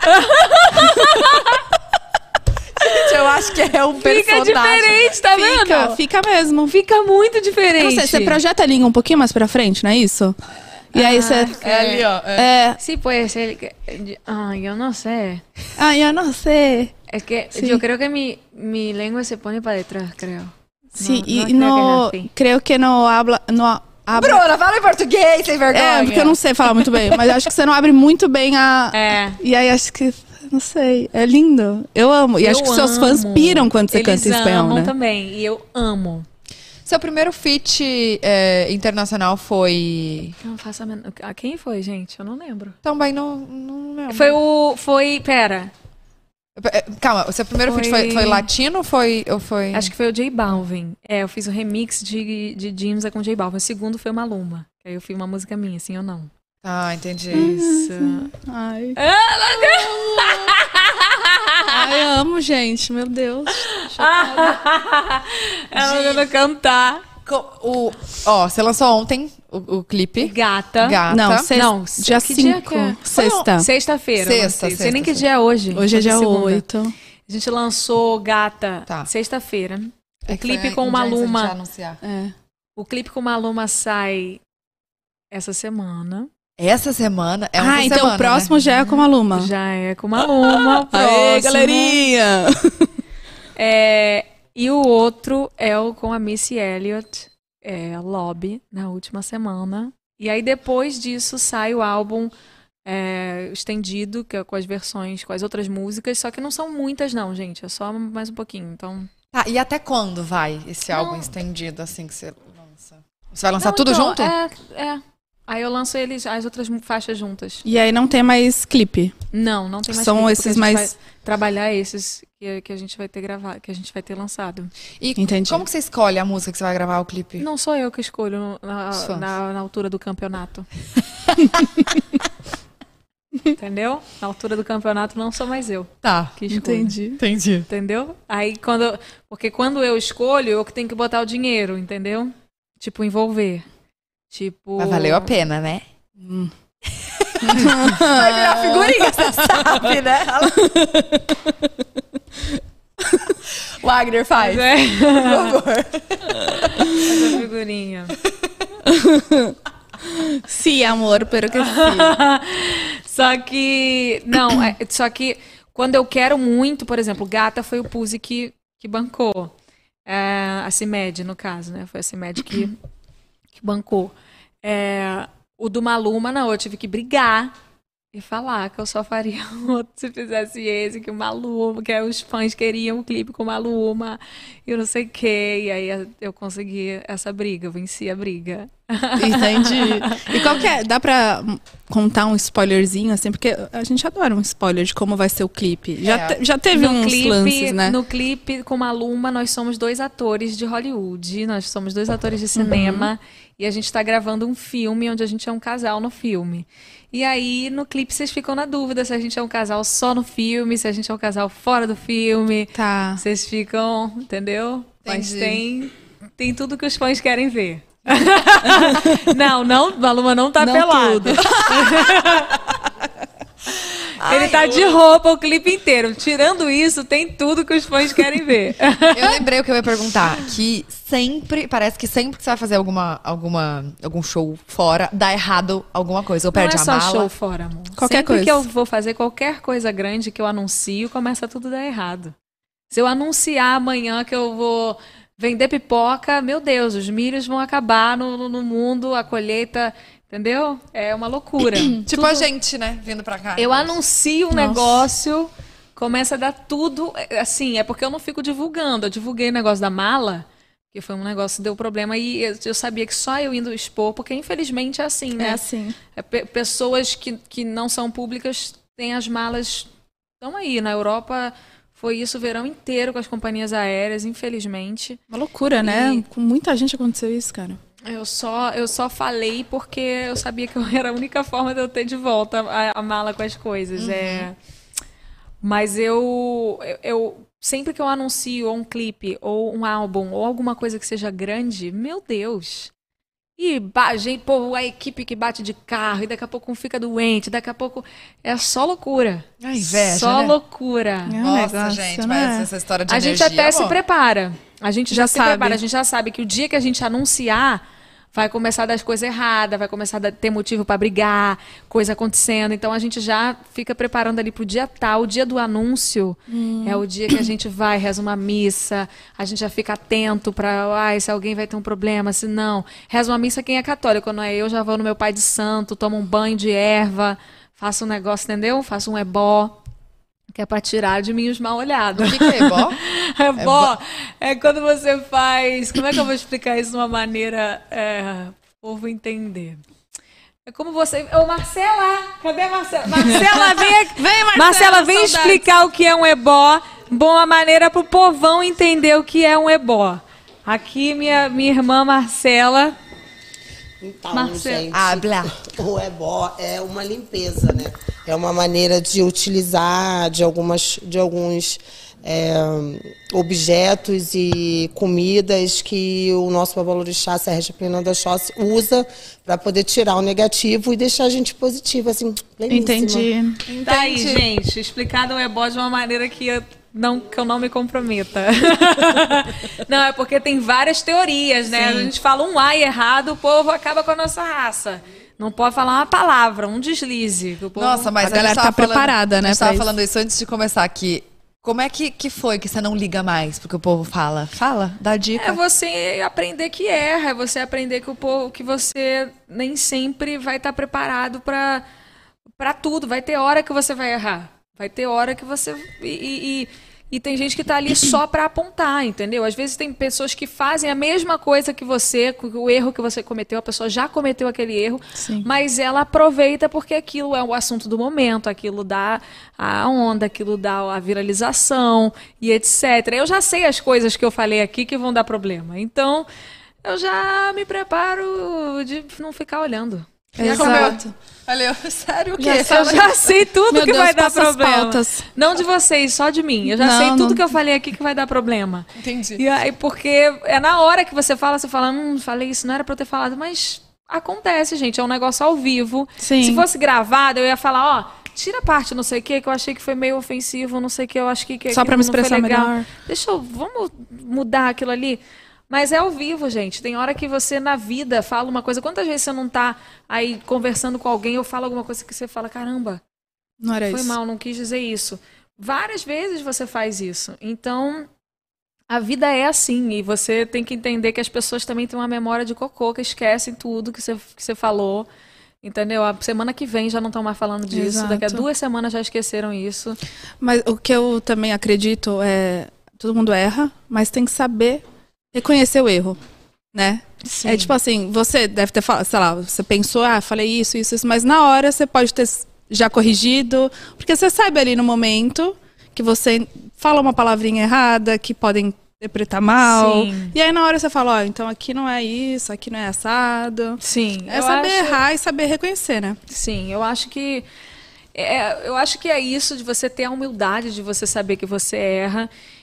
Gente, eu acho que é um Fica personagem. diferente, tá vendo? Fica mesmo. Fica muito diferente. Eu não sei, você projeta a língua um pouquinho mais pra frente, não é isso? E aí você... É ali, ó. Sí, puede ser que... Ay, yo no sé. Eu não sei. Es que Sí. yo creo que mi lengua se pone para detrás, creo. Sim, no e no... Creio que não habla... Bruna, fala em português, sem vergonha. É, porque eu não sei falar muito bem, mas acho que você não abre muito bem a... É. E aí acho que... Não sei, é lindo. Eu amo. E Eu acho que seus fãs amo. piram quando você Eles canta em espanhol, amam né? também, e eu amo. Seu primeiro feat internacional foi... Não faço a menor... Quem foi, gente? Eu não lembro. Também não lembro. Pera. Calma, o seu primeiro feat foi latino ou foi... Acho que foi o J Balvin. Eu fiz o remix de James com J Balvin. O segundo foi o Maluma. Que aí eu fiz uma música minha, sim ou não. Ah, entendi. Isso. Ai. Ai, eu amo, gente. Meu Deus. Ela mandando cantar. Você lançou ontem o clipe. Gata. Não, dia que dia 5. que é? Sexta. Sexta-feira. Sexta, Não sei nem que sexta. dia é hoje. Hoje é dia segunda. 8. A gente lançou Gata Tá. sexta-feira. É O que clipe foi com o um dia antes da gente Maluma. anunciar. É. O clipe com o Maluma sai essa semana. Essa semana é uma Então semana, o próximo né? já é com a Maluma. Já é com o Maluma. O Aê, próximo. galerinha! E o outro é o com a Missy Elliott, Lobby, na última semana. E aí depois disso sai o álbum estendido, que é com as versões, com as outras músicas. Só que não são muitas não, gente. É só mais um pouquinho. Então... Tá, e até quando vai esse álbum estendido, assim, que você lança? Você vai lançar Não, tudo então, junto? Aí eu lanço as outras faixas juntas. E aí não tem mais clipe. Não tem mais São clipe, esses porque a gente mais- vai trabalhar esses que a gente vai ter gravado, que a gente vai ter lançado. E Entendi. como que você escolhe a música que você vai gravar o clipe? Não sou eu que escolho Os fãs. na altura do campeonato. Entendeu? Na altura do campeonato não sou mais eu Tá, que escolho. entendi. Entendeu? Aí porque quando eu escolho, eu que tenho que botar o dinheiro, entendeu? Tipo, envolver. Tipo. Mas valeu a pena, né? Vai virar figurinha, você sabe, né? Wagner faz, por favor. Essa figurinha. Sim, amor, pero que sim. Só que. Não, só que quando eu quero muito, por exemplo, Gata foi o Puzi que bancou. A CIMED, no caso, né? Foi a CIMED que bancou. O do Maluma, não, eu tive que brigar e falar que eu só faria outro se fizesse esse, que o Maluma, que os fãs queriam o clipe com o Maluma, e eu não sei o quê. E aí eu consegui essa briga, eu venci a briga. Entendi. E qual que é? Dá pra contar um spoilerzinho, assim? Porque a gente adora um spoiler de como vai ser o clipe. Já teve uns lances, né? No clipe com Maluma, nós somos 2 atores de Hollywood, nós somos 2 atores de cinema, e a gente tá gravando um filme onde a gente é um casal no filme. E aí, no clipe, vocês ficam na dúvida se a gente é um casal só no filme, se a gente é um casal fora do filme. Tá. Vocês ficam, entendeu? Mas Entendi. tem tudo que os fãs querem ver. Não, Maluma não tá Não pelado. tudo. Ele tá de roupa o clipe inteiro. Tirando isso, tem tudo que os fãs querem ver. Eu lembrei o que eu ia perguntar. Que parece que sempre que você vai fazer algum show fora, dá errado alguma coisa. Ou perde Não é a só mala. show fora, amor. Qualquer Sempre coisa. que eu vou fazer qualquer coisa grande que eu anuncio, começa tudo a dar errado. Se eu anunciar amanhã que eu vou vender pipoca, meu Deus, os milhos vão acabar no mundo, a colheita, entendeu? É uma loucura. Tipo a gente, né? Vindo pra cá. Eu anuncio um negócio, começa a dar tudo. Assim, é porque eu não fico divulgando. Eu divulguei o negócio da mala, que foi um negócio que deu problema, e eu sabia que só eu indo expor, porque infelizmente é assim, né? É assim. Pessoas que não são públicas têm as malas. Estão aí. Na Europa foi isso o verão inteiro com as companhias aéreas, infelizmente. Uma loucura, né? Com muita gente aconteceu isso, cara. Eu só falei porque eu sabia que era a única forma de eu ter de volta a mala com as coisas. Mas eu sempre que eu anuncio ou um clipe, ou um álbum, ou alguma coisa que seja grande, meu Deus. E a equipe que bate de carro, e daqui a pouco um fica doente, daqui a pouco é só loucura. É inveja, só né? loucura. Nossa, negócio, gente, né? mas essa história de A energia, gente até se amor. prepara. A gente já se sabe. prepara. A gente já sabe que o dia que a gente anunciar, vai começar a dar as coisas erradas, vai começar a ter motivo para brigar, coisa acontecendo. Então a gente já fica preparando ali pro dia tal. O dia do anúncio é o dia que a gente vai, reza uma missa, a gente já fica atento para, se alguém vai ter um problema, se não. Reza uma missa quem é católico, não é eu, já vou no meu pai de santo, tomo um banho de erva, faço um negócio, entendeu? Faço um ebó. Que é pra tirar de mim os mal olhados. O que é ebó? Ebó é quando você faz... Como é que eu vou explicar isso de uma maneira o povo entender? É como você... Ô, Marcela! Cadê a Marcela? Marcela, vem aqui. Vem, Marcela, vem saudades. explicar o que é um ebó. Boa maneira pro povão entender o que é um ebó. Aqui, minha irmã Marcela... Então, Marcelo. gente, Habla. o ebó é uma limpeza, né? É uma maneira de utilizar de alguns objetos e comidas que o nosso babalorixá, Sérgio Pena da Xóssi, usa para poder tirar o negativo e deixar a gente positiva, assim, pleníssima. Entendi. Tá aí, gente. Explicado o ebó de uma maneira que eu não me comprometa. Não, é porque tem várias teorias, né? Sim. A gente fala um ai errado, o povo acaba com a nossa raça. Não pode falar uma palavra, um deslize. Que o povo... Nossa, mas A galera tá preparada, né, A gente tava pra falando isso antes de começar aqui. Como é que foi que você não liga mais porque o povo fala? Fala, dá dica. É você aprender que erra, é você aprender que o povo, que você nem sempre vai estar preparado para tudo. Vai ter hora que você vai errar. Vai ter hora que você... E tem gente que tá ali só para apontar, entendeu? Às vezes tem pessoas que fazem a mesma coisa que você, o erro que você cometeu, a pessoa já cometeu aquele erro, Sim. mas ela aproveita porque aquilo é o assunto do momento, aquilo dá a onda, aquilo dá a viralização e etc. Eu já sei as coisas que eu falei aqui que vão dar problema. Então, eu já me preparo de não ficar olhando. Exato. Olha, sério o quê? Já Eu já sei tudo Meu que Deus, vai dar passa as problema. pautas. Não de vocês, só de mim. Eu já Não, sei tudo não. que eu falei aqui que vai dar problema. Entendi. E aí, porque é na hora que você fala, falei isso, não era pra eu ter falado, mas acontece, gente, é um negócio ao vivo. Sim. Se fosse gravado, eu ia falar, tira a parte não sei o que eu achei que foi meio ofensivo, não sei o que, eu acho que Só pra me não foi expressar legal. melhor. Vamos mudar aquilo ali. Mas é ao vivo, gente. Tem hora que você, na vida, fala uma coisa. Quantas vezes você não tá aí conversando com alguém ou fala alguma coisa que você fala, caramba, Não era foi isso. mal, não quis dizer isso. Várias vezes você faz isso. Então, a vida é assim. E você tem que entender que as pessoas também têm uma memória de cocô, que esquecem tudo que você falou. Entendeu? A semana que vem já não estão mais falando disso. Exato. Daqui a 2 semanas já esqueceram isso. Mas o que eu também acredito é... Todo mundo erra, mas tem que saber reconhecer o erro, né? Sim. É tipo assim, você deve ter falado, sei lá, você pensou, falei isso, mas na hora você pode ter já corrigido, porque você sabe ali no momento que você fala uma palavrinha errada, que podem interpretar mal, Sim. e aí na hora você fala, então aqui não é isso, aqui não é assado. Sim. É saber errar e saber reconhecer, né? Sim, eu acho que é isso de você ter a humildade de você saber que você erra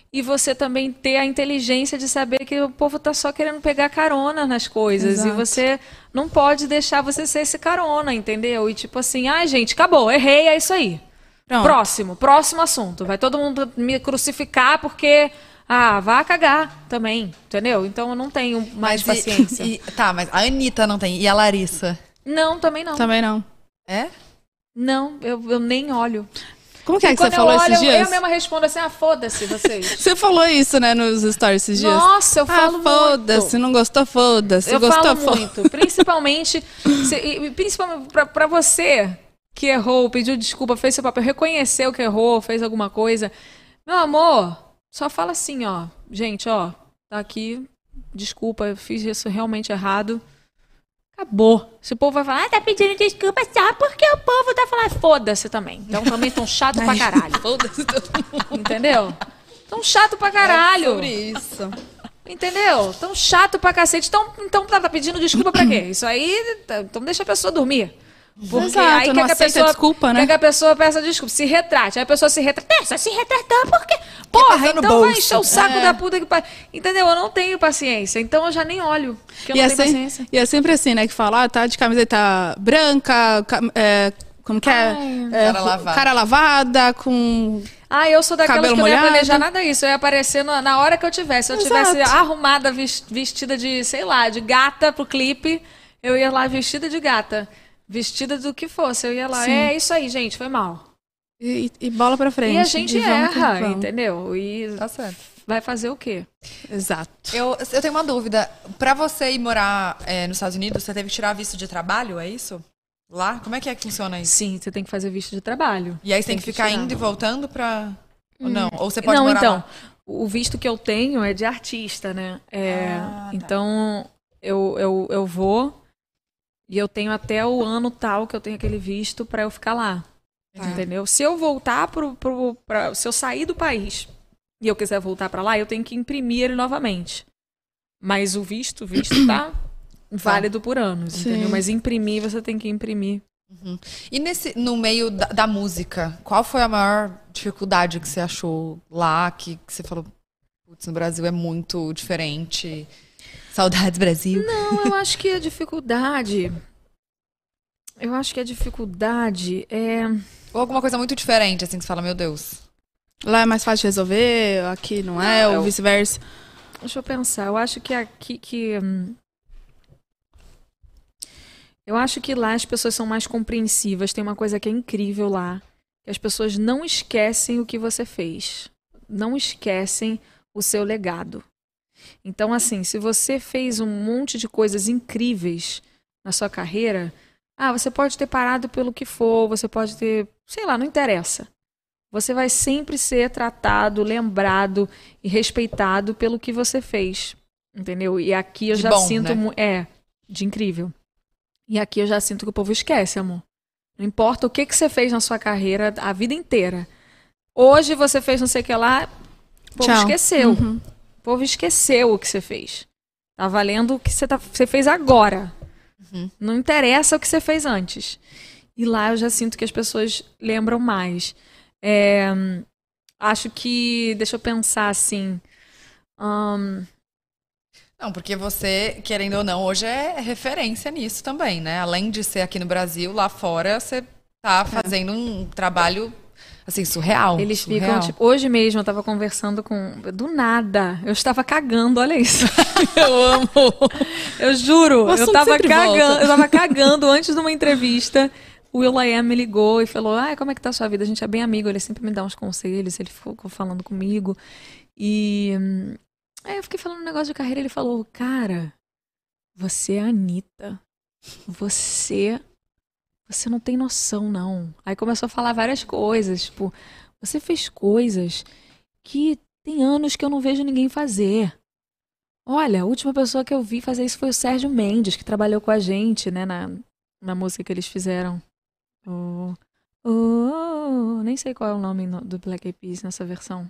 e você também ter a inteligência de saber que o povo tá só querendo pegar carona nas coisas. Exato. E você não pode deixar você ser esse carona, entendeu? E tipo assim, ai gente, acabou, errei, é isso aí. Pronto. Próximo assunto. Vai todo mundo me crucificar porque... vá cagar também, entendeu? Então eu não tenho mais paciência. Tá, mas a Anitta não tem. E a Larissa? Não, também não. Também não. É? Não, eu nem olho. Como que é que você Quando falou eu olho, esses dias? eu mesma respondo assim, foda-se vocês. Você falou isso, né, nos stories esses dias? Nossa, eu falo foda-se, muito. não gostou, foda-se. Eu Gostou, falo foda-se. muito. Principalmente pra você que errou, pediu desculpa, fez seu papel, reconheceu que errou, fez alguma coisa. Meu amor, só fala assim, ó. Gente, ó, tá aqui, desculpa, eu fiz isso realmente errado. Acabou. Se o povo vai falar, tá pedindo desculpa só porque o povo tá falando, foda-se também. Então também tão chato pra caralho. Foda-se todo mundo. Entendeu? Tão chato pra caralho. Sobre isso. Entendeu? Tão chato pra cacete. Então tá pedindo desculpa pra quê? Isso aí, então deixa a pessoa dormir. Porque Exato, aí não quer que a aceita pessoa, desculpa, né? quer que a pessoa peça desculpa, se retrate. Aí a pessoa se retrata. Só se retratar porque... Porra, passar no então vai bolso. encher o saco da puta que... Entendeu? Eu não tenho paciência. Então eu já nem olho. Porque eu não tenho paciência. E é sempre assim, né? Que fala, tá de camiseta branca, como que é? Cara lavada. Cara lavada, com... Eu sou daquelas Cabelo que eu não ia molhado. planejar nada disso. Eu ia aparecer na hora que eu tivesse. Se eu tivesse Exato. arrumada, vestida de, sei lá, de gata pro clipe, eu ia lá vestida de gata. Vestida do que fosse. Eu ia lá. Sim. É isso aí, gente. Foi mal. E bola pra frente. E a gente vamos que erra, vamos. entendeu? E Tá certo. vai fazer o quê? Exato. Eu tenho uma dúvida. Pra você ir morar nos Estados Unidos, você teve que tirar visto de trabalho, é isso? Lá? Como é que funciona isso? Sim, você tem que fazer visto de trabalho. E aí você tem que ficar tirar. indo e voltando pra... Ou não? Ou você pode Não, morar então, lá? o visto que eu tenho é de artista, né? Tá. Então, eu vou e eu tenho até o ano tal que eu tenho aquele visto pra eu ficar lá. Entendeu? Se eu voltar se eu sair do país e eu quiser voltar pra lá, eu tenho que imprimir ele novamente. Mas o visto tá válido por anos, Sim. entendeu? Mas imprimir, você tem que imprimir. E no meio da música, qual foi a maior dificuldade que você achou lá, que você falou, putz, no Brasil é muito diferente, saudades Brasil? Não, eu acho que a dificuldade... é... Ou alguma coisa muito diferente, assim, que você fala, meu Deus. Lá é mais fácil de resolver, aqui não é, ou vice-versa. Deixa eu pensar. Eu acho que aqui eu acho que lá as pessoas são mais compreensivas. Tem uma coisa que é incrível lá, que as pessoas não esquecem o que você fez. Não esquecem o seu legado. Então, assim, se você fez um monte de coisas incríveis na sua carreira, você pode ter parado pelo que for, você pode ter, sei lá, não interessa. Você vai sempre ser tratado, lembrado e respeitado pelo que você fez, entendeu? E aqui eu De já bom, sinto... né? De incrível. E aqui eu já sinto que o povo esquece, amor. Não importa o que você fez na sua carreira a vida inteira. Hoje você fez não sei o que lá, o povo Tchau. esqueceu. Uhum. O povo esqueceu o que você fez. Tá valendo o que você fez agora. Não interessa o que você fez antes. E lá eu já sinto que as pessoas lembram mais. Acho que... Deixa eu pensar assim... Não, porque você, querendo ou não, hoje é referência nisso também, né? Além de ser aqui no Brasil, lá fora você tá fazendo um trabalho, assim, surreal. Eles surreal. ficam, tipo... Hoje mesmo eu tava conversando com... Do nada. Eu estava cagando, olha isso. Eu amo. Eu juro. O assunto Eu tava sempre cagando. volta. Eu tava cagando antes de uma entrevista. O will.i.am me ligou e falou, como é que tá a sua vida? A gente é bem amigo, ele sempre me dá uns conselhos, ele ficou falando comigo. E aí eu fiquei falando um negócio de carreira, ele falou, cara, você é a Anitta. Você não tem noção, não. Aí começou a falar várias coisas, tipo, você fez coisas que tem anos que eu não vejo ninguém fazer. Olha, a última pessoa que eu vi fazer isso foi o Sérgio Mendes, que trabalhou com a gente, né, na música que eles fizeram. Nem sei qual é o nome do Black Eyed Peas nessa versão.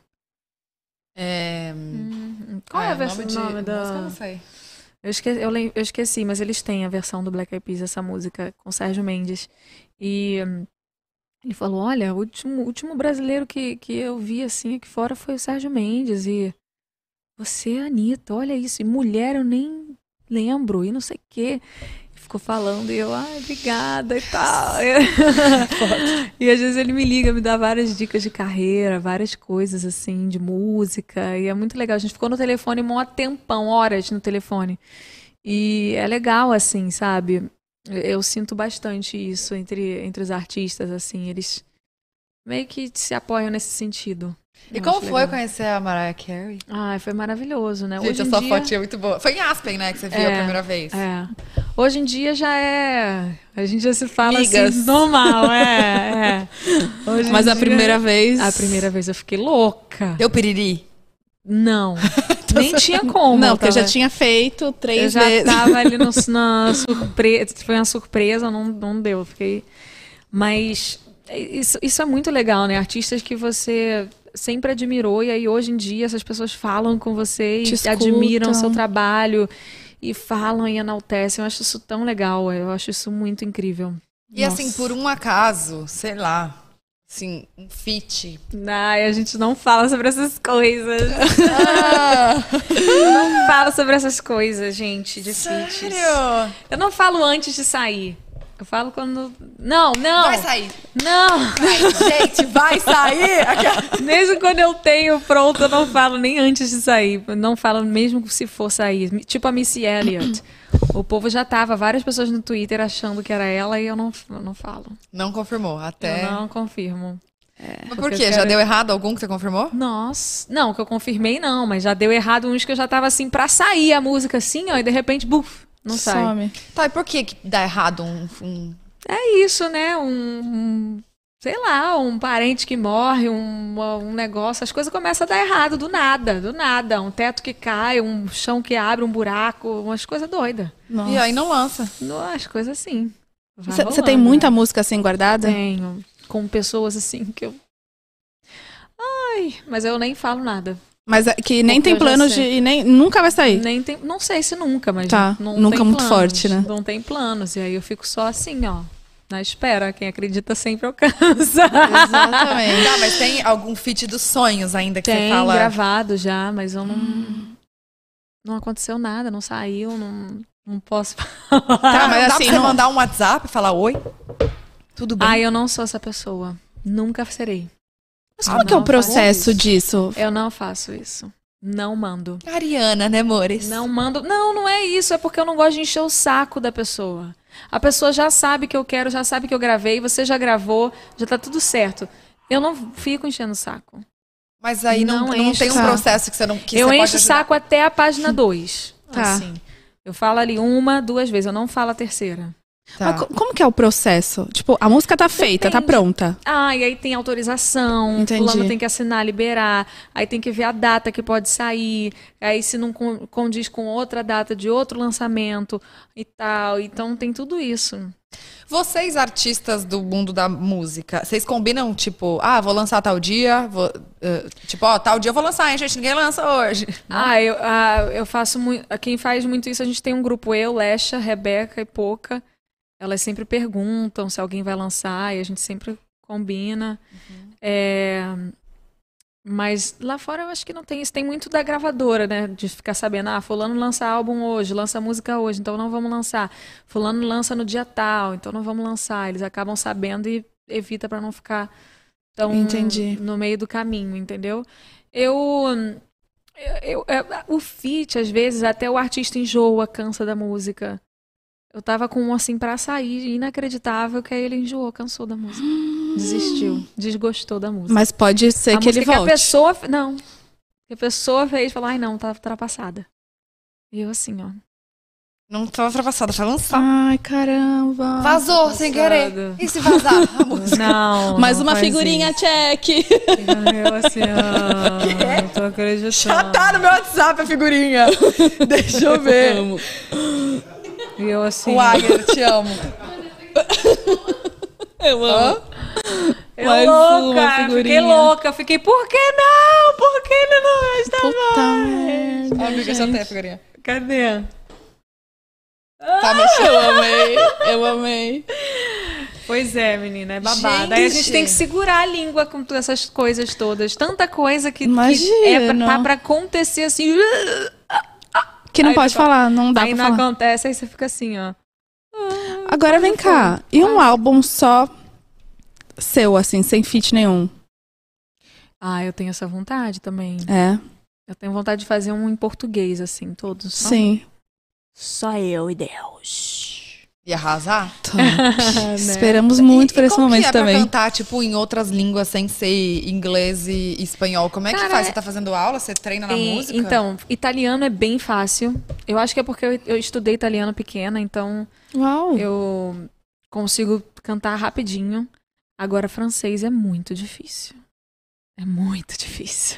Qual é a versão do nome da... música, eu não sei. Eu esqueci, mas eles têm a versão do Black Eyed Peas, essa música, com Sérgio Mendes. E Ele falou, olha, o último brasileiro que eu vi assim aqui fora foi o Sérgio Mendes. E você, Anitta, olha isso. E mulher eu nem lembro e não sei o quê. Ficou falando e eu, obrigada e tal. E às vezes ele me liga, me dá várias dicas de carreira, várias coisas assim, de música. E é muito legal. A gente ficou no telefone um tempão, horas no telefone. E é legal, assim, sabe? Eu sinto bastante isso entre os artistas, assim. Eles meio que se apoiam nesse sentido. E como foi conhecer a Mariah Carey? Foi maravilhoso, né? Gente, Hoje a em sua dia... fotinha é muito boa. Foi em Aspen, né, que você viu a primeira vez. Hoje em dia já é... A gente já se fala Amigas. assim, normal, Hoje Mas em a dia- primeira vez... A primeira vez eu fiquei louca. Deu piriri? Não. Nem tinha como. Não, porque eu já tava- tinha feito Eu 3 já vezes. tava ali na surpresa. Foi uma surpresa, não deu. Fiquei... Mas isso é muito legal, né? Artistas que você sempre admirou e aí hoje em dia essas pessoas falam com você Te e escutam. admiram o seu trabalho e falam e enaltecem. Eu acho isso tão legal. Eu acho isso muito incrível. E assim, por um acaso, sei lá, assim, um feat. Ai, a gente não fala sobre essas coisas. Não fala sobre essas coisas, gente, de feats. Sério? Eu não falo antes de sair. Eu falo quando... Não. Vai sair. Não. Gente, vai sair. Mesmo quando eu tenho pronto, eu não falo nem antes de sair. Eu não falo mesmo se for sair. Tipo a Missy Elliott. O povo já tava, várias pessoas no Twitter achando que era ela e eu não falo. Não confirmou, até. Eu não confirmo. Mas por quê? Já deu errado algum que você confirmou? Nossa. Não, que eu confirmei não, mas já deu errado uns que eu já tava assim pra sair a música assim, ó, e de repente, buf, não sai. Some. Tá, e por que dá errado um... É isso, né? Sei lá, um parente que morre, um negócio, as coisas começam a dar errado do nada. Um teto que cai, um chão que abre, um buraco, umas coisas doidas. E aí não lança. As coisas assim. Vai Você rolando, tem muita música assim guardada? Tenho. Com pessoas assim que eu... mas eu nem falo nada. Mas é que nem Porque tem eu já planos de... sei. E nem, nunca vai sair. Nem tem, não sei se nunca, mas Tá, não nunca tem muito planos, forte, né? Não tem planos. E aí eu fico só assim, ó, na espera. Quem acredita sempre alcança. Exatamente. Tá, mas tem algum feat dos sonhos ainda que Tem você fala? gravado já, mas eu não aconteceu nada, não saiu, não posso falar. Tá, mas mas dá assim, pra você não- mandar um WhatsApp e falar oi? Tudo bem? Eu não sou essa pessoa. Nunca serei. Mas como que é o não processo faço isso. disso? Eu não faço isso. Não mando. Ariana, né, amores? Não mando. Não é isso. É porque eu não gosto de encher o saco da pessoa. A pessoa já sabe que eu quero, já sabe que eu gravei, você já gravou, já tá tudo certo. Eu não fico enchendo o saco. Mas aí não Não tem enche um o saco. processo que você não que Eu você encho pode o ajudar. saco até a página 2. Tá. Assim. Eu falo ali 1, 2 vezes. Eu não falo a terceira. Tá. Mas como que é o processo? Tipo, a música tá feita, tá Depende. pronta. E aí tem autorização, Entendi. fulano tem que assinar, liberar, aí tem que ver a data que pode sair, aí se não condiz com outra data de outro lançamento e tal, então tem tudo isso. Vocês, artistas do mundo da música, vocês combinam, tipo, vou lançar tal dia, tal dia eu vou lançar, hein, gente? Ninguém lança hoje. Eu faço muito, quem faz muito isso, a gente tem um grupo, eu, Lecha, Rebeca e Poca, elas sempre perguntam se alguém vai lançar e a gente sempre combina. Mas lá fora eu acho que não tem isso. Tem muito da gravadora, né? De ficar sabendo, fulano lança álbum hoje, lança música hoje, então não vamos lançar. Fulano lança no dia tal, então não vamos lançar. Eles acabam sabendo e evita pra não ficar tão Entendi. no meio do caminho, entendeu? O feat, às vezes, até o artista enjoa, cansa da música. Eu tava com um assim pra sair, inacreditável, que aí ele enjoou, cansou da música. Desistiu, desgostou da música. Mas pode ser que ele música volte. Que a pessoa... Não. Que a pessoa fez, falou, não, tá ultrapassada. E eu assim, ó. Não tá ultrapassada, vai lançar. Ai, caramba. Vazou, sem querer. E se vazar a música? Não. Mais não uma faz figurinha, isso. check. Eu assim, ó. Não tô acreditando. Já tá no meu WhatsApp a figurinha. Deixa eu ver. E eu assim. O Agner, te amo. Eu amo. Eu Mais louca, uma fiquei figurinha. louca. Fiquei, por que não? Por que ele não está Puta mais? merda. Amiga, já tem a figurinha. Cadê? Tá mexendo. Eu amei. Pois é, menina, é babado. Aí a gente tem que segurar a língua com todas essas coisas todas. Tanta coisa que tá pra acontecer assim. Que não pode falar, não dá pra falar. Aí não acontece, aí você fica assim, ó. Agora vem cá. E um álbum só seu, assim, sem feat nenhum? Ah, eu tenho essa vontade também. É. Eu tenho vontade de fazer um em português, assim, todos. Sim. Só eu e Deus. E arrasar? Né? Esperamos muito por esse momento também. Pra cantar, tipo, em outras línguas, sem ser inglês e espanhol? Como é que faz? Você tá fazendo aula? Você treina na música? Então, italiano é bem fácil. Eu acho que é porque eu estudei italiano pequena, então eu consigo cantar rapidinho. Agora, francês é muito difícil. É muito difícil.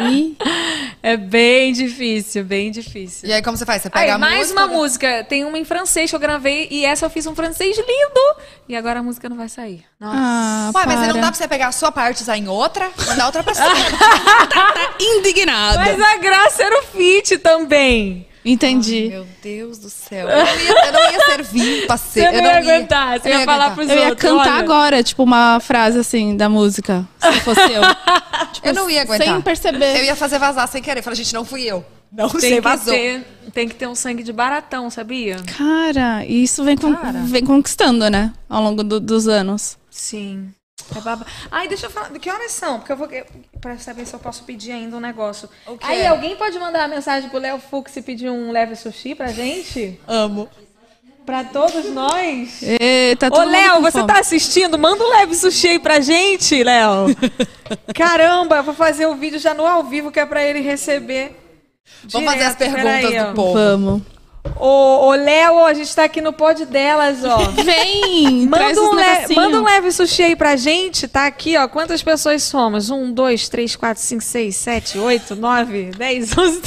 É bem difícil, bem difícil. E aí, como você faz? Você pega a mais música? uma música. Tem uma em francês que eu gravei e essa eu fiz um francês lindo. E agora a música não vai sair. Nossa. Ué, mas não dá pra você pegar a sua parte e usar em outra? Mandar outra pessoa. Tá indignada. Mas a graça era o feat também. Entendi. Ai, meu Deus do céu. Eu não ia servir pra ser. Você não ia aguentar. Você ia falar pros outros. Eu ia cantar agora, tipo, uma frase assim da música. Se fosse eu. Tipo, eu não ia aguentar. Sem perceber. Eu ia fazer vazar sem querer. Falei, gente, não fui eu. Não sei, vazou. Tem que ter um sangue de baratão, sabia? Cara, e isso vem conquistando, né? Ao longo dos anos. Sim. É baba... Ai, deixa eu falar. Que horas são? Porque eu vou. Pra saber se eu posso pedir ainda um negócio. Aí, alguém pode mandar uma mensagem pro Léo Fux e pedir um leve sushi pra gente? Amo. Pra todos nós? Eita, ô, Léo, você tá assistindo? Manda um leve sushi aí pra gente, Léo. Caramba, eu vou fazer o vídeo já no ao vivo, que é pra ele receber. Vamos fazer as perguntas do povo. Vamos. Ô, Léo, a gente tá aqui no pod delas, ó. Vem! Manda um leve sushi aí pra gente. Tá aqui, ó. Quantas pessoas somos? 1, 2, 3, 4, 5, 6, 7, 8, 9, 10, 11...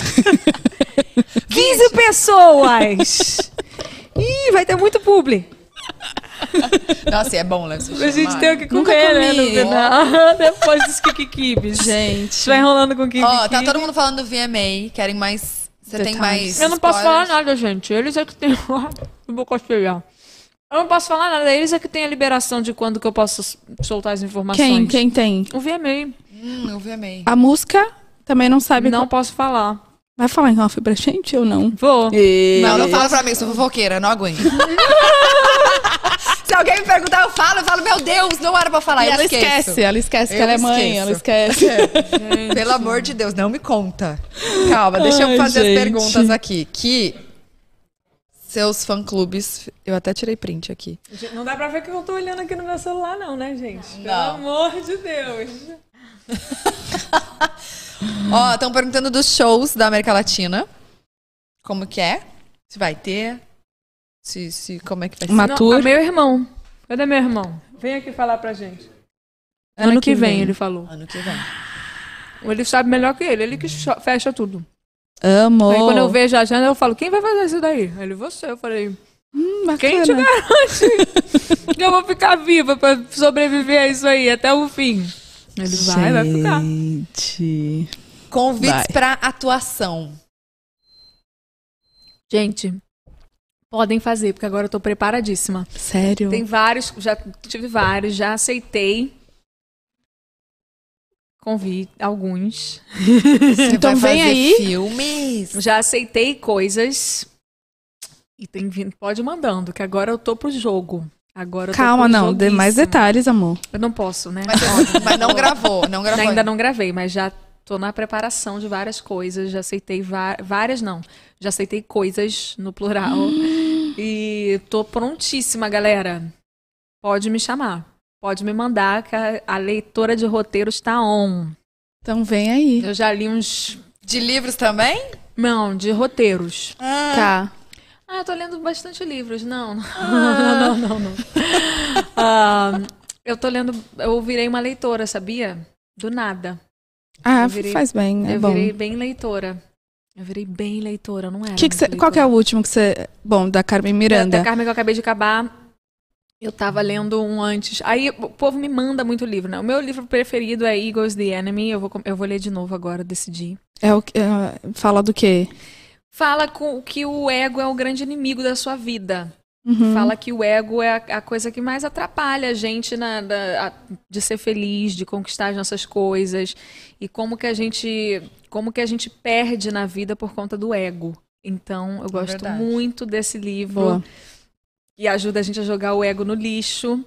15 pessoas! Ih, vai ter muito publi. Nossa, é bom, leve sushi. A gente tem o que comer, né? No final. Depois dos kikikibis. Gente. Vai rolando com kikikibis. Ó, tá todo mundo falando do VMA. Querem mais... Você tem mais Eu não posso falar nada, gente. Eles é que tem... Eu vou cospelhar. Eu não posso falar nada. Eles é que tem a liberação de quando que eu posso soltar as informações. Quem tem? O VMA. O VMA. A música também não sabe. Não posso falar. Vai falar em off pra gente ou não? Vou. Não fala pra mim, sou fofoqueira, não aguento. Se alguém me perguntar, eu falo, meu Deus, não era pra falar. E ela esquece que ela é mãe, ela esquece. Pelo amor de Deus, não me conta. Calma, deixa eu fazer as perguntas aqui. Que seus fã-clubes... Eu até tirei print aqui. Não dá pra ver que eu tô olhando aqui no meu celular, não, né, gente? Não. Pelo amor de Deus. Ó, estão perguntando dos shows da América Latina. Como que é? Se vai ter? Como é que vai ser? Matur. Meu irmão. Cadê meu irmão? Vem aqui falar pra gente. Ano que vem, ele falou. Ano que vem. Ele sabe melhor que ele que fecha tudo. Amo. Aí quando eu vejo a agenda, eu falo, quem vai fazer isso daí? Ele, você. Eu falei, quem te garante que eu vou ficar viva pra sobreviver a isso aí até o fim? Ele vai ficar. Convites pra atuação. Gente, podem fazer, porque agora eu tô preparadíssima. Sério? Tem vários, já tive vários, já aceitei. Convite alguns. Você então vai vem fazer aí. Filmes. Já aceitei coisas. E tem vindo, pode ir mandando, que agora eu tô pro jogo. Agora eu Calma, tô pro não, dê mais detalhes, amor. Eu não posso, né? Mas não gravou, Ainda não gravei, mas já tô na preparação de várias coisas. Já aceitei várias, não. Já aceitei coisas no plural. E tô prontíssima, galera. Pode me chamar. Pode me mandar, que a leitora de roteiros tá on. Então vem aí. Eu já li uns... De livros também? Não, de roteiros. Tá. Eu tô lendo bastante livros. Não. Não. Eu tô lendo... Eu virei uma leitora, sabia? Do nada. Faz bem, é eu bom. virei bem leitora. Não era. Qual que é o último que você... Bom, da Carmen Miranda. Da Carmen que eu acabei de acabar. Eu tava lendo um antes. Aí o povo me manda muito livro, né? O meu livro preferido é Ego's the Enemy. Eu vou ler de novo agora, decidi. Fala do quê? Fala que o ego é o grande inimigo da sua vida. Fala que o ego é a coisa que mais atrapalha a gente de ser feliz, de conquistar as nossas coisas. E como que a gente perde na vida por conta do ego. Então, eu gosto muito desse livro. Boa. E ajuda a gente a jogar o ego no lixo.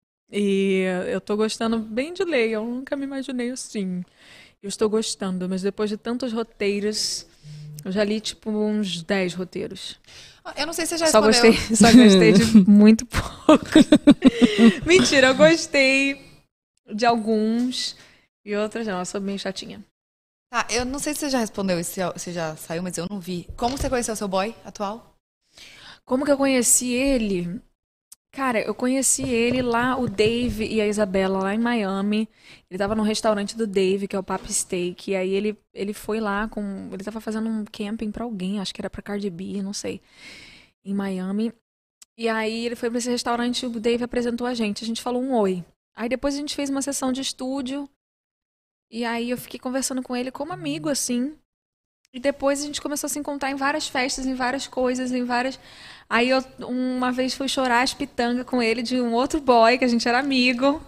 E eu tô gostando bem de ler. Eu nunca me imaginei assim. Eu estou gostando, mas depois de tantos roteiros, eu já li tipo uns 10 roteiros. Eu não sei se você já Só respondeu. gostei de muito pouco. Mentira, eu gostei de alguns e outros não. Eu sou bem chatinha. Tá, eu não sei se você já respondeu isso, se já saiu, mas eu não vi. Como você conheceu o seu boy atual? Como que eu conheci ele? Cara, eu conheci ele lá, o Dave e a Isabela, lá em Miami. Ele tava no restaurante do Dave, que é o Pap Steak. E aí ele foi lá com... Ele tava fazendo um camping pra alguém, acho que era pra Cardi B, não sei. Em Miami. E aí ele foi pra esse restaurante e o Dave apresentou a gente. A gente falou um oi. Aí depois a gente fez uma sessão de estúdio. E aí eu fiquei conversando com ele como amigo, assim. E depois a gente começou a se encontrar em várias festas, em várias coisas, em várias... Aí eu uma vez fui chorar as pitangas com ele de um outro boy, que a gente era amigo.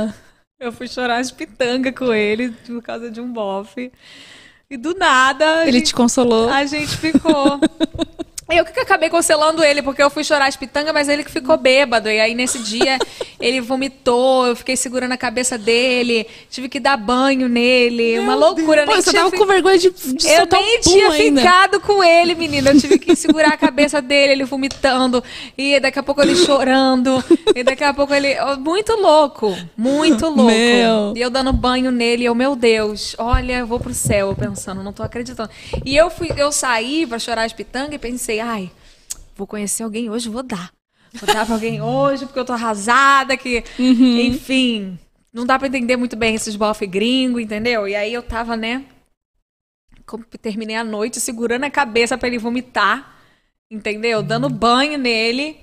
Eu fui chorar as pitangas com ele por causa de um bofe. E do nada... Ele te consolou. A gente ficou... Eu que acabei conselando ele, porque eu fui chorar as pitangas, mas ele que ficou bêbado. E aí, nesse dia, ele vomitou, eu fiquei segurando a cabeça dele, tive que dar banho nele, uma loucura. Pô, você tava com vergonha de eu soltar nem um pum tinha ainda. ficado com ele, menina. Eu tive que segurar a cabeça dele, ele vomitando. E daqui a pouco ele chorando. E daqui a pouco ele... Muito louco. Muito louco. Meu. E eu dando banho nele. Eu, meu Deus, olha, eu vou pro céu. Eu pensando, não tô acreditando. E eu saí pra chorar as pitangas e pensei, ai, vou conhecer alguém hoje, vou dar. Vou dar pra alguém hoje, porque eu tô arrasada, que... Enfim, não dá pra entender muito bem esses bofe gringo, entendeu? E aí eu tava, né... Terminei a noite segurando a cabeça pra ele vomitar, entendeu? Dando banho nele.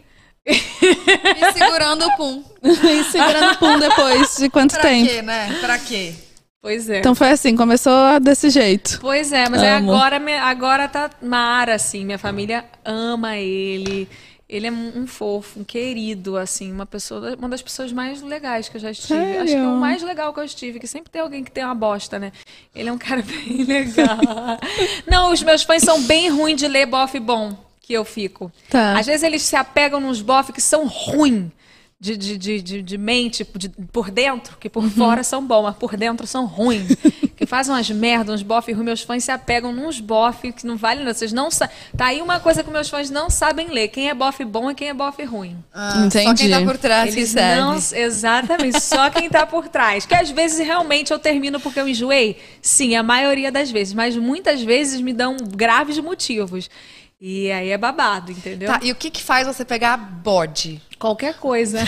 E segurando o pum. E segurando o pum depois de quanto Pra tempo? quê, né? Pra quê? Pois é. Então foi assim, começou desse jeito. Pois é, mas aí Amo. agora tá mara, assim. Minha família ama ele. Ele é um fofo, um querido, assim. Uma das pessoas mais legais que eu já estive. Sério? Acho que é o mais legal que eu estive. Que sempre tem alguém que tem uma bosta, né? Ele é um cara bem legal. Não, os meus fãs são bem ruins de ler bofe bom, que eu fico. Tá. Às vezes eles se apegam nos bofe que são ruins. De mente, por dentro, que por fora são bons, mas por dentro são ruins. Que fazem umas merdas, uns bofe ruins. Meus fãs se apegam nos bofe que não valem nada. Vocês não sabem. Tá aí uma coisa que meus fãs não sabem ler: quem é bofe bom e quem é bofe ruim. Entendi. Só quem tá por trás que Eles serve. não. Exatamente, só quem tá por trás. Que às vezes realmente eu termino porque eu enjoei. Sim, a maioria das vezes. Mas muitas vezes me dão graves motivos. E aí é babado, entendeu? Tá, e o que que faz você pegar bode? Qualquer coisa.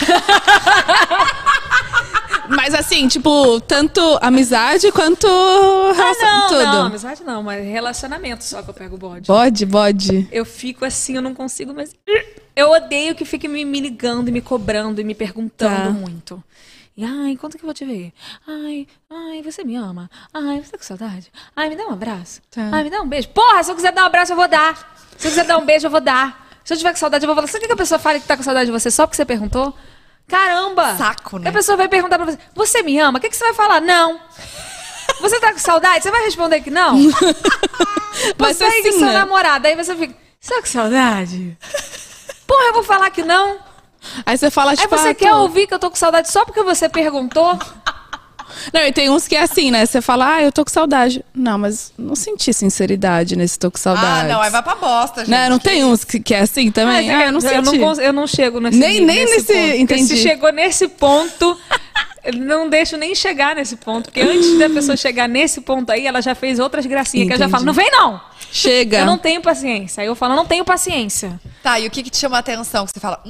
Mas assim, tipo, tanto amizade quanto relação, tudo. Não, amizade não, mas relacionamento só que eu pego bode. Bode. Eu fico assim, eu não consigo, mas eu odeio que fique me ligando e me cobrando e me perguntando Tá. muito. E, ai, quando que eu vou te ver? Ai, você me ama? Ai, você tá com saudade? Ai, me dá um abraço? Tá. Ai, me dá um beijo? Porra, se eu quiser dar um abraço, eu vou dar. Se eu quiser dar um beijo, eu vou dar. Se eu tiver com saudade, eu vou falar. Sabe o que a pessoa fala que tá com saudade de você só porque você perguntou? Caramba! Saco, né? A pessoa vai perguntar pra você, você me ama? O que você vai falar? Não. Você tá com saudade? Você vai responder que não? Mas Você e assim, seu né? namorado, aí você fica, você tá com saudade? Porra, eu vou falar que não? Aí você fala, Aí tipo, você ah, quer tô- ouvir que eu tô com saudade só porque você perguntou? Não, e tem uns que é assim, né? Você fala, eu tô com saudade. Não, mas não senti sinceridade nesse tô com saudade. Ah, não, aí vai pra bosta, gente. Né? Não tem uns que é assim também? Eu não senti. Eu não chego nesse Nem nesse- ponto. Porque entendi. se chegou nesse ponto, eu não deixo nem chegar nesse ponto. Porque antes da pessoa chegar nesse ponto aí, ela já fez outras gracinhas que eu já Entendi. falo, não vem não! Chega. Eu não tenho paciência. Aí eu falo, eu não tenho paciência. Tá, e o que que te chama a atenção? Que você fala,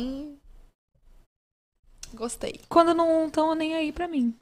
gostei. Quando não estão nem aí pra mim.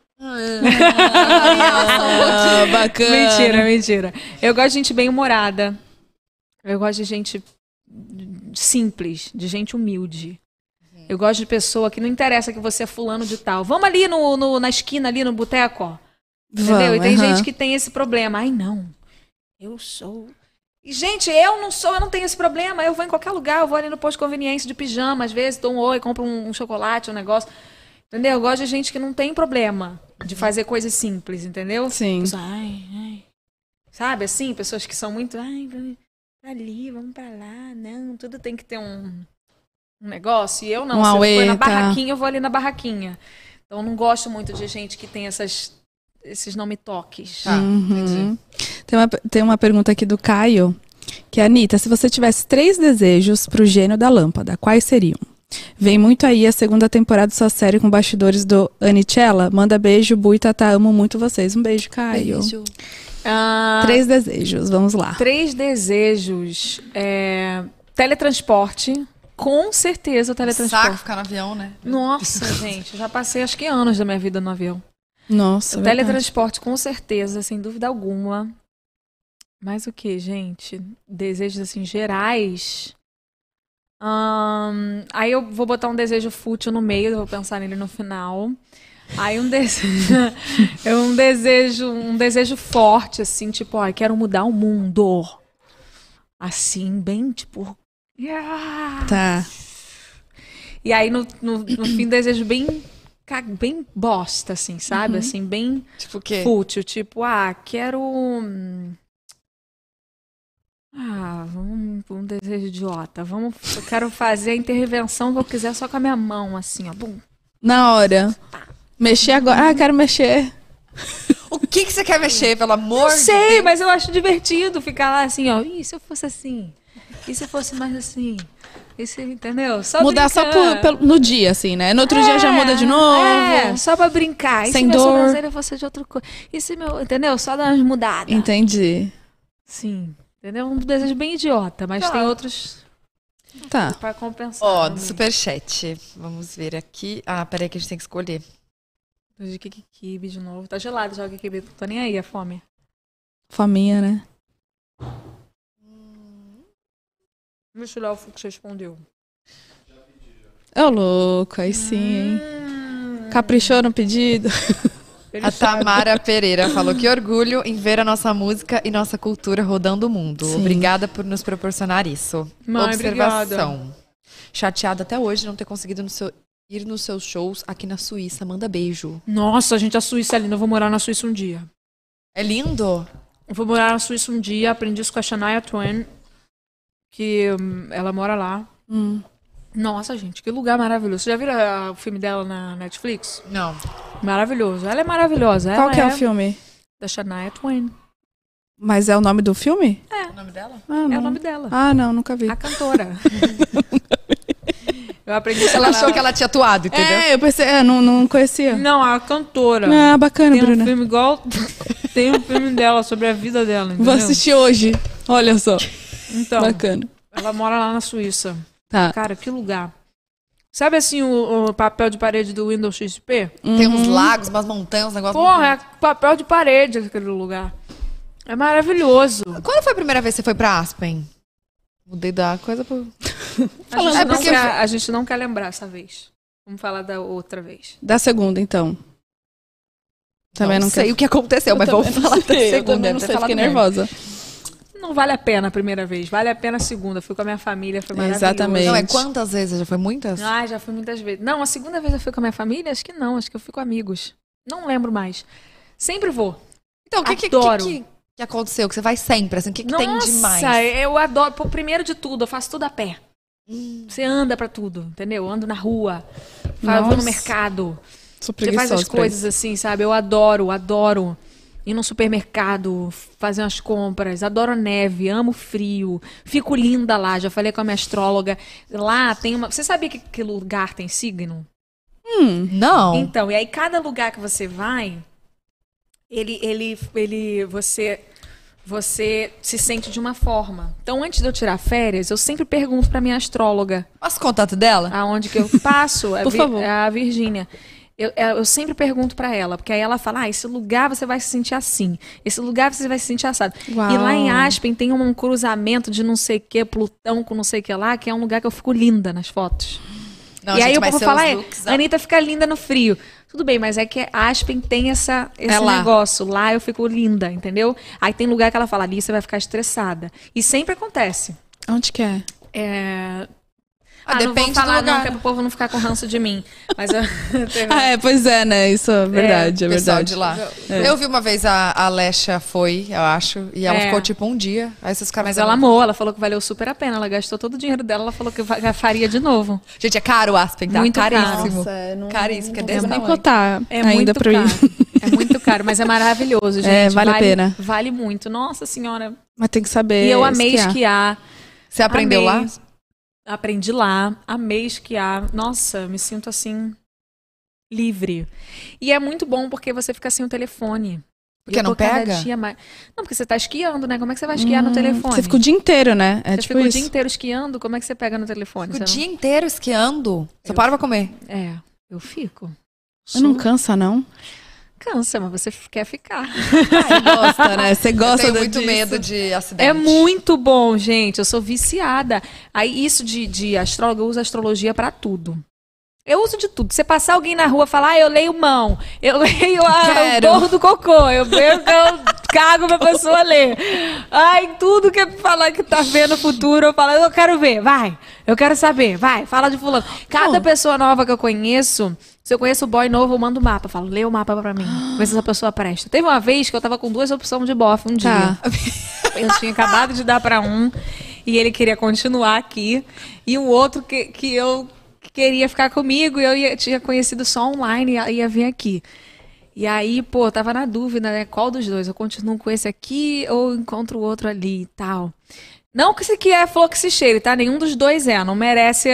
Ah, bacana. Mentira. Eu gosto de gente bem-humorada. Eu gosto de gente simples, de gente humilde. Eu gosto de pessoa que não interessa que você é fulano de tal. Vamos ali na esquina, ali no boteco, ó. Entendeu? E tem aham. gente que tem esse problema. Ai, não. Eu sou... E, gente, eu não tenho esse problema. Eu vou em qualquer lugar, eu vou ali no posto de conveniência de pijama, às vezes dou um oi, compro um chocolate, um negócio. Entendeu? Eu gosto de gente que não tem problema de fazer coisas simples, entendeu? Sim. Pessoa, ai. Sabe, assim, pessoas que são muito, vamos pra ali, vamos pra lá. Não, tudo tem que ter um negócio. E eu não, se eu for na barraquinha, eu vou ali na barraquinha. Então, eu não gosto muito de gente que tem esses não me toques. Uhum. Tem uma pergunta aqui do Caio, que é: Anitta, se você tivesse 3 desejos pro gênio da lâmpada, quais seriam? Vem muito aí a segunda temporada de sua série com bastidores do Anichella. Manda beijo, Bu e Tata, amo muito vocês. Um beijo, Caio. Beijo. 3 desejos, vamos lá. 3 desejos. Teletransporte. Com certeza o teletransporte. Saco ficar no avião, né? Nossa, gente, eu já passei acho que anos da minha vida no avião. Nossa, O teletransporte, com certeza, sem dúvida alguma. Mas o que, gente? Desejos, assim, gerais. Aí eu vou botar um desejo fútil no meio, eu vou pensar nele no final. Aí um desejo forte, assim, tipo, ó, quero mudar o mundo. Assim, bem, tipo... Yeah! Tá. E aí, no fim, desejo bem bosta, assim, sabe? Assim, bem Tipo o quê? fútil. Tipo, quero... um desejo idiota. Eu quero fazer a intervenção que eu quiser só com a minha mão, assim, ó. Bum. Na hora. Mexer agora. Quero mexer. O que você quer mexer, pelo amor Não de sei, Deus? mas eu acho divertido ficar lá assim, ó. E se eu fosse assim? E se fosse mais assim? E se, entendeu? Só Mudar brincar. só no dia, assim, né? No outro dia já muda de novo. Só pra brincar. E Sem se dor. meu sobrancelha fosse de outra coisa? E se meu... Entendeu? Só dar umas mudadas. Entendi. Sim. Entendeu? Um desejo bem idiota, mas tem outros Tá. pra compensar. Ó, do superchat. Vamos ver aqui. Peraí que a gente tem que escolher. De kibe de novo. Tá gelado já o kibe. Não tô nem aí, a fome. Fominha, né? Deixa eu olhar o Fux respondeu. Ô, louco, aí sim, hein? Caprichou no pedido? A Tamara Pereira falou: que orgulho em ver a nossa música e nossa cultura rodando o mundo. Sim. Obrigada por nos proporcionar isso. Mãe, Observação. obrigada. Chateada até hoje não ter conseguido ir nos seus shows aqui na Suíça. Manda beijo. Nossa, gente, a Suíça é linda. Eu vou morar na Suíça um dia. É lindo? Eu vou morar na Suíça um dia. Aprendi isso com a Shania Twain, que ela mora lá. Nossa, gente, que lugar maravilhoso. Você já viu o filme dela na Netflix? Não. Maravilhoso. Ela é maravilhosa. Qual Ela que é o filme? Da Shania Twain. Mas é o nome do filme? O nome dela? Ah, não. É o nome dela. Ah, não, nunca vi. A cantora. Eu aprendi isso. Ela achou que ela tinha atuado, entendeu? Eu pensei, não conhecia. Não, a cantora. Ah, bacana, Tem Bruna. um filme igual... Tem um filme dela sobre a vida dela, entendeu? Vou assistir hoje. Olha só. Então, Bacana. ela mora lá na Suíça. Tá. Cara, que lugar. Sabe assim o papel de parede do Windows XP? Tem uns lagos, umas montanhas, uns negócios. Porra, é papel de parede aquele lugar. É maravilhoso. Quando foi a primeira vez que você foi pra Aspen? Mudei da coisa pro... A gente não quer lembrar essa vez. Vamos falar da outra vez. Da segunda, então. Também não sei quero. o que aconteceu, mas vamos falar da Eu segunda. também não sei, fiquei nervosa. Não vale a pena a primeira vez, vale a pena a segunda. Fui com a minha família, foi maravilhoso. Exatamente. Não, quantas vezes? Já foi muitas? Já fui muitas vezes. Não, a segunda vez eu fui com a minha família? Acho que não, acho que eu fui com amigos. Não lembro mais. Sempre vou. Então, o Adoro. que aconteceu? Que você vai sempre, assim, o que tem demais? Nossa, eu adoro. Pô, primeiro de tudo, eu faço tudo a pé. Você anda pra tudo, entendeu? Eu ando na rua, vou no mercado. Sou Você faz as preguiçosa pra coisas assim, sabe? Eu adoro ir no supermercado, fazer umas compras, adoro neve, amo frio, fico linda lá, já falei com a minha astróloga. Lá tem uma... Você sabia que lugar tem signo? Não. Então, e aí cada lugar que você vai, você se sente de uma forma. Então, antes de eu tirar férias, eu sempre pergunto pra minha astróloga. Posso o contato dela? Aonde que eu passo? Por favor. A Virgínia. Eu sempre pergunto pra ela, porque aí ela fala, esse lugar você vai se sentir assim, esse lugar você vai se sentir assado. Uau. E lá em Aspen tem um cruzamento de não sei o que, Plutão com não sei o que lá, que é um lugar que eu fico linda nas fotos. Não, e aí gente, o mas povo seus fala, looks, ó. Anitta fica linda no frio. Tudo bem, mas é que Aspen tem esse lá. negócio. Lá eu fico linda, entendeu? Aí tem lugar que ela fala, ali você vai ficar estressada. E sempre acontece. Onde que é? Não vou depende do falar lugar. não, que é pro povo não ficar com ranço de mim. Mas eu... Pois é, né? Isso é verdade, é Pessoal verdade. de lá. Eu vi uma vez a Alexa foi, eu acho, e ela ficou tipo um dia. Aí vocês ficaram Mas ela amou, ela falou que valeu super a pena. Ela gastou todo o dinheiro dela, ela falou que faria de novo. Gente, é caro o Aspen, tá? Muito caro. Caríssimo. Nossa, Caríssimo, que é Não desse vou nem tamanho. cotar É ainda muito pra caro. ir. É muito caro, mas é maravilhoso, gente. Vale a pena. Vale muito. Nossa Senhora. Mas tem que saber E eu amei esquiar. Você aprendeu Amei. lá? Aprendi lá, amei esquiar. Nossa, me sinto assim, livre. E é muito bom porque você fica sem o telefone. Porque Eu não tô cada pega? dia mais... Não, porque você tá esquiando, né? Como é que você vai esquiar no telefone? Você fica o dia inteiro, né? É Você tipo fica o isso. dia inteiro esquiando, como é que você pega no telefone? O Você dia inteiro esquiando? Só para pra comer. não... eu fico. Você não cansa, não? Cansa, mas você quer ficar. Você gosta, né? Você Eu gosta tenho muito disso. medo de acidente. É muito bom, gente. Eu sou viciada. Aí, isso de astróloga, eu uso astrologia pra tudo. Eu uso de tudo. Você passar alguém na rua e falar, eu leio mão, eu leio o Torro do Cocô, eu cago pra pessoa ler. Ai, tudo que falar que tá vendo o futuro, eu falo, eu quero ver, vai. Eu quero saber, vai, fala de fulano. Cada pessoa nova que eu conheço, se eu conheço o boy novo, eu mando o mapa. Eu falo, lê o mapa pra mim, vê se essa pessoa presta. Teve uma vez que eu tava com 2 opções de bofe um dia. Eu tinha acabado de dar pra um e ele queria continuar aqui. E o outro que eu queria ficar comigo e eu tinha conhecido só online e ia vir aqui. E aí, pô, eu tava na dúvida, né? Qual dos dois? Eu continuo com esse aqui ou encontro o outro ali e tal. Não que esse aqui é flor que se cheire, tá? Nenhum dos dois não merece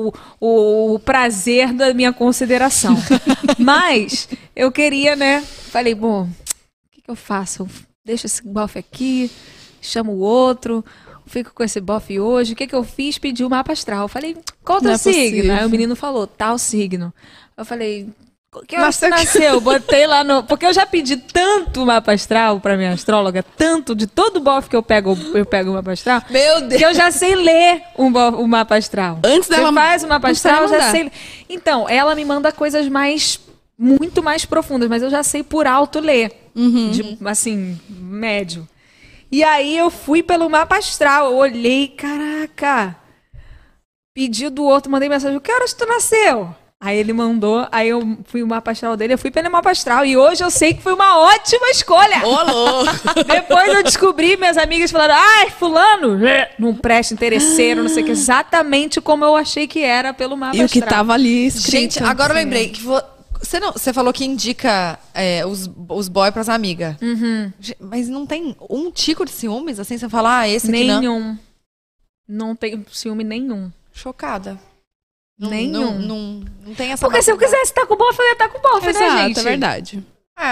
o prazer da minha consideração. Mas eu queria, né? Falei, bom, o que eu faço? Eu deixo esse bofe aqui, chamo o outro, fico com esse bofe hoje. O que eu fiz? Pedi o mapa astral. Eu falei, qual o teu signo? Aí o menino falou, tal signo. Eu falei, que hora você nasceu? Botei lá no... Porque eu já pedi tanto mapa astral pra minha astróloga, tanto, de todo bofe que eu pego o mapa astral. Meu Deus! Que eu já sei ler o mapa astral. Antes dela... Você faz o mapa astral, eu já sei... Então, ela me manda coisas muito mais profundas, mas eu já sei por alto ler. Assim, médio. E aí eu fui pelo mapa astral, eu olhei, caraca, pedi do outro, mandei mensagem, que horas tu nasceu? Aí ele mandou, aí eu fui o mapa astral dele, eu fui pelo mapa astral, e hoje eu sei que foi uma ótima escolha. Ô, louco! Depois eu descobri, minhas amigas falaram, fulano, não presta, interesseiro, não sei o que, exatamente como eu achei que era pelo mapa astral. E o que tava ali escrito. Gente, agora eu lembrei que você falou que indica os boy pras amigas. Mas não tem um tico de ciúmes? Assim, você fala, esse aqui não? Nenhum. Não tenho ciúme nenhum. Chocada. Nenhum. Não tem essa... Porque se eu quisesse estar com o bofe, eu ia estar com o bofe, Exato, né, gente? é verdade.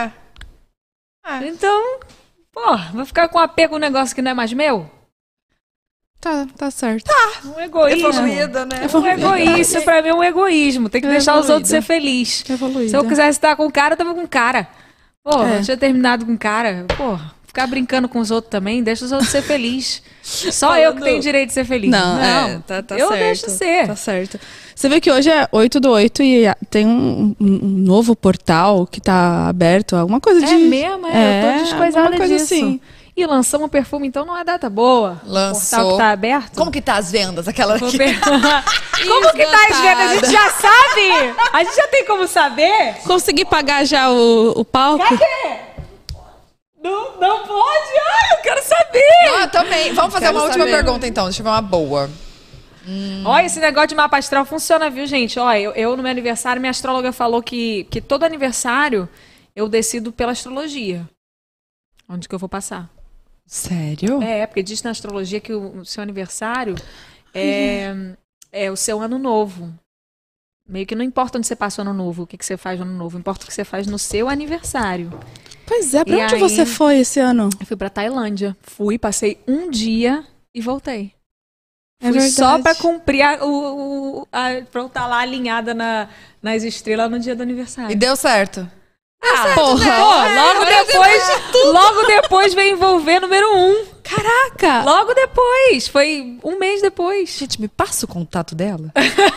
Então, vou ficar com apego um negócio que não é mais meu? Tá certo. Um egoísmo. Evoluída, né? Um egoísmo, isso pra mim é um egoísmo. Tem que deixar os outros ser felizes. Evoluída. Se eu quisesse estar com o cara, eu tava com o cara. Eu tinha terminado com o cara. Ficar brincando com os outros também, deixa os outros ser felizes. Só eu que tenho direito de ser feliz. Não, tá eu certo. deixo ser. Tá certo. Você vê que hoje é 8/8 e tem um novo portal que tá aberto, alguma coisa de... É mesmo? Eu tô descoisada alguma coisa disso. assim. E lançamos um perfume, então não é data boa. Lançou. O portal que tá aberto. Como que tá as vendas? Aquela Vou que... Como que tá as vendas? A gente já sabe! A gente já tem como saber? Consegui pagar já o palco? Cadê? Não pode? Eu quero saber! Eu também. Vamos fazer uma última pergunta, então. Deixa eu ver uma boa. Olha, esse negócio de mapa astral funciona, viu, gente? Olha, eu no meu aniversário, minha astróloga falou que todo aniversário eu decido pela astrologia. Onde que eu vou passar. Sério? Porque diz na astrologia que o seu aniversário é o seu ano novo. Meio que não importa onde você passa o ano novo, o que você faz no ano novo, importa o que você faz no seu aniversário. Pois é, pra E onde aí- você foi esse ano? Eu fui pra Tailândia. Passei um dia e voltei. É Fui só verdade. pra cumprir pra eu estar lá alinhada nas estrelas no dia do aniversário. E deu certo. Porra! Logo depois vem envolver número 1. Caraca! Logo depois, foi um mês depois. Gente, me passa o contato dela.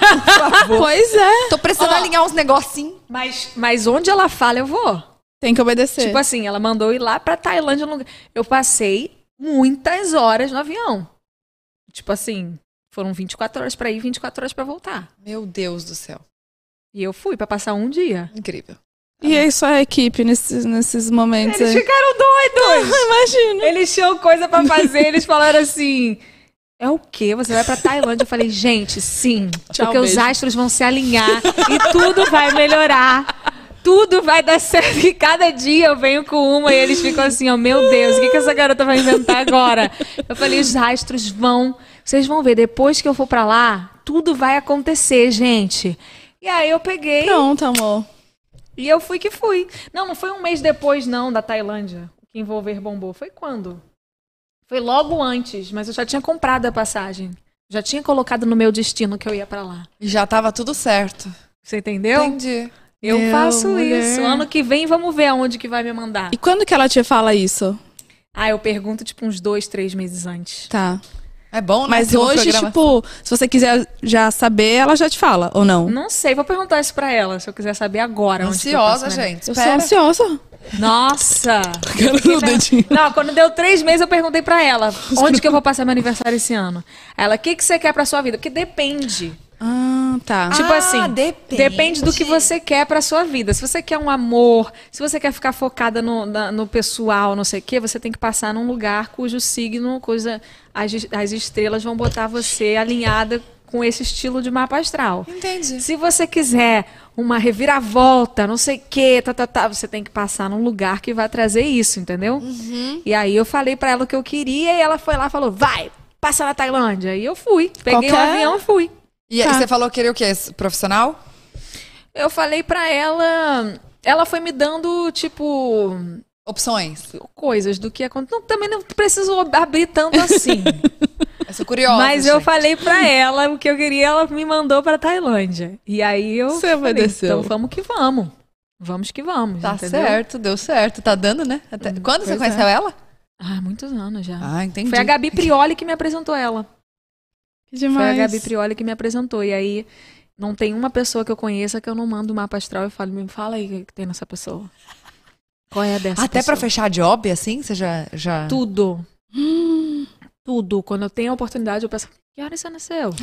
Pois é. Tô precisando alinhar uns negocinhos. Mas onde ela fala, eu vou. Tem que obedecer. Tipo assim, ela mandou ir lá pra Tailândia. Eu passei muitas horas no avião. Tipo assim, foram 24 horas pra ir, 24 horas pra voltar. Meu Deus do céu. E eu fui pra passar um dia. Incrível. E aí, sua equipe nesses momentos Eles aí? ficaram doidos! Imagina. Eles tinham coisa pra fazer, eles falaram assim... É o quê? Você vai pra Tailândia? Eu falei, gente, sim. Tchau, porque beijo. os astros vão se alinhar e tudo vai melhorar. Tudo vai dar certo. E cada dia eu venho com uma e eles ficam assim, ó, meu Deus, o que essa garota vai inventar agora? Eu falei, os astros vão... Vocês vão ver, depois que eu for pra lá, tudo vai acontecer, gente. E aí eu peguei... Pronto, amor. E eu fui que fui. Não foi um mês depois, não, da Tailândia. Que Envolver bombou. Foi quando? Foi logo antes, mas eu já tinha comprado a passagem. Já tinha colocado no meu destino que eu ia pra lá. E já tava tudo certo. Você entendeu? Entendi. Eu Meu, faço mulher. isso. Ano que vem, vamos ver aonde que vai me mandar. E quando que ela te fala isso? Ah, eu pergunto, tipo, uns 2, 3 meses antes. Tá. É bom, né? Mas ter um hoje, programa- tipo, se você quiser já saber, ela já te fala, ou não? Não sei, vou perguntar isso pra ela, se eu quiser saber agora. onde que eu Ansiosa, passo minha- gente. Eu sou Espera. ansiosa. Nossa! Quero no dedinho. Não, quando deu 3 meses, eu perguntei pra ela, onde que eu vou passar meu aniversário esse ano? Ela, o que você quer pra sua vida? Porque depende. Ah, tá. Tipo assim, depende. depende do que você quer pra sua vida. Se você quer um amor, se você quer ficar focada no pessoal, não sei o quê, você tem que passar num lugar cujo signo, as estrelas vão botar você alinhada com esse estilo de mapa astral. Entendi. Se você quiser uma reviravolta, não sei o quê, você tem que passar num lugar que vai trazer isso, entendeu? E aí eu falei pra ela o que eu queria e ela foi lá e falou, vai, passa na Tailândia. E eu fui. Peguei o avião e fui. E Tá. você falou que queria o quê? Profissional? Eu falei pra ela, ela foi me dando, tipo, Opções. coisas do que aconteceu. Também não preciso abrir tanto assim. Eu sou curiosa. Mas eu gente. falei pra ela o que eu queria, ela me mandou pra Tailândia. E aí eu Você falei, obedeceu. então vamos que vamos. Vamos que vamos, Tá entendeu? certo, deu certo. Tá dando, né? Quando você Pois conheceu ela? Ah, muitos anos já. Ah, entendi. Foi a Gabi Prioli que me apresentou ela. Que Foi a demais. Gabi Prioli que me apresentou. E aí, não tem uma pessoa que eu conheça que eu não mando o mapa astral e falo, me fala aí o que tem nessa pessoa. Qual é a dessa Até pra pessoa? fechar job, assim? Você já... Tudo. Tudo. Quando eu tenho a oportunidade, eu penso, que hora você nasceu?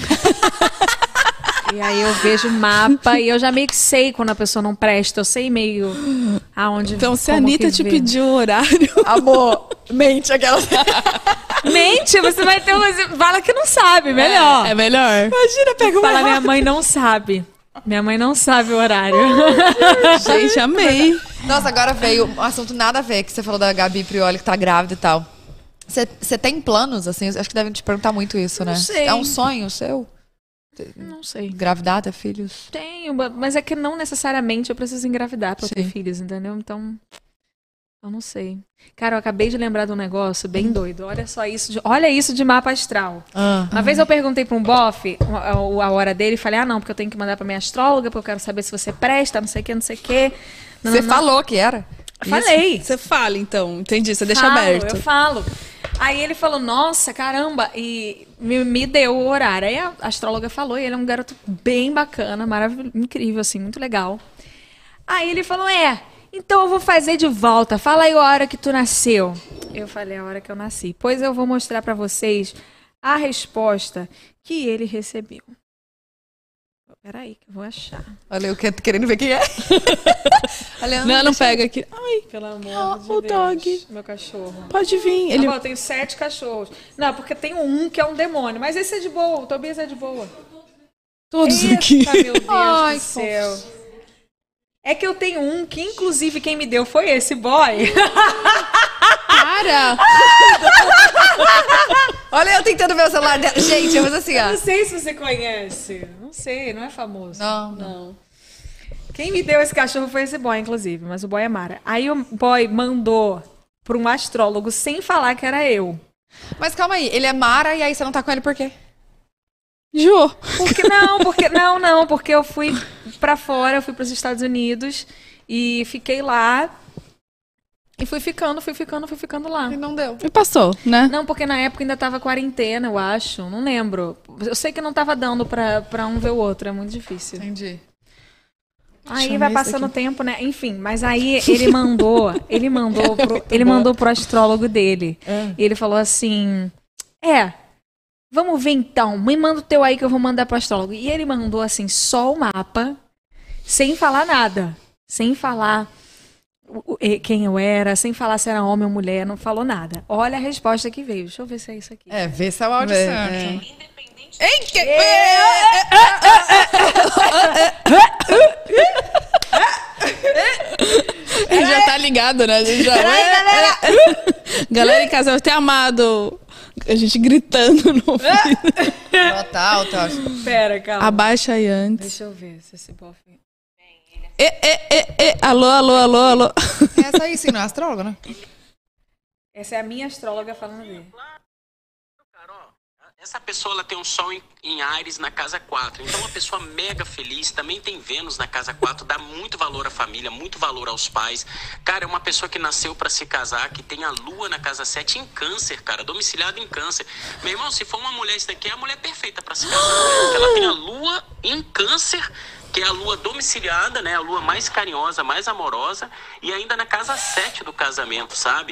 E aí eu vejo o mapa e eu já meio que sei quando a pessoa não presta. Eu sei meio aonde... Então, se a como Anitta que te vê. pediu o horário... Amor, mente aquela... Mente, você vai ter uma... Fala que não sabe, melhor. É melhor. Imagina, pega uma... Fala, minha mãe não sabe. Minha mãe não sabe o horário. Gente, amei. Nossa, agora veio um assunto nada a ver, que você falou da Gabi Prioli, que tá grávida e tal. Você tem planos, assim? Acho que devem te perguntar muito isso, né? Não sei. É um sonho seu? Não sei. Engravidar, ter filhos? Tenho, mas é que não necessariamente eu preciso engravidar pra ter Sim. filhos, entendeu? Então, eu não sei. Cara, eu acabei de lembrar de um negócio bem doido. Olha só isso, olha isso de mapa astral. Uma vez eu perguntei pra um bofe a hora dele e falei, não, porque eu tenho que mandar pra minha astróloga, porque eu quero saber se você presta, não sei o que, não sei o que. Você falou que era? Falei. Você fala, então. Entendi, você deixa Falo, aberto. Eu falo. Aí ele falou, nossa, caramba, e me deu o horário. Aí a astróloga falou, e ele é um garoto bem bacana, maravilhoso, incrível, assim, muito legal. Aí ele falou, então eu vou fazer de volta, fala aí a hora que tu nasceu. Eu falei, a hora que eu nasci. Pois eu vou mostrar pra vocês a resposta que ele recebeu. Peraí, que eu vou achar. Olha, eu querendo ver quem é. Não pega aqui. Ai, Pelo amor de o Deus. dog. Meu cachorro. pode vir. Ele... Tá bom, eu tenho 7 cachorros. Não, porque tem um que é um demônio. Mas esse é de boa, o Tobias é de boa. Todos Eita, aqui. meu Deus Ai, do céu. É que eu tenho um que, inclusive, quem me deu foi esse boy. Para! Olha eu tentando ver o celular dela. Gente, eu vou assim, ó. Não sei se você conhece. Não sei, não é famoso. Não. Quem me deu esse cachorro foi esse boy, inclusive. Mas o boy é Mara. Aí o boy mandou para um astrólogo sem falar que era eu. Mas calma aí, ele é Mara e aí você não tá com ele por quê? Jô. Porque eu fui pra fora, eu fui pros Estados Unidos e fiquei lá. E fui ficando lá. E não deu. E passou, né? Não, porque na época ainda tava quarentena, eu acho. Não lembro. Eu sei que não tava dando pra um ver o outro. É muito difícil. Entendi. Aí Chama vai isso passando o aqui. tempo, né? Enfim, mas aí ele mandou pro astrólogo dele. E ele falou assim: vamos ver então. Me manda o teu aí que eu vou mandar pro astrólogo. E ele mandou assim, só o mapa, sem falar nada. Sem falar quem eu era, sem falar se era homem ou mulher, não falou nada. Olha a resposta que veio. Deixa eu ver se é isso aqui. Vê se é o áudio certo. Ele já tá ligado, né? A gente já... Galera em casa deve ter amado a gente gritando no ouvido. Total. Pera, calma. Abaixa aí antes. Deixa eu ver se esse bofe... Alô. Essa aí sim, não é astróloga, né? Essa é a minha astróloga falando dele. Essa pessoa ela tem um sol em Áries na casa 4. Então, uma pessoa mega feliz, também tem Vênus na casa 4, dá muito valor à família, muito valor aos pais. Cara, é uma pessoa que nasceu pra se casar, que tem a Lua na casa 7 em Câncer, cara, domiciliada em Câncer. Meu irmão, se for uma mulher, isso daqui é a mulher perfeita pra se casar, né? Porque ela tem a Lua em Câncer, que é a lua domiciliada, né? A lua mais carinhosa, mais amorosa, e ainda na casa 7 do casamento, sabe?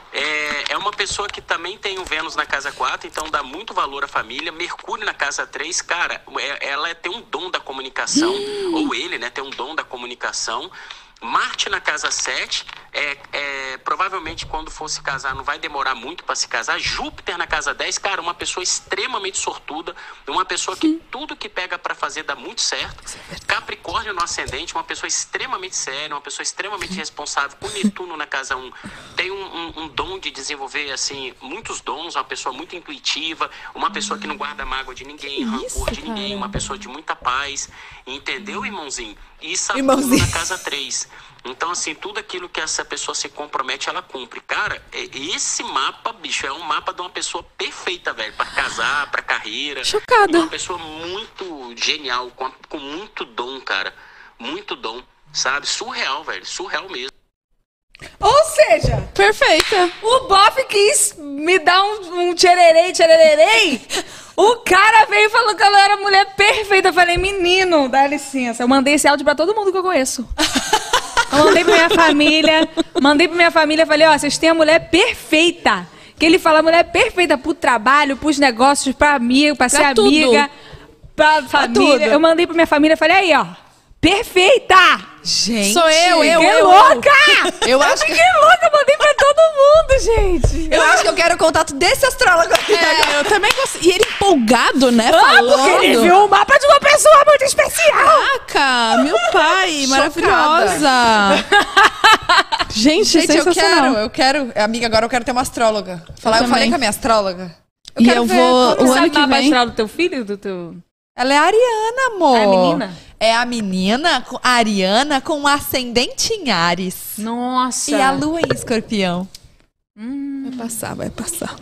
É uma pessoa que também tem o Vênus na casa 4, então dá muito valor à família. Mercúrio na casa 3, cara, ela tem um dom da comunicação, ou ele, né, tem um dom da comunicação. Marte na casa 7, provavelmente quando for se casar não vai demorar muito para se casar. Júpiter na casa 10, cara, uma pessoa extremamente sortuda, uma pessoa que tudo que pega para fazer dá muito certo. Capricórnio no ascendente, uma pessoa extremamente séria, uma pessoa extremamente responsável. Com Netuno na casa 1, tem um dom de desenvolver, assim, muitos dons, uma pessoa muito intuitiva, uma pessoa que não guarda mágoa de ninguém, rancor de ninguém, uma pessoa de muita paz, entendeu, irmãozinho? E Saturno na casa 3. Então, assim, tudo aquilo que essa pessoa se compromete, ela cumpre. Cara, esse mapa, bicho, é um mapa de uma pessoa perfeita, velho, pra casar, pra carreira. Chocada. Uma pessoa muito genial, com muito dom, cara. Muito dom, sabe? Surreal, velho, surreal mesmo. Ou seja, Perfeita. o Boff quis me dar um tchererei. O cara veio e falou que ela era a mulher perfeita. Eu falei, menino, dá licença. Eu mandei esse áudio pra todo mundo que eu conheço. Eu mandei pra minha família. Falei, ó, vocês têm a mulher perfeita. Que ele fala, mulher perfeita pro trabalho, pros negócios, pra amigo, pra ser tudo. amiga, pra família. tudo. Eu mandei pra minha família, falei, aí, ó, perfeita! Gente. Sou eu. Fiquei louca! Eu acho que... Fiquei louca, mandei pra todo mundo, gente. Eu acho que eu quero o contato desse astrólogo. Eu também gostei. E ele empolgado, né? Falando. Porque ele viu o mapa de uma pessoa muito especial. Caraca, meu pai, maravilhosa. Gente, Gente, sensacional. eu quero. Amiga, agora eu quero ter uma astróloga. Eu falei também. com a minha astróloga. E eu vou o ano que mapa vem. astral do teu filho? Do teu... Ela é a Ariana, amor. É a menina? É a menina, a Ariana, com um ascendente em Áries. Nossa. E a lua em Escorpião. Vai passar.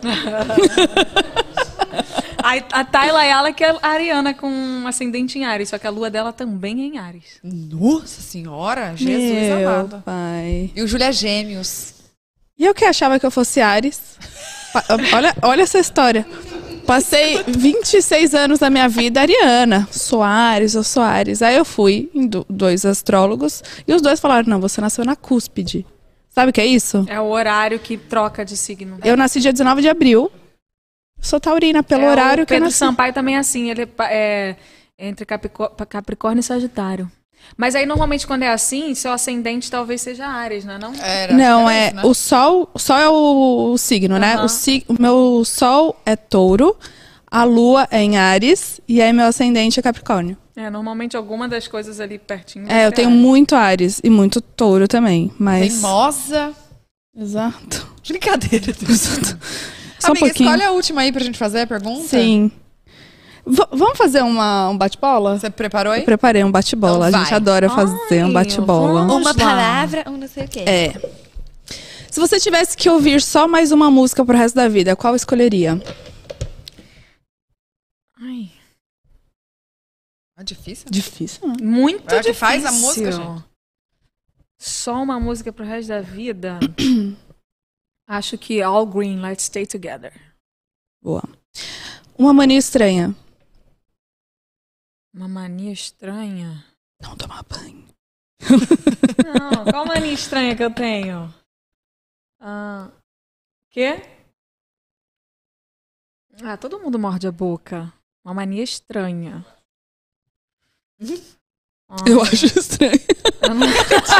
A Tayla Ayala que é a Ariana com um ascendente em Áries, só que a lua dela também é em Áries. Nossa senhora, Jesus Meu amado. pai. E o Júlia Gêmeos. E eu que achava que eu fosse Ares. Olha essa história. Passei 26 anos da minha vida Ariana. Sou Ares. Aí eu fui em 2 astrólogos e os 2 falaram, não, você nasceu na cúspide. Sabe o que é isso? É o horário que troca de signo. Eu nasci dia 19 de abril. Sou taurina pelo horário o que eu Pedro nasci. Sampaio também é assim, ele é entre Capricórnio e Sagitário. Mas aí, normalmente, quando é assim, seu ascendente talvez seja Áries, não é não? Não, é o Sol é o signo, né? O meu Sol é Touro, a Lua é em Áries e aí meu ascendente é Capricórnio. Normalmente alguma das coisas ali pertinho. Eu tenho muito Áries e muito Touro também, mas... Teimosa. Exato. Brincadeira. Só um Amiga, pouquinho. escolhe a última aí pra gente fazer a pergunta. Sim. Vamos fazer um bate-bola? Você preparou aí? Eu preparei um bate-bola. Então a gente vai. adora fazer um bate-bola. vamos lá. palavra, não sei o quê. Se você tivesse que ouvir só mais uma música pro resto da vida, qual escolheria? Ai, É difícil? Difícil, né? muito É o que difícil. faz a música, gente. Só uma música pro resto da vida? Acho que All Green, Let's Stay Together. Boa. Uma mania estranha. Uma mania estranha? Não tomar banho. Não, qual mania estranha que eu tenho? Quê? Todo mundo morde a boca. Uma mania estranha. Eu acho estranho. Eu não...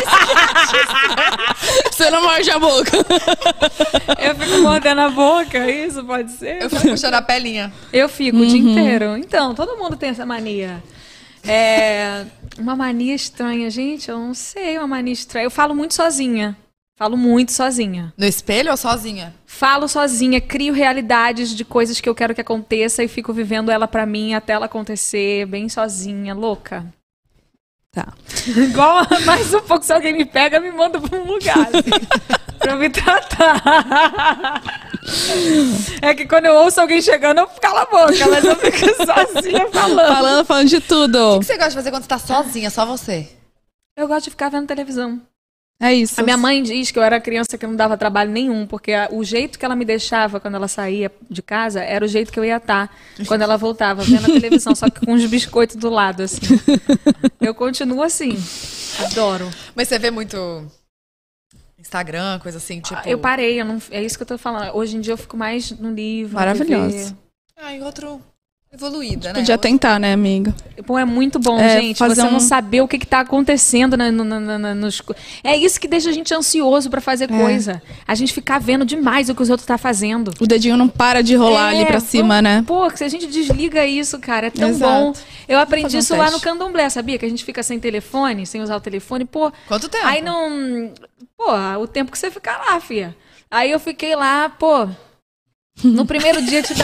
Você não morde a boca. Eu fico mordendo a boca, isso pode ser? Eu fico puxando a pelinha. Eu fico o dia inteiro. Então, todo mundo tem essa mania. Uma mania estranha, gente, eu não sei, uma mania estranha. Eu falo muito sozinha. No espelho ou sozinha? Falo sozinha, crio realidades de coisas que eu quero que aconteça e fico vivendo ela pra mim até ela acontecer, bem sozinha, louca. Tá. Igual mais um pouco, se alguém me pega, me manda pra um lugar, assim, pra eu me tratar. É que quando eu ouço alguém chegando, eu calo a boca, mas eu fico sozinha falando. Falando de tudo. O que você gosta de fazer quando você tá sozinha, só você? Eu gosto de ficar vendo televisão. É isso. A minha mãe diz que eu era criança que não dava trabalho nenhum, porque o jeito que ela me deixava quando ela saía de casa era o jeito que eu ia estar quando ela voltava, vendo a televisão, só que com uns biscoitos do lado, assim. Eu continuo assim. Adoro. Mas você vê muito Instagram, coisa assim, tipo... Eu parei, é isso que eu tô falando. Hoje em dia eu fico mais no livro. Maravilhoso. E outro... evoluída, né? Podia tentar, né, amiga? Pô, é muito bom, gente. Você não saber o que tá acontecendo nos... É isso que deixa a gente ansioso pra fazer coisa. A gente ficar vendo demais o que os outros tá fazendo. O dedinho não para de rolar ali pra cima, né? Pô, se a gente desliga isso, cara, é tão Exato. bom. Eu aprendi isso lá teste. no Candomblé, sabia? Que a gente fica sem telefone, sem usar o telefone. Pô, quanto tempo? Aí não... Pô, o tempo que você fica lá, filha. Aí eu fiquei lá, pô... No primeiro dia te dá...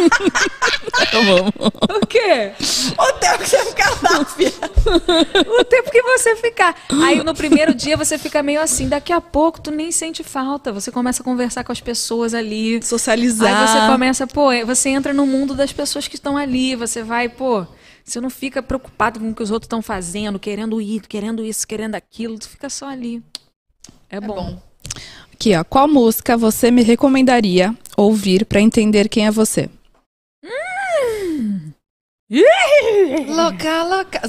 O quê? O tempo que você ficar lá, filha. O tempo que você ficar. Aí no primeiro dia você fica meio assim, daqui a pouco tu nem sente falta. Você começa a conversar com as pessoas ali. Socializar. Aí você começa, você entra no mundo das pessoas que estão ali. Você vai, você não fica preocupado com o que os outros estão fazendo, querendo ir, querendo isso, querendo aquilo. Tu fica só ali. É bom. Aqui, ó. Qual música você me recomendaria ouvir pra entender quem é você? Louca.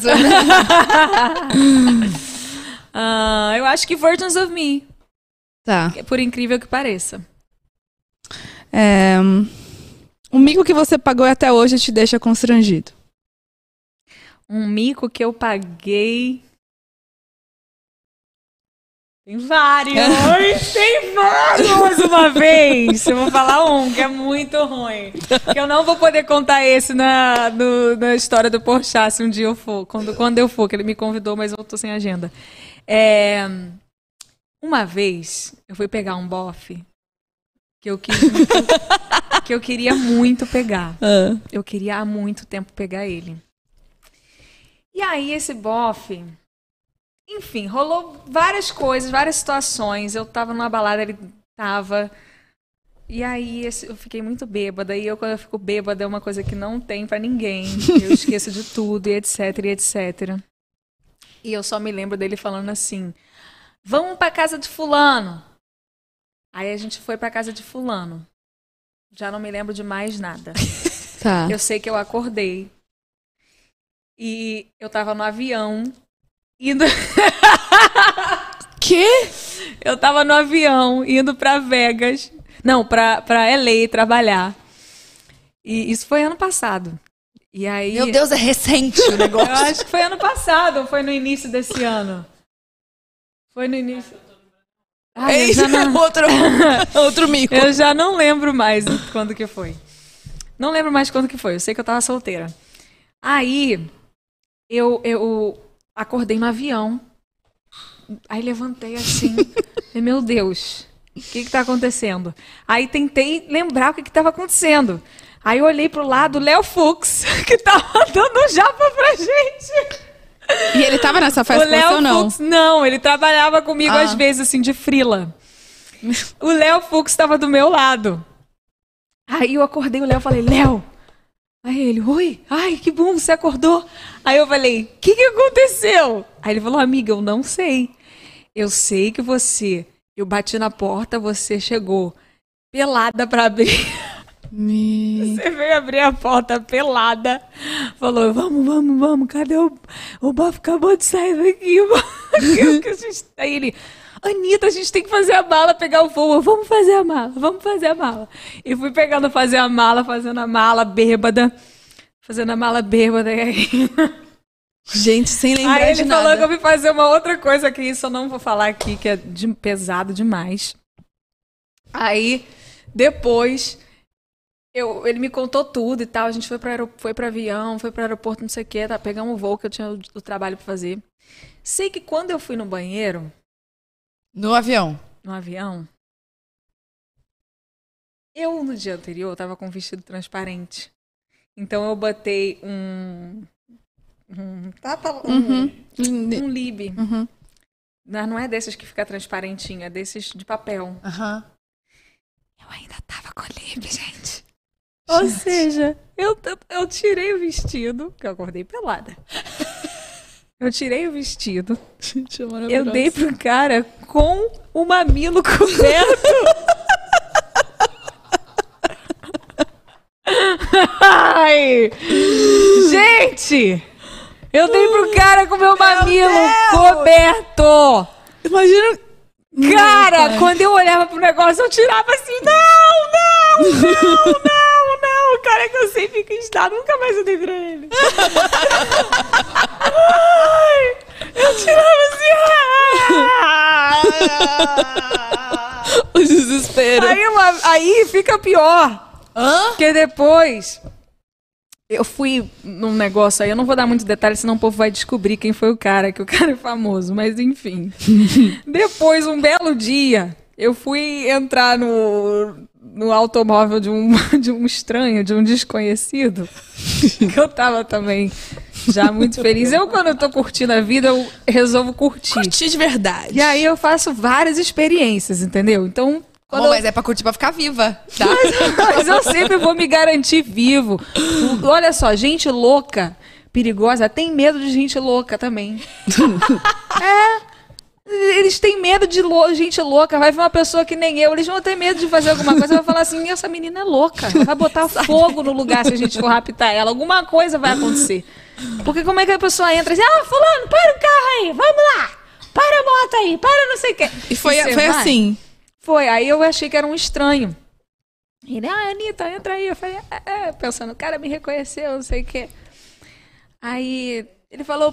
Eu acho que Versions of Me. Tá. Por incrível que pareça. Um mico que você pagou e até hoje te deixa constrangido. Um mico que eu paguei... Tem vários! Tem vários uma vez! Eu vou falar um que é muito ruim. Que eu não vou poder contar esse na história do Porchat se um dia eu for. Quando eu for, que ele me convidou, mas eu tô sem agenda. Uma vez, eu fui pegar um bofe que eu queria muito pegar. Eu queria há muito tempo pegar ele. E aí, esse bofe... Enfim, rolou várias coisas, várias situações. Eu tava numa balada, ele tava... E aí eu fiquei muito bêbada. E quando eu fico bêbada, é uma coisa que não tem pra ninguém. Eu esqueço de tudo, e etc, e etc. E eu só me lembro dele falando assim... Vamos pra casa de fulano. Aí a gente foi pra casa de fulano. Já não me lembro de mais nada. Tá. Eu sei que eu acordei. E eu tava no avião... Indo... Quê? Eu tava no avião, indo pra Vegas. Não, pra LA trabalhar. E isso foi ano passado. E aí... Meu Deus, é recente o negócio. Eu acho que foi ano passado ou foi no início desse ano? Foi no início. Esse é outro mico. Eu já não lembro mais quando que foi. Não lembro mais quando que foi. Eu sei que eu tava solteira. Aí, eu acordei no avião. Aí levantei assim. E, meu Deus, o que tá acontecendo? Aí tentei lembrar o que tava acontecendo. Aí eu olhei pro lado, o Léo Fux, que tava dando japa pra gente. E ele tava nessa festa com você ou não? Fux, não, ele trabalhava comigo às vezes, assim, de frila. O Léo Fux tava do meu lado. Aí eu acordei o Léo e falei, Léo. Aí ele, oi, ai, que bom, você acordou. Aí eu falei, o que aconteceu? Aí ele falou, amiga, eu não sei. eu sei que eu bati na porta, você chegou pelada pra abrir. Você veio abrir a porta pelada, falou, vamos, cadê o bafo acabou de sair daqui, aí ele, Anitta, a gente tem que fazer a mala, pegar o voo, vamos fazer a mala. E fui fazendo a mala bêbada, e aí... Gente, sem lembrar aí de ele nada. falou que eu fui fazer uma outra coisa que isso eu não vou falar aqui, que é pesado demais. Aí, depois... ele me contou tudo e tal, a gente foi para avião, foi para aeroporto, não sei o que, tá, pegamos o voo que eu tinha o trabalho para fazer. Sei que quando eu fui no banheiro... No avião? No avião. Eu, no dia anterior, tava com um vestido transparente. Então eu botei um lib. Uhum. Não é desses que fica transparentinho, é desses de papel. Aham. Eu ainda tava com lib, gente. Ou seja, eu tirei o vestido, que eu acordei pelada. Eu tirei o vestido. Gente, é Eu maravilhoso. dei pro cara com o mamilo coberto. Ai! Gente! Eu dei pro cara com meu mamilo coberto. Imagina... Cara, quando eu olhava pro negócio, eu tirava assim, não! O cara que eu sempre quis dar, nunca mais eu dei pra ele. Ai, eu tirava assim. O desespero. Aí fica pior. Porque depois eu fui num negócio aí, eu não vou dar muitos detalhes, senão o povo vai descobrir quem foi o cara, que o cara é famoso, mas enfim. Depois, um belo dia, eu fui entrar no automóvel de um estranho, de um desconhecido, que eu tava também já muito feliz. Quando eu tô curtindo a vida, eu resolvo curtir. Curtir de verdade. E aí eu faço várias experiências, entendeu? Então... Mas é pra curtir, pra ficar viva, tá? Mas eu sempre vou me garantir vivo. Olha só, gente louca, perigosa, tem medo de gente louca também. Eles têm medo de gente louca. Vai ver uma pessoa que nem eu, eles vão ter medo de fazer alguma coisa. Vai falar assim, essa menina é louca. Ela vai botar fogo no lugar se a gente for raptar ela. Alguma coisa vai acontecer. Porque como é que a pessoa entra e diz, fulano, para o carro aí, vamos lá. Para a moto aí, para não sei o quê. E foi assim... Foi, aí eu achei que era um estranho. Ele, Anitta, entra aí. Eu falei, pensando, o cara me reconheceu, não sei o quê. Aí ele falou,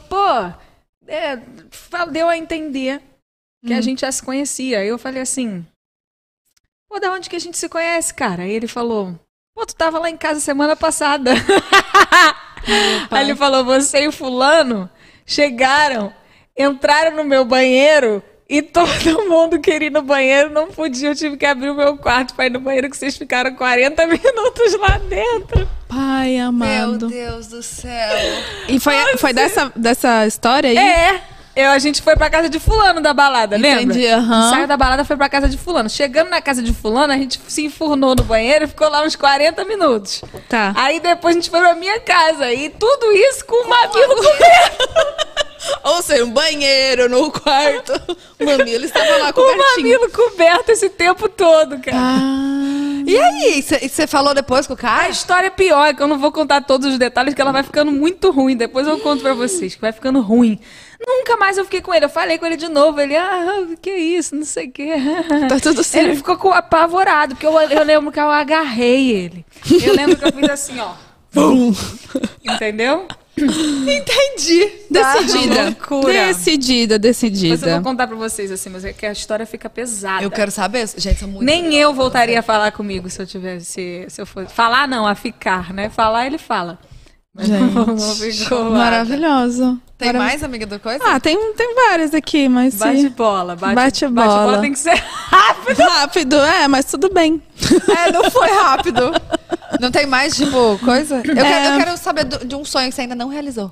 deu a entender que a gente já se conhecia. Aí eu falei assim, da onde que a gente se conhece, cara? Aí ele falou, tu tava lá em casa semana passada. Aí ele falou, você e o fulano entraram no meu banheiro... E todo mundo queria ir no banheiro, não podia. Eu tive que abrir o meu quarto pra ir no banheiro, que vocês ficaram 40 minutos lá dentro. Pai amado. Meu Deus do céu. E foi dessa história aí? A gente foi pra casa de fulano da balada, lembra? Entendi, aham. Saiu da balada, foi pra casa de fulano. Chegando na casa de fulano, a gente se enfurnou no banheiro e ficou lá uns 40 minutos. Tá. Aí depois a gente foi pra minha casa. E tudo isso com o mamilo coberto. Ou seja, um banheiro, no quarto. O mamilo estava lá O cobertinho. mamilo coberto esse tempo todo, cara. E aí, você falou depois com o cara? A história é pior, que eu não vou contar todos os detalhes, que ela vai ficando muito ruim. Depois eu conto pra vocês, que vai ficando ruim. Nunca mais eu fiquei com ele. Eu falei com ele de novo. Ele, que isso, não sei o quê. Tá tudo certo. Ele ficou apavorado, porque eu lembro que eu agarrei ele. Eu lembro que eu fiz assim, ó. Bum. Entendeu? Entendi. Decidida. Loucura. Decidida. Mas eu vou contar pra vocês, assim, mas é que a história fica pesada. Eu quero saber. Gente, são muito... Nem eu voltaria a falar comigo se eu fosse... Falar não, a ficar, né? Falar, ele fala. Mas gente, ficou maravilhoso. Tem mais, amiga do coisa? Tem várias aqui, mas... Bate bola. Bate bola Tem que ser rápido. Rápido, mas tudo bem. Não foi rápido. Não tem mais, tipo, coisa? Eu quero saber de um sonho que você ainda não realizou.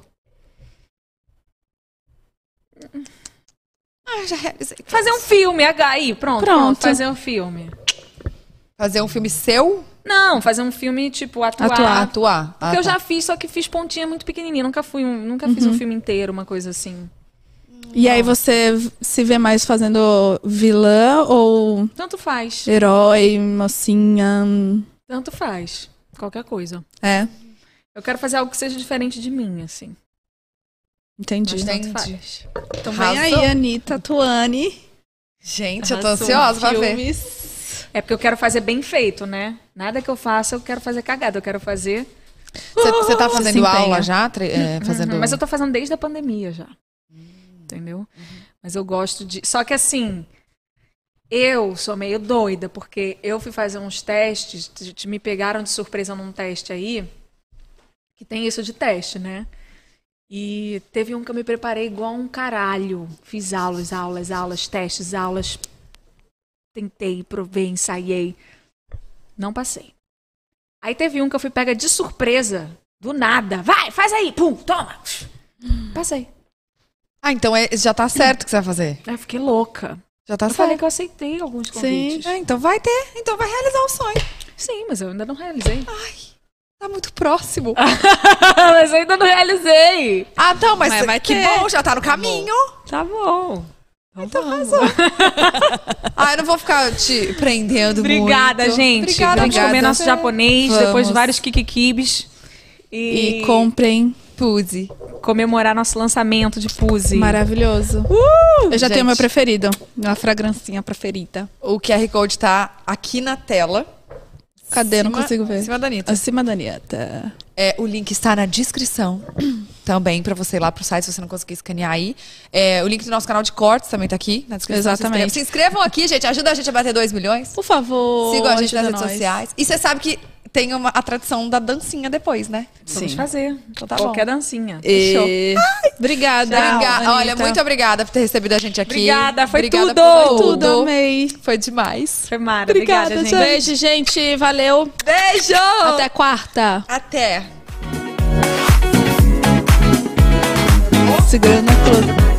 Já realizei. Fazer um filme, aí, pronto. Fazer um filme. Fazer um filme seu? Não, fazer um filme, tipo, atuar. Porque eu já fiz, só que fiz pontinha muito pequenininha. Nunca fiz um filme inteiro, uma coisa assim. E aí você se vê mais fazendo vilã ou Tanto faz. herói, mocinha? Tanto faz. Qualquer coisa. É, Eu quero fazer algo que seja diferente de mim, assim. entendi. Mas tanto Entendi. faz. Então vem Arrasou. aí, Anitta Tuani. Gente, eu tô Arrasou. ansiosa pra ver. Filmes. É porque eu quero fazer bem feito, né? Nada que eu faça, eu quero fazer cagada. Eu quero fazer... Você tá se fazendo empenha. aula já? Fazendo... Mas eu tô fazendo desde a pandemia já. Entendeu? Mas eu gosto de... Só que assim, eu sou meio doida, porque eu fui fazer uns testes, me pegaram de surpresa num teste aí, que tem isso de teste, né? E teve um que eu me preparei igual um caralho. Fiz aulas, testes, aulas. Tentei, provei, ensaiei. Não passei. Aí teve um que eu fui pega de surpresa, do nada. Vai, faz aí, pum, toma. Passei. Ah, então já tá certo que você vai fazer. Aí eu fiquei louca. Já tá Eu falei certo. que eu aceitei alguns convites. É, então vai ter. Então vai realizar o sonho. Sim, mas eu ainda não realizei. Tá muito próximo. Mas eu ainda não realizei. Ah, não, mas vai que ter. bom, já tá no caminho. Tá bom. Então vamos. Ah, eu não vou ficar te prendendo Obrigada, muito. gente. Obrigada, Vamos comer nosso japonês, Vamos. depois de vários kikikibis. E comprem. Puzi. comemorar nosso lançamento de Puzi. Maravilhoso. Eu já gente. tenho o meu preferido. Minha fragrancinha preferida. O QR Code tá aqui na tela. Cadê? Não Acima- consigo ver. Acima da Anitta. Acima da Anitta. O link está na descrição também, pra você ir lá pro site, se você não conseguir escanear aí. O link do nosso canal de cortes também tá aqui na descrição. Exatamente. Se inscrevam aqui, gente. Ajuda a gente a bater 2 milhões. Por favor. Sigam a gente nas ajuda redes nós. sociais. E você sabe que tem a tradição da dancinha depois, né? Vamos fazer. Então tá Qualquer bom. dancinha. E... Obrigada. Olha, Anitta. muito obrigada por ter recebido a gente aqui. Obrigada, foi Obrigada tudo. por Tudo, amei. Foi demais. Foi Mara. Obrigada, gente. Beijo, gente. Valeu. Beijo! Até quarta. Até! Segurando a cruz.